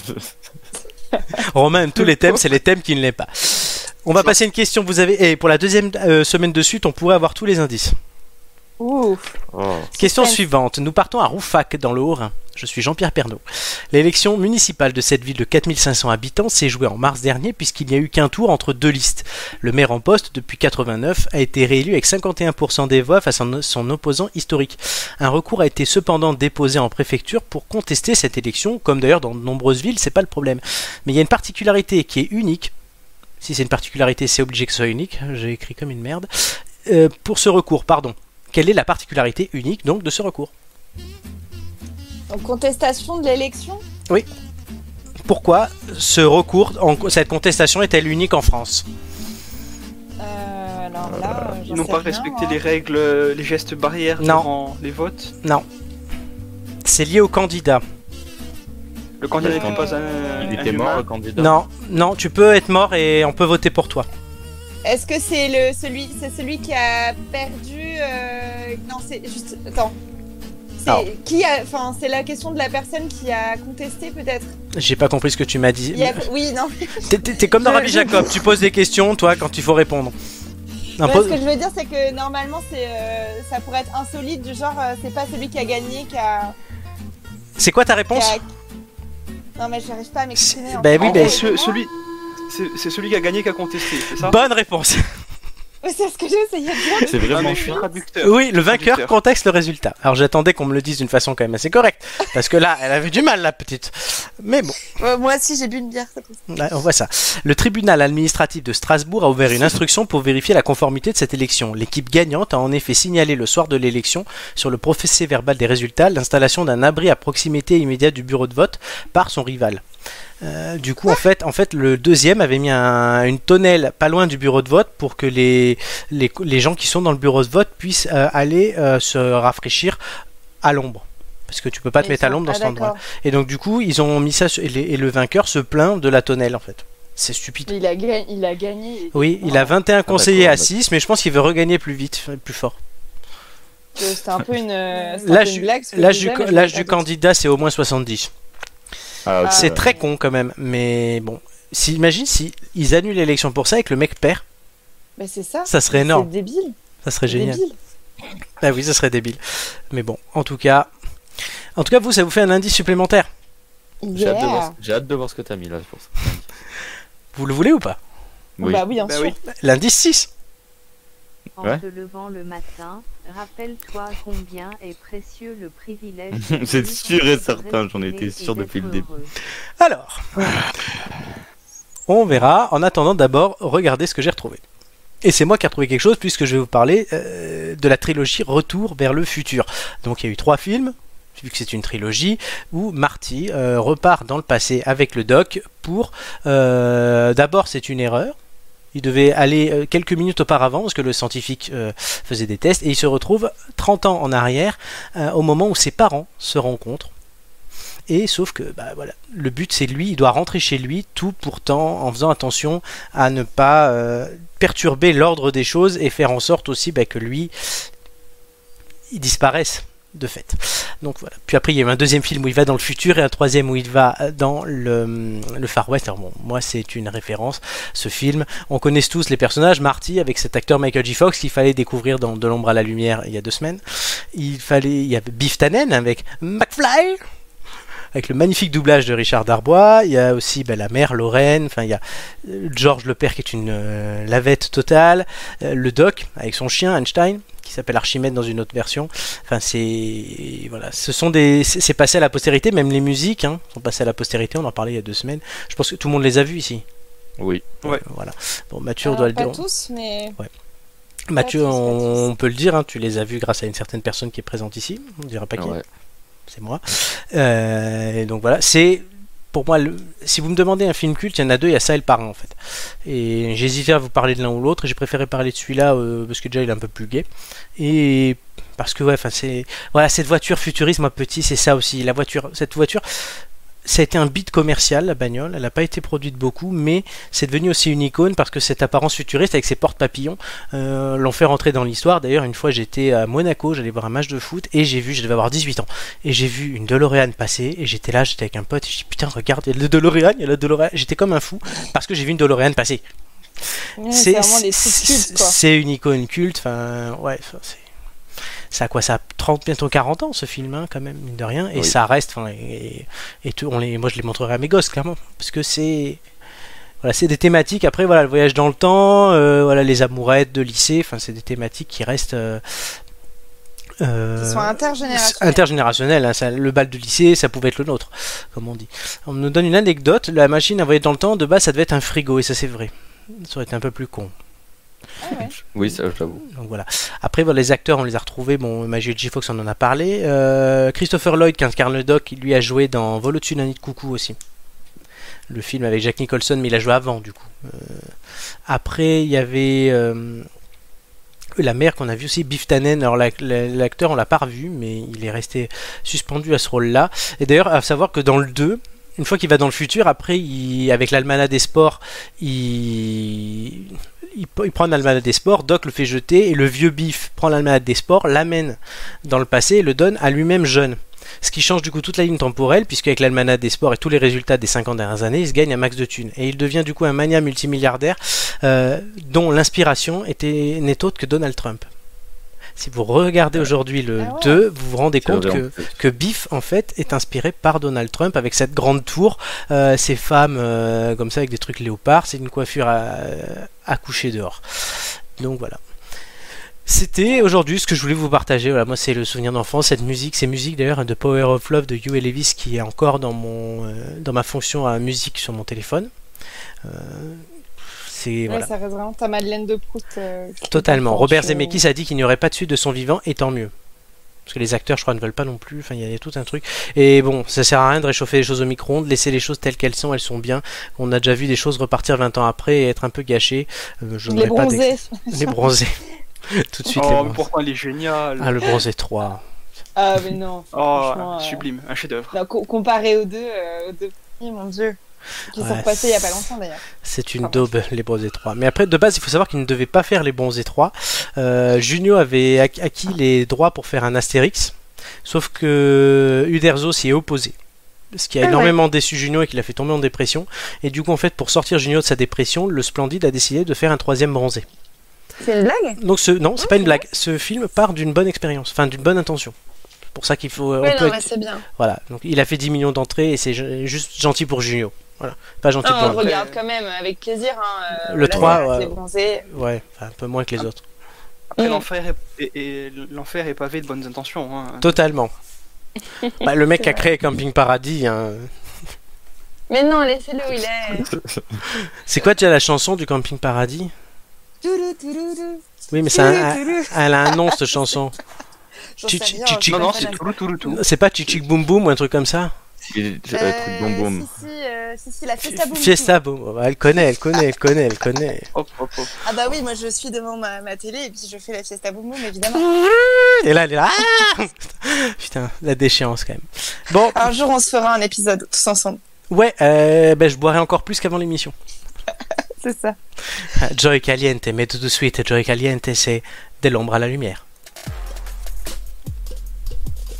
Romain aime tous les thèmes, c'est les thèmes qui ne l'est pas. On va passer une question. Vous avez... Et pour la deuxième euh, semaine de suite, on pourrait avoir tous les indices. Ouh. Oh. Question Suspense. suivante. Nous partons à Rouffach, dans le Haut-Rhin. Je suis Jean-Pierre Pernaut. L'élection municipale de cette ville de quatre mille cinq cents habitants s'est jouée en mars dernier puisqu'il n'y a eu qu'un tour entre deux listes. Le maire en poste depuis quatre-vingt-neuf a été réélu avec cinquante et un pour cent des voix face à son- son opposant historique. Un recours a été cependant déposé en préfecture pour contester cette élection, comme d'ailleurs dans de nombreuses villes, c'est pas le problème. Mais il y a une particularité qui est unique. Si c'est une particularité, c'est obligé que ce soit unique. J'ai écrit comme une merde. Euh, pour ce recours, pardon. Quelle est la particularité unique donc de ce recours ? Donc, contestation de l'élection. Pourquoi ce recours, en- cette contestation est-elle unique en France ? Euh, alors là, euh, Ils j'en n'ont sais pas rien, respecté moi. les règles, euh, les gestes barrières Non. durant les votes. Non. C'est lié au candidat. Le candidat Euh, n'était pas un. Il un était mort, humain. le candidat. Non, non, tu peux être mort et on peut voter pour toi. Est-ce que c'est le celui, c'est celui qui a perdu euh, Non, c'est juste. Attends. Alors. C'est qui a. Enfin, c'est la question de la personne qui a contesté peut-être. J'ai pas compris ce que tu m'as dit. Il y a- Oui, non. T'es- T'es t'es comme dans Je- Rabbi Jacob, tu poses des questions, toi, quand il faut répondre. Non, Ouais, pose- Ce que je veux dire, c'est que normalement, c'est euh, ça pourrait être insolite, du genre, euh, c'est pas celui qui a gagné qui a. C'est quoi ta qui réponse ? a- Non, mais j'arrive pas à m'exprimer. C'est- en bah fait. oui, En mais- gros, ce- celui, c'est c'est celui qui a gagné qui a contesté, c'est ça? Bonne réponse. Oui, c'est ce que j'essayais de dire. C'est Ah, vraiment mais je suis ça. traducteur. Oui, le vainqueur Traducteur. contexte le résultat. Alors j'attendais qu'on me le dise d'une façon quand même assez correcte. Parce que là, elle avait du mal, la petite. Mais bon. Ouais, moi aussi, j'ai bu une bière. c'est pour ça. Ouais, on voit ça. Le tribunal administratif de Strasbourg a ouvert une instruction pour vérifier la conformité de cette élection. L'équipe gagnante a en effet signalé le soir de l'élection, sur le procès verbal des résultats, l'installation d'un abri à proximité immédiate du bureau de vote par son rival. Euh, du coup, en fait, en fait, le deuxième avait mis un- une tonnelle pas loin du bureau de vote pour que les, les, les gens qui sont dans le bureau de vote puissent euh, aller euh, se rafraîchir à l'ombre. Parce que tu peux pas te Et mettre à ça- l'ombre dans ah, cet endroit. d'accord. Et donc du coup, ils ont mis ça sur- et, les- et le vainqueur se plaint de la tonnelle en fait. C'est stupide. Il a, ga- il a gagné. il était Oui, il content. a vingt et un conseillers à d'accord, six, mais je pense qu'il veut regagner plus vite, plus fort. Que C'était un peu une, euh, c'était un L'âge peu une du, blague. ce que l'âge je du, disais, mais je l'âge l'avais du pas dit. candidat, c'est au moins soixante-dix. Ah, ok, Ah, C'est ouais. très con quand même, mais bon. Si, imagine si ils annulent l'élection pour ça et que le mec perd, Mais c'est ça. ça serait énorme. C'est débile. Ça serait génial. Débile. Ah oui, ça serait débile. Mais bon, en tout cas, en tout cas, vous, ça vous fait un indice supplémentaire. J'ai hâte, de voir, Yeah. ce- j'ai hâte de voir ce que t'as mis là. c'est Pour ça. Vous le voulez ou pas? Oui. Bah oui, bien Bah sûr. oui. L'indice six. En Ouais. te levant le matin, rappelle-toi combien est précieux le privilège. de C'est vivre, sûr et de certain, j'en étais respirer sûr et depuis le d'être début. heureux. Alors, on verra. En attendant, d'abord, regardez ce que j'ai retrouvé. Et c'est moi qui ai retrouvé quelque chose puisque je vais vous parler euh, de la trilogie Retour vers le futur. Donc il y a eu trois films, vu que c'est une trilogie, où Marty euh, repart dans le passé avec le Doc pour... euh, d'abord c'est une erreur. Il devait aller euh, quelques minutes auparavant parce que le scientifique euh, faisait des tests et il se retrouve trente ans en arrière euh, au moment où ses parents se rencontrent. Et sauf que bah, voilà, le but c'est lui, il doit rentrer chez lui, tout pourtant en faisant attention à ne pas euh, perturber l'ordre des choses et faire en sorte aussi bah, que lui, il disparaisse. de fait. Donc voilà. Puis après, il y a eu un deuxième film où il va dans le futur et un troisième où il va dans le, le Far West. Alors bon, moi, c'est une référence, ce film. On connaît tous les personnages. Marty, avec cet acteur Michael J. Fox, qu'il fallait découvrir dans De l'ombre à la lumière il y a deux semaines. Il fallait, il y avait Biff Tannen avec McFly, avec le magnifique doublage de Richard Darbois. Il y a aussi ben, la mère Lorraine, enfin il y a George le père qui est une euh, lavette totale, euh, le doc avec son chien Einstein qui s'appelle Archimède dans une autre version. Enfin c'est voilà, ce sont des c'est, c'est passé à la postérité, même les musiques hein, sont passées à la postérité, on en parlait il y a deux semaines. Je pense que tout le monde les a vus ici. Oui. Ouais. Voilà. Bon Mathieu Alors, doit le pas dire. tous, mais... Ouais. Mathieu, Pas tous, pas on, tous. on peut le dire, hein, tu les as vus grâce à une certaine personne qui est présente ici. On ne dira pas qui. Ouais. C'est moi. Euh, et donc voilà, c'est pour moi, le, si vous me demandez un film culte, il y en a deux, il y a ça et le parrain en fait. Et j'ai hésité à vous parler de l'un ou l'autre, et j'ai préféré parler de celui-là euh, parce que déjà il est un peu plus gai. Et parce que ouais, enfin c'est voilà, cette voiture futuriste, moi petit, c'est ça aussi. La voiture, cette voiture, ça a été un beat commercial, la bagnole. Elle n'a pas été produite beaucoup, mais c'est devenu aussi une icône parce que cette apparence futuriste avec ses portes papillons euh, l'ont fait rentrer dans l'histoire. D'ailleurs, une fois, j'étais à Monaco, j'allais voir un match de foot et j'ai vu, je devais avoir dix-huit ans, et j'ai vu une DeLorean passer et j'étais là, j'étais avec un pote et je dis putain, regarde, il y a le DeLorean, il y a le DeLorean. J'étais comme un fou parce que j'ai vu une DeLorean passer. Ouais, c'est vraiment des trucs cultes, quoi. C'est une icône culte. Enfin, ouais, c'est. Ça a quoi, ça a trente, bientôt quarante ans ce film, hein, quand même, mine de rien, et Oui. ça reste, enfin, et, et tout, on les, moi je les montrerai à mes gosses, clairement, parce que c'est, voilà, c'est des thématiques, après, voilà, le voyage dans le temps, euh, voilà, les amourettes de lycée, enfin, c'est des thématiques qui restent... Euh, euh, Qui sont intergénérationnels. intergénérationnels, hein, ça, le bal de lycée, ça pouvait être le nôtre, comme on dit. On nous donne une anecdote, la machine à voyager dans le temps, de base, ça devait être un frigo, et ça c'est vrai. Ça aurait été un peu plus con. Ah ouais. Oui, ça, j'avoue. Donc voilà. Après, voilà, les acteurs, on les a retrouvés. Bon, Michael J. Fox, on en a parlé. Euh, Christopher Lloyd, qui incarne le Doc, il lui a joué dans Vol au-dessus d'un nid de coucou aussi. Le film avec Jack Nicholson, mais il a joué avant, du coup. Euh, après, il y avait euh, la mère qu'on a vu aussi, Biff Tannen. Alors, la- la- l'acteur, on l'a pas revu, mais il est resté suspendu à ce rôle-là. Et d'ailleurs, à savoir que dans le deux, une fois qu'il va dans le futur, après, il, avec l'almanach des sports, il, il, il prend l'almanach des sports, Doc le fait jeter, et le vieux Biff prend l'almanach des sports, l'amène dans le passé et le donne à lui-même jeune. Ce qui change du coup toute la ligne temporelle, puisque avec l'almanach des sports et tous les résultats des cinquante dernières années, il se gagne un max de thunes. Et il devient du coup un mania multimilliardaire, euh, dont l'inspiration était, n'est autre que Donald Trump. Si vous regardez aujourd'hui le Ah ouais. deux, vous vous rendez C'est compte vrai, que en fait. que Biff en fait est inspiré par Donald Trump avec cette grande tour, euh, ces femmes euh, comme ça avec des trucs léopards, c'est une coiffure à, à coucher dehors. Donc voilà. C'était aujourd'hui ce que je voulais vous partager. Voilà, moi c'est le souvenir d'enfance, cette musique, ces musiques d'ailleurs de Power of Love de Huey Lewis qui est encore dans mon euh, dans ma fonction à musique sur mon téléphone. Euh, c'est Ouais, voilà. ça reste vraiment ta Madeleine de Proust. euh, qui Totalement. t'enfant, Robert tu- Zemeckis a dit qu'il n'y aurait pas de suite de son vivant, et tant mieux. Parce que les acteurs, je crois, ne veulent pas non plus. Enfin, il y a tout un truc. Et bon, ça sert à rien de réchauffer les choses au micro-ondes, laisser les choses telles qu'elles sont, elles sont bien. On a déjà vu des choses repartir vingt ans après et être un peu gâchées. Euh, je Les n'aurais pas bronzés. d'ex- Les bronzés. Tout de suite, les Oh, mais bronzés. pourtant, il est génial. Ah, le bronzé trois. Ah, mais non. Oh, franchement, euh, sublime, un chef-d'œuvre. non, co- comparé aux deux, euh, aux deux premiers, mon dieu. Qui sont Ouais, repassés il y a pas longtemps d'ailleurs. C'est une Ah, daube, les bronzés trois. Mais après, de base, il faut savoir qu'ils ne devaient pas faire les bronzés trois. Euh, Junio avait ac- acquis les droits pour faire un Astérix. Sauf que Uderzo s'y est opposé. Ce qui a Ah ouais. énormément déçu Junio et qui l'a fait tomber en dépression. Et du coup, en fait, pour sortir Junio de sa dépression, le Splendide a décidé de faire un troisième bronzé. C'est une blague? Donc, ce, non, c'est pas une blague. Ce film part d'une bonne expérience, enfin d'une bonne intention. C'est pour ça qu'il faut. on Ouais, peut non, être- mais c'est bien. Voilà. Donc, il a fait dix millions d'entrées et c'est ju- juste gentil pour Junio. Voilà. Pas gentil Non, on pour le le. regarde quand même avec plaisir. Hein. euh, Le voilà, trois, c'est- ouais. c'est bronzé. Ouais, enfin, un peu moins que les autres. Après, Mm. l'enfer est, est- est- l'enfer est pavé de bonnes intentions. Hein. Totalement. Bah, le mec C'est qui a vrai. créé Camping Paradis. Hein. Mais non, laissez-le où il est. C'est quoi déjà la chanson du Camping Paradis? Toulou, toulou, toulou. Oui, mais ça a un- Toulou, toulou. elle a un nom cette chanson. J'en Chi- sais chi- rien, chi- je chi- suis Non, pas non, fan c'est de- tout, tout, tout. C'est pas Chichik Boom Boom ou un truc comme ça? Il- j'ai- Euh, truc boum boum. Si, si, euh, si, si, la Fiesta Boom. Fiesta Boom. Elle connaît, elle connaît, elle connaît, elle connaît. Hop, hop, hop. Ah bah oui, moi je suis devant ma, ma télé et puis je fais la Fiesta Boom Boom évidemment. Et là, elle est là. Ah Putain, la déchéance quand même. Bon, Un jour on se fera un épisode tous ensemble. ouais, euh, ben, je boirai encore plus qu'avant l'émission. C'est ça. Ah, Joy Caliente, mais tout de suite, Joy Caliente, c'est de l'ombre à la lumière.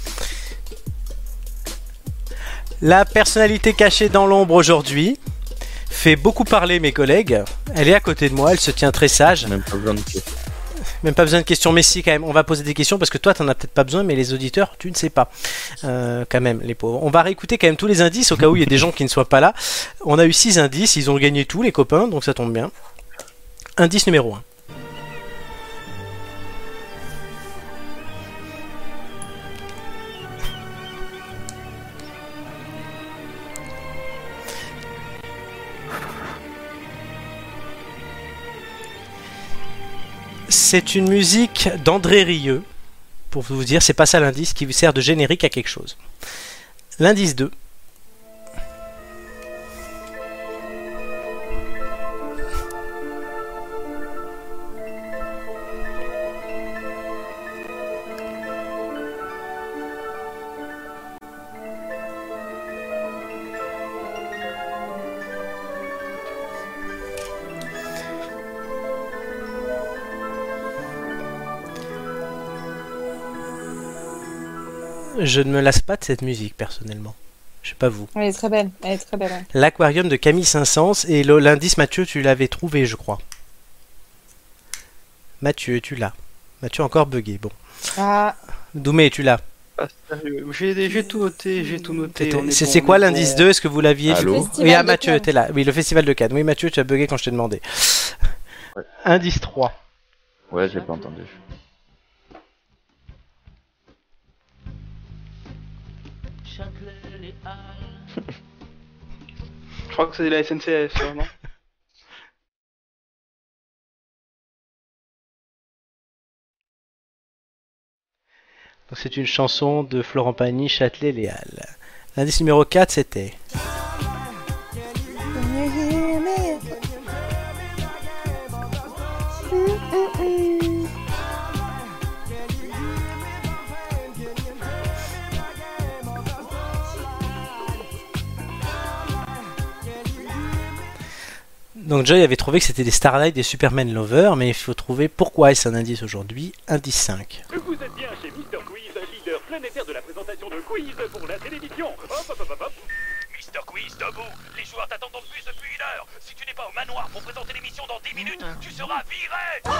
La personnalité cachée dans l'ombre aujourd'hui fait beaucoup parler mes collègues. Elle est à côté de moi, elle se tient très sage. Même pas besoin de questions. Même pas besoin de questions, mais si quand même, on va poser des questions parce que toi t'en as peut-être pas besoin, mais les auditeurs, tu ne sais pas. Euh, quand même, les pauvres. On va réécouter quand même tous les indices au cas où il y a des gens qui ne soient pas là. On a eu six indices, ils ont gagné tous les copains, donc ça tombe bien. Indice numéro un. C'est une musique d'André Rieu. Pour vous dire, c'est pas ça l'indice qui vous sert de générique à quelque chose. L'indice deux. Je ne me lasse pas de cette musique personnellement. Je sais pas vous. Elle est très belle. Elle est très belle. Ouais. L'Aquarium de Camille Saint-Saëns et le- l'indice Mathieu, tu l'avais trouvé, je crois. Mathieu, tu l'as. Mathieu a encore bugué. Bon. Ah, Doumé, tu l'as. Ah, sérieux, J'ai j'ai tout noté, j'ai tout noté. C'était- on est C'est bon, c'est on quoi est l'indice bon. deux? Est-ce que vous l'aviez Allô du coup? Festival Oui, ah, de Mathieu, Cannes. t'es là. Oui, le Festival de Cannes. Oui, Mathieu, tu as bugué quand je t'ai demandé. Indice trois. Ouais, j'ai pas entendu. Je crois que c'est la S N C F, ça, non? Donc c'est une chanson de Florent Pagny, Châtelet-Léal. L'indice numéro quatre, c'était... Donc Joy avait trouvé que c'était des Starlight, des Superman Lovers, mais il faut trouver pourquoi est-ce un indice aujourd'hui. Indice cinq. Vous êtes bien chez Mister Quiz, leader planétaire de la présentation de quiz pour la télévision. Hop, hop, hop, hop, hop. Mister Quiz, debout. Les joueurs t'attendent en bus depuis une heure. Si tu n'es pas au manoir pour présenter l'émission dans dix minutes, tu seras viré.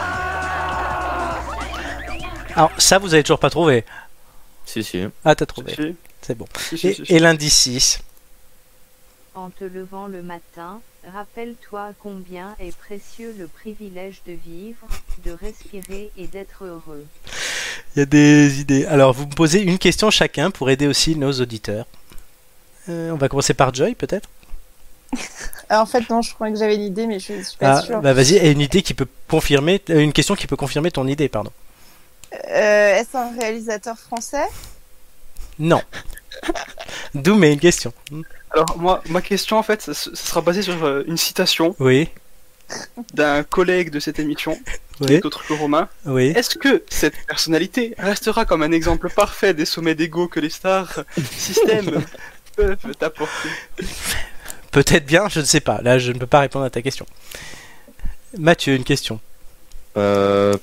Alors ça vous avez toujours pas trouvé. Si, si. Ah t'as trouvé, Si, c'est bon. si, si, Et, si, si. et l'indice six. En te levant le matin, rappelle-toi combien est précieux le privilège de vivre, de respirer et d'être heureux. Il y a des idées. Alors vous me posez une question chacun pour aider aussi nos auditeurs. Euh, on va commencer par Joy peut-être. en fait, non, je croyais que j'avais une idée, mais je suis, je suis pas Ah, sûre. bah vas-y, et une idée qui peut confirmer, euh, une question qui peut confirmer ton idée, pardon. Euh, Est-ce un réalisateur français? Non. D'où mais une question. Alors, moi, ma question, en fait, ça, ça sera basé sur euh, une citation Oui, d'un collègue de cette émission, oui, d'autres que Romain. oui. Est-ce que cette personnalité restera comme un exemple parfait des sommets d'ego que les stars système peuvent apporter? Peut-être bien, je ne sais pas. Là, je ne peux pas répondre à ta question. Mathieu, une question. Euh...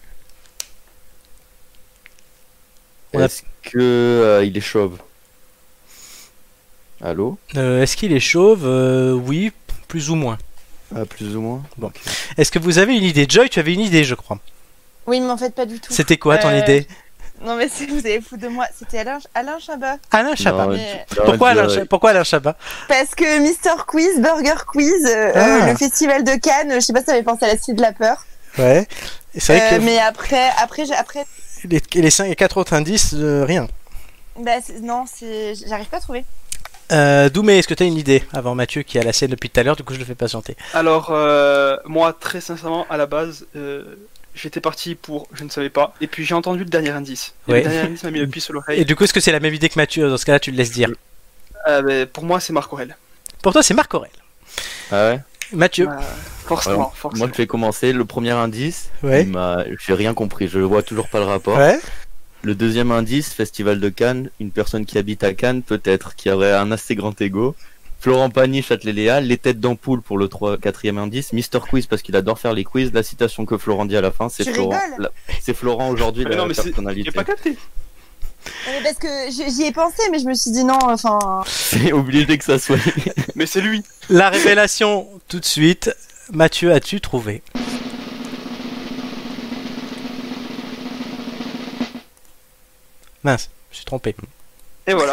On a- Est-ce que euh, il est chauve? Allô? Euh, Est-ce qu'il est chauve? Euh, Oui, plus ou moins. Ah, plus ou moins. Bon. Est-ce que vous avez une idée? Joy, tu avais une idée, je crois. Oui, mais en fait, pas du tout. C'était quoi ton Euh, idée? Non, mais c'est- vous allez foutre de moi. C'était Alain, Alain Chabat. Alain Chabat. Non, Mais- tu- Pourquoi tu- Alain, Cha- pourquoi Alain Chabat? Parce que Mister Quiz, Burger Quiz, euh, Ah. euh, le festival de Cannes, je sais pas si ça m'avait pensé à la Cité de la Peur. Ouais. Et c'est vrai Euh, que Mais après, après, j'ai- après, les, les cinq et quatre autres indices, euh, rien. bah, c'est- non, c'est, j'arrive pas à trouver. Euh, Doumé, est-ce que tu as une idée? Avant Mathieu qui a la sienne depuis tout à l'heure, du coup je le fais patienter. Alors, euh, moi, très sincèrement, à la base, euh, j'étais parti pour je ne savais pas, et puis j'ai entendu le dernier indice. Et Ouais. Le dernier indice m'a mis le pied sur Et l'oreille. du coup, est-ce que c'est la même idée que Mathieu? Dans ce cas-là, tu le laisses dire. Euh, ben, pour moi, c'est Marc Aurèle. Pour toi, c'est Marc Aurèle. Ah ouais? Mathieu. Euh, forcément, Alors, forcément. moi, je vais commencer. Le premier indice, Ouais. il m'a- j'ai rien compris. Je vois toujours pas le rapport. Ouais. Le deuxième indice, Festival de Cannes, une personne qui habite à Cannes, peut-être, qui aurait un assez grand ego. Florent Pagny, Châtelet-Léal, les têtes d'ampoule pour le trois, quatrième indice, Mister Quiz parce qu'il adore faire les quiz, la citation que Florent dit à la fin, c'est Tu Florent. rigoles la- C'est Florent aujourd'hui, Mais la non, mais c'est- personnalité. j'ai pas capté. Mais parce que j'y j'y ai pensé, mais je me suis dit non, enfin. C'est obligé que ça soit. Mais c'est lui. La révélation tout de suite. Mathieu, as-tu trouvé? Mince, je me suis trompé. Et voilà.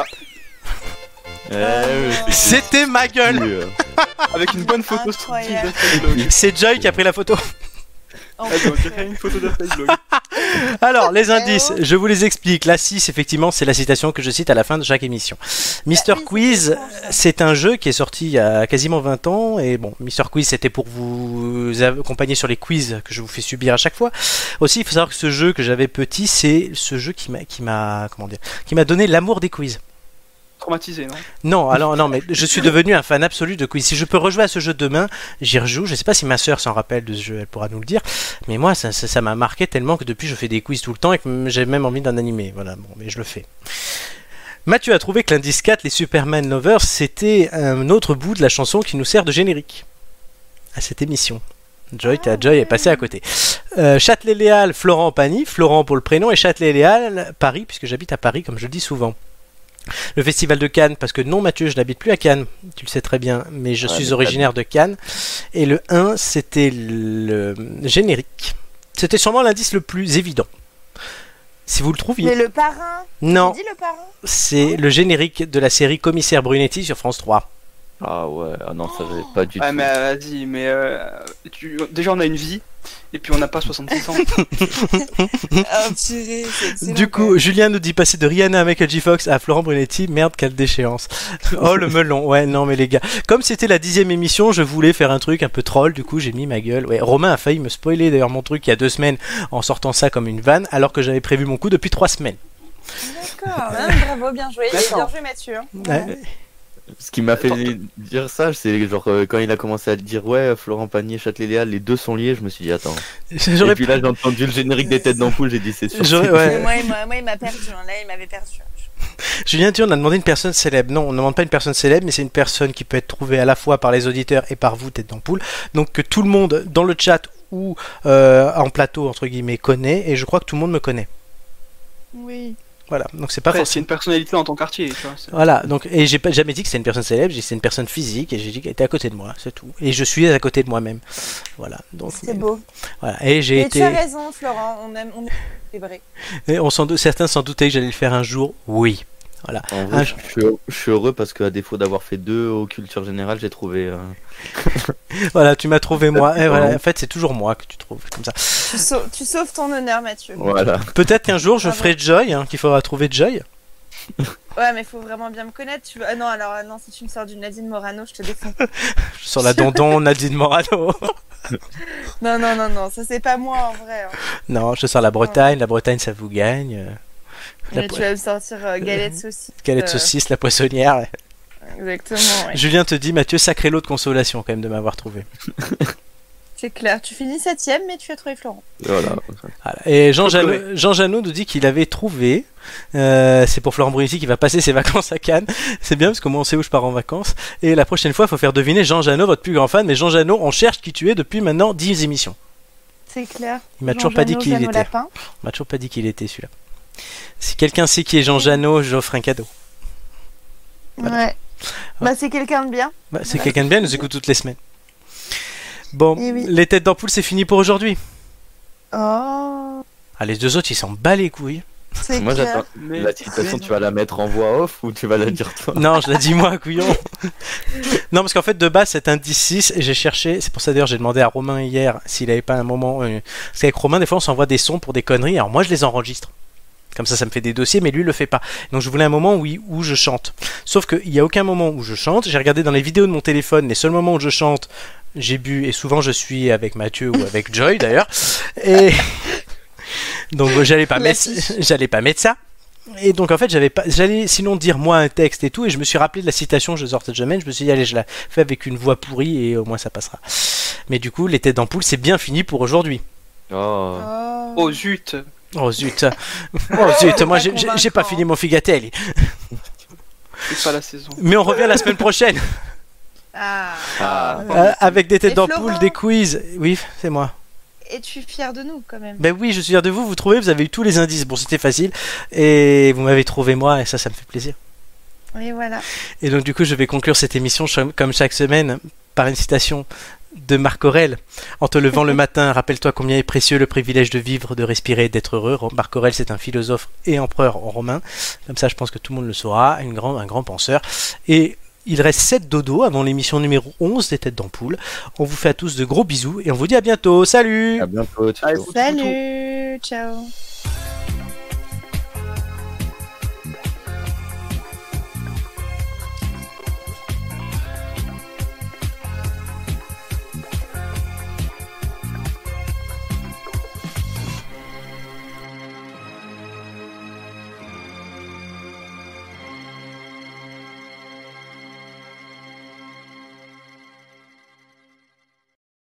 Euh, C'était ma gueule. euh, Avec une bonne photo Incroyable. de C'est Joy qui a pris la photo. En Ah, donc, j'ai fait une photo de Facebook. Alors, les Eh indices, oh. je vous les explique. La six, effectivement, c'est la citation que je cite à la fin de chaque émission. Mister oui, Quiz, c'est bon, ça. c'est un jeu qui est sorti il y a quasiment vingt ans. Et bon, Mister Quiz, c'était pour vous accompagner sur les quiz que je vous fais subir à chaque fois. Aussi, il faut savoir que ce jeu que j'avais petit, c'est ce jeu qui m'a, qui m'a, comment dire, qui m'a donné l'amour des quiz. Traumatisé, non? Non, alors non, mais je suis devenu un fan absolu de quiz. Si je peux rejouer à ce jeu demain, j'y rejoue. Je sais pas si ma sœur s'en rappelle de ce jeu, elle pourra nous le dire. Mais moi, ça, ça, ça m'a marqué tellement que depuis, je fais des quiz tout le temps et que j'ai même envie d'en animer. Voilà, bon, mais je le fais. Mathieu a trouvé que l'indice quatre, les Superman Lovers, c'était un autre bout de la chanson qui nous sert de générique à cette émission. Joy, t'as- Joy est passé à côté. Euh, Châtelet-Léal, Florent Pagny, Florent pour le prénom, et Châtelet-Léal, Paris, puisque j'habite à Paris, comme je le dis souvent. Le festival de Cannes, parce que non Mathieu, je n'habite plus à Cannes, tu le sais très bien, mais je Ouais, suis mais originaire de Cannes. Et le un, c'était le générique. C'était sûrement l'indice le plus évident. Si vous le trouviez. Mais le parrain. Non, Tu dis le parrain. c'est le générique de la série Commissaire Brunetti sur France trois. Ah ouais, ah non, ça j'avais pas du Ah, tout. mais euh, vas-y, mais euh, tu... déjà on a une vie, et puis on n'a pas soixante-six ans. Ah, purée, c'est excellent. Du quand même. coup, Julien nous dit passer de Rihanna à Michael J. Fox à Florent Brunetti. Merde, quelle déchéance. Oh, le melon. Ouais, non, mais les gars. Comme c'était la dixième émission, je voulais faire un truc un peu troll. Du coup, j'ai mis ma gueule. Ouais, Romain a failli me spoiler d'ailleurs mon truc il y a deux semaines en sortant ça comme une vanne, alors que j'avais prévu mon coup depuis trois semaines. D'accord, hein, bravo, bien joué. D'accord. Bien joué, Mathieu. hein. Ouais. Ce qui m'a fait dire ça, c'est genre euh, quand il a commencé à dire ouais, Florent Pagny, Châtelet-Léal, les deux sont liés, je me suis dit attends. Et J'aurais puis là j'ai entendu le générique des têtes d'ampoule, j'ai dit c'est sûr. J'aurais- c'est- ouais. Mais moi, il m'a- moi, il m'a perdu. hein. Là, il m'avait perdu. Julien, tu on a demandé une personne célèbre. Non, on ne demande pas une personne célèbre, mais c'est une personne qui peut être trouvée à la fois par les auditeurs et par vous, tête d'ampoule. Donc que tout le monde dans le chat ou euh, en plateau entre guillemets connaît, et je crois que tout le monde me connaît. Oui. Voilà, donc c'est pas Après, c'est forcément. une personnalité dans ton quartier, tu vois. c'est- Voilà, donc et j'ai pas jamais dit que c'est une personne célèbre, j'ai dit que c'est une personne physique et j'ai dit qu'elle était à côté de moi, c'est tout. Et je suis à côté de moi-même. Voilà, donc C'est beau. voilà. Et j'ai Et été tu as raison, Florent. On aime. On... C'est vrai. et on s'en dou- certains s'en doutaient que j'allais le faire un jour. Oui. Voilà. En vrai, Un- je, suis, je suis heureux parce qu'à défaut d'avoir fait deux au culture générale, j'ai trouvé. euh, Voilà, tu m'as trouvé moi. Et voilà, en fait, c'est toujours moi que tu trouves comme ça. Tu, sau- tu sauves ton honneur, Mathieu. Voilà. Peut-être qu'un jour je Bravo. ferai Joy, hein, qu'il faudra trouver Joy. Ouais, mais faut vraiment bien me connaître. Tu veux... ah non, alors ah non, si tu me sors du Nadine Morano, je te défends. Sur la Dondon, Nadine Morano. Non, non, non, non, ça c'est pas moi en vrai. hein. Non, je sors la Bretagne, la Bretagne ça vous gagne. euh, La Mais po- tu vas me sortir euh, galette saucisse. Galette euh, saucisse, la poissonnière. ouais. Exactement, ouais. Julien te dit, Mathieu, sacré lot de consolation quand même de m'avoir trouvé. C'est clair. Tu finis septième, mais tu as trouvé Florent. Voilà. Voilà. Et Jean Faut Janot, pleurer. Jean Janot nous dit qu'il avait trouvé. euh, c'est pour Florent Brunetti qui va passer ses vacances à Cannes. C'est bien parce que moi on sait où je pars en vacances. Et la prochaine fois, il faut faire deviner Jean Janot, votre plus grand fan. Mais Jean Janot, on cherche qui tu es depuis maintenant dix émissions. C'est clair. Il m'a Jean toujours pas dit Janot, qui il Jeannot était. Lapin. On m'a toujours pas dit qui il était celui-là. Si quelqu'un sait qui est Jean Janot, j'offre un cadeau. Voilà. Ouais. Bah, c'est quelqu'un de bien. Bah, c'est quelqu'un de bien, il nous écoute toutes les semaines. Bon, Eh oui. les têtes d'ampoule, c'est fini pour aujourd'hui. Oh, Ah, les deux autres, ils s'en battent les couilles. c'est Moi clair. j'attends. Mais... La citation, tu vas la mettre en voix off ou tu vas la dire toi? Non, je l'ai dit moi, couillon. Non, parce qu'en fait, de base, c'est un dix six et j'ai cherché. C'est pour ça d'ailleurs, j'ai demandé à Romain hier s'il avait pas un moment. euh, Parce qu'avec Romain, des fois, on s'envoie des sons pour des conneries. Alors moi, je les enregistre. Comme ça, ça me fait des dossiers, mais lui, il le fait pas. Donc, je voulais un moment où, il- où je chante. Sauf qu'il n'y a aucun moment où je chante. J'ai regardé dans les vidéos de mon téléphone, les seuls moments où je chante, j'ai bu, et souvent je suis avec Mathieu ou avec Joy d'ailleurs. Et donc, euh, j'allais pas, La mettre... fiche. j'allais pas mettre ça. Et donc en fait j'avais pas, j'allais sinon dire moi un texte et tout, et je me suis rappelé de la citation, je sors cette semaine, je me suis dit allez je la fais avec une voix pourrie et au moins ça passera. Mais du coup les têtes d'ampoule c'est bien fini pour aujourd'hui. Oh. Oh. Oh zut. Oh zut, oh zut, moi j'ai- j'ai j'ai pas convaincant. fini mon figatelli. C'est pas la saison. Mais on revient la semaine prochaine Ah. Ah. euh, avec des têtes Et d'ampoule, Florent des quiz. Oui c'est moi. es-tu fier de nous quand même? Ben oui, je suis fier de vous, vous trouvez, vous avez eu tous les indices. Bon, c'était facile, et vous m'avez trouvé moi, et ça, ça me fait plaisir. Et voilà. Et donc du coup, je vais conclure cette émission ch- comme chaque semaine par une citation de Marc Aurèle. En te levant le matin, rappelle-toi combien est précieux le privilège de vivre, de respirer et d'être heureux. Marc Aurèle, c'est un philosophe et empereur romain. Comme ça, je pense que tout le monde le saura. Une grande, un grand penseur. Et il reste sept dodos avant l'émission numéro onze des Têtes d'Ampoule. On vous fait à tous de gros bisous et on vous dit à bientôt. Salut! À bientôt. ciao, Allez, ciao. tout, tout, tout. Salut, ciao.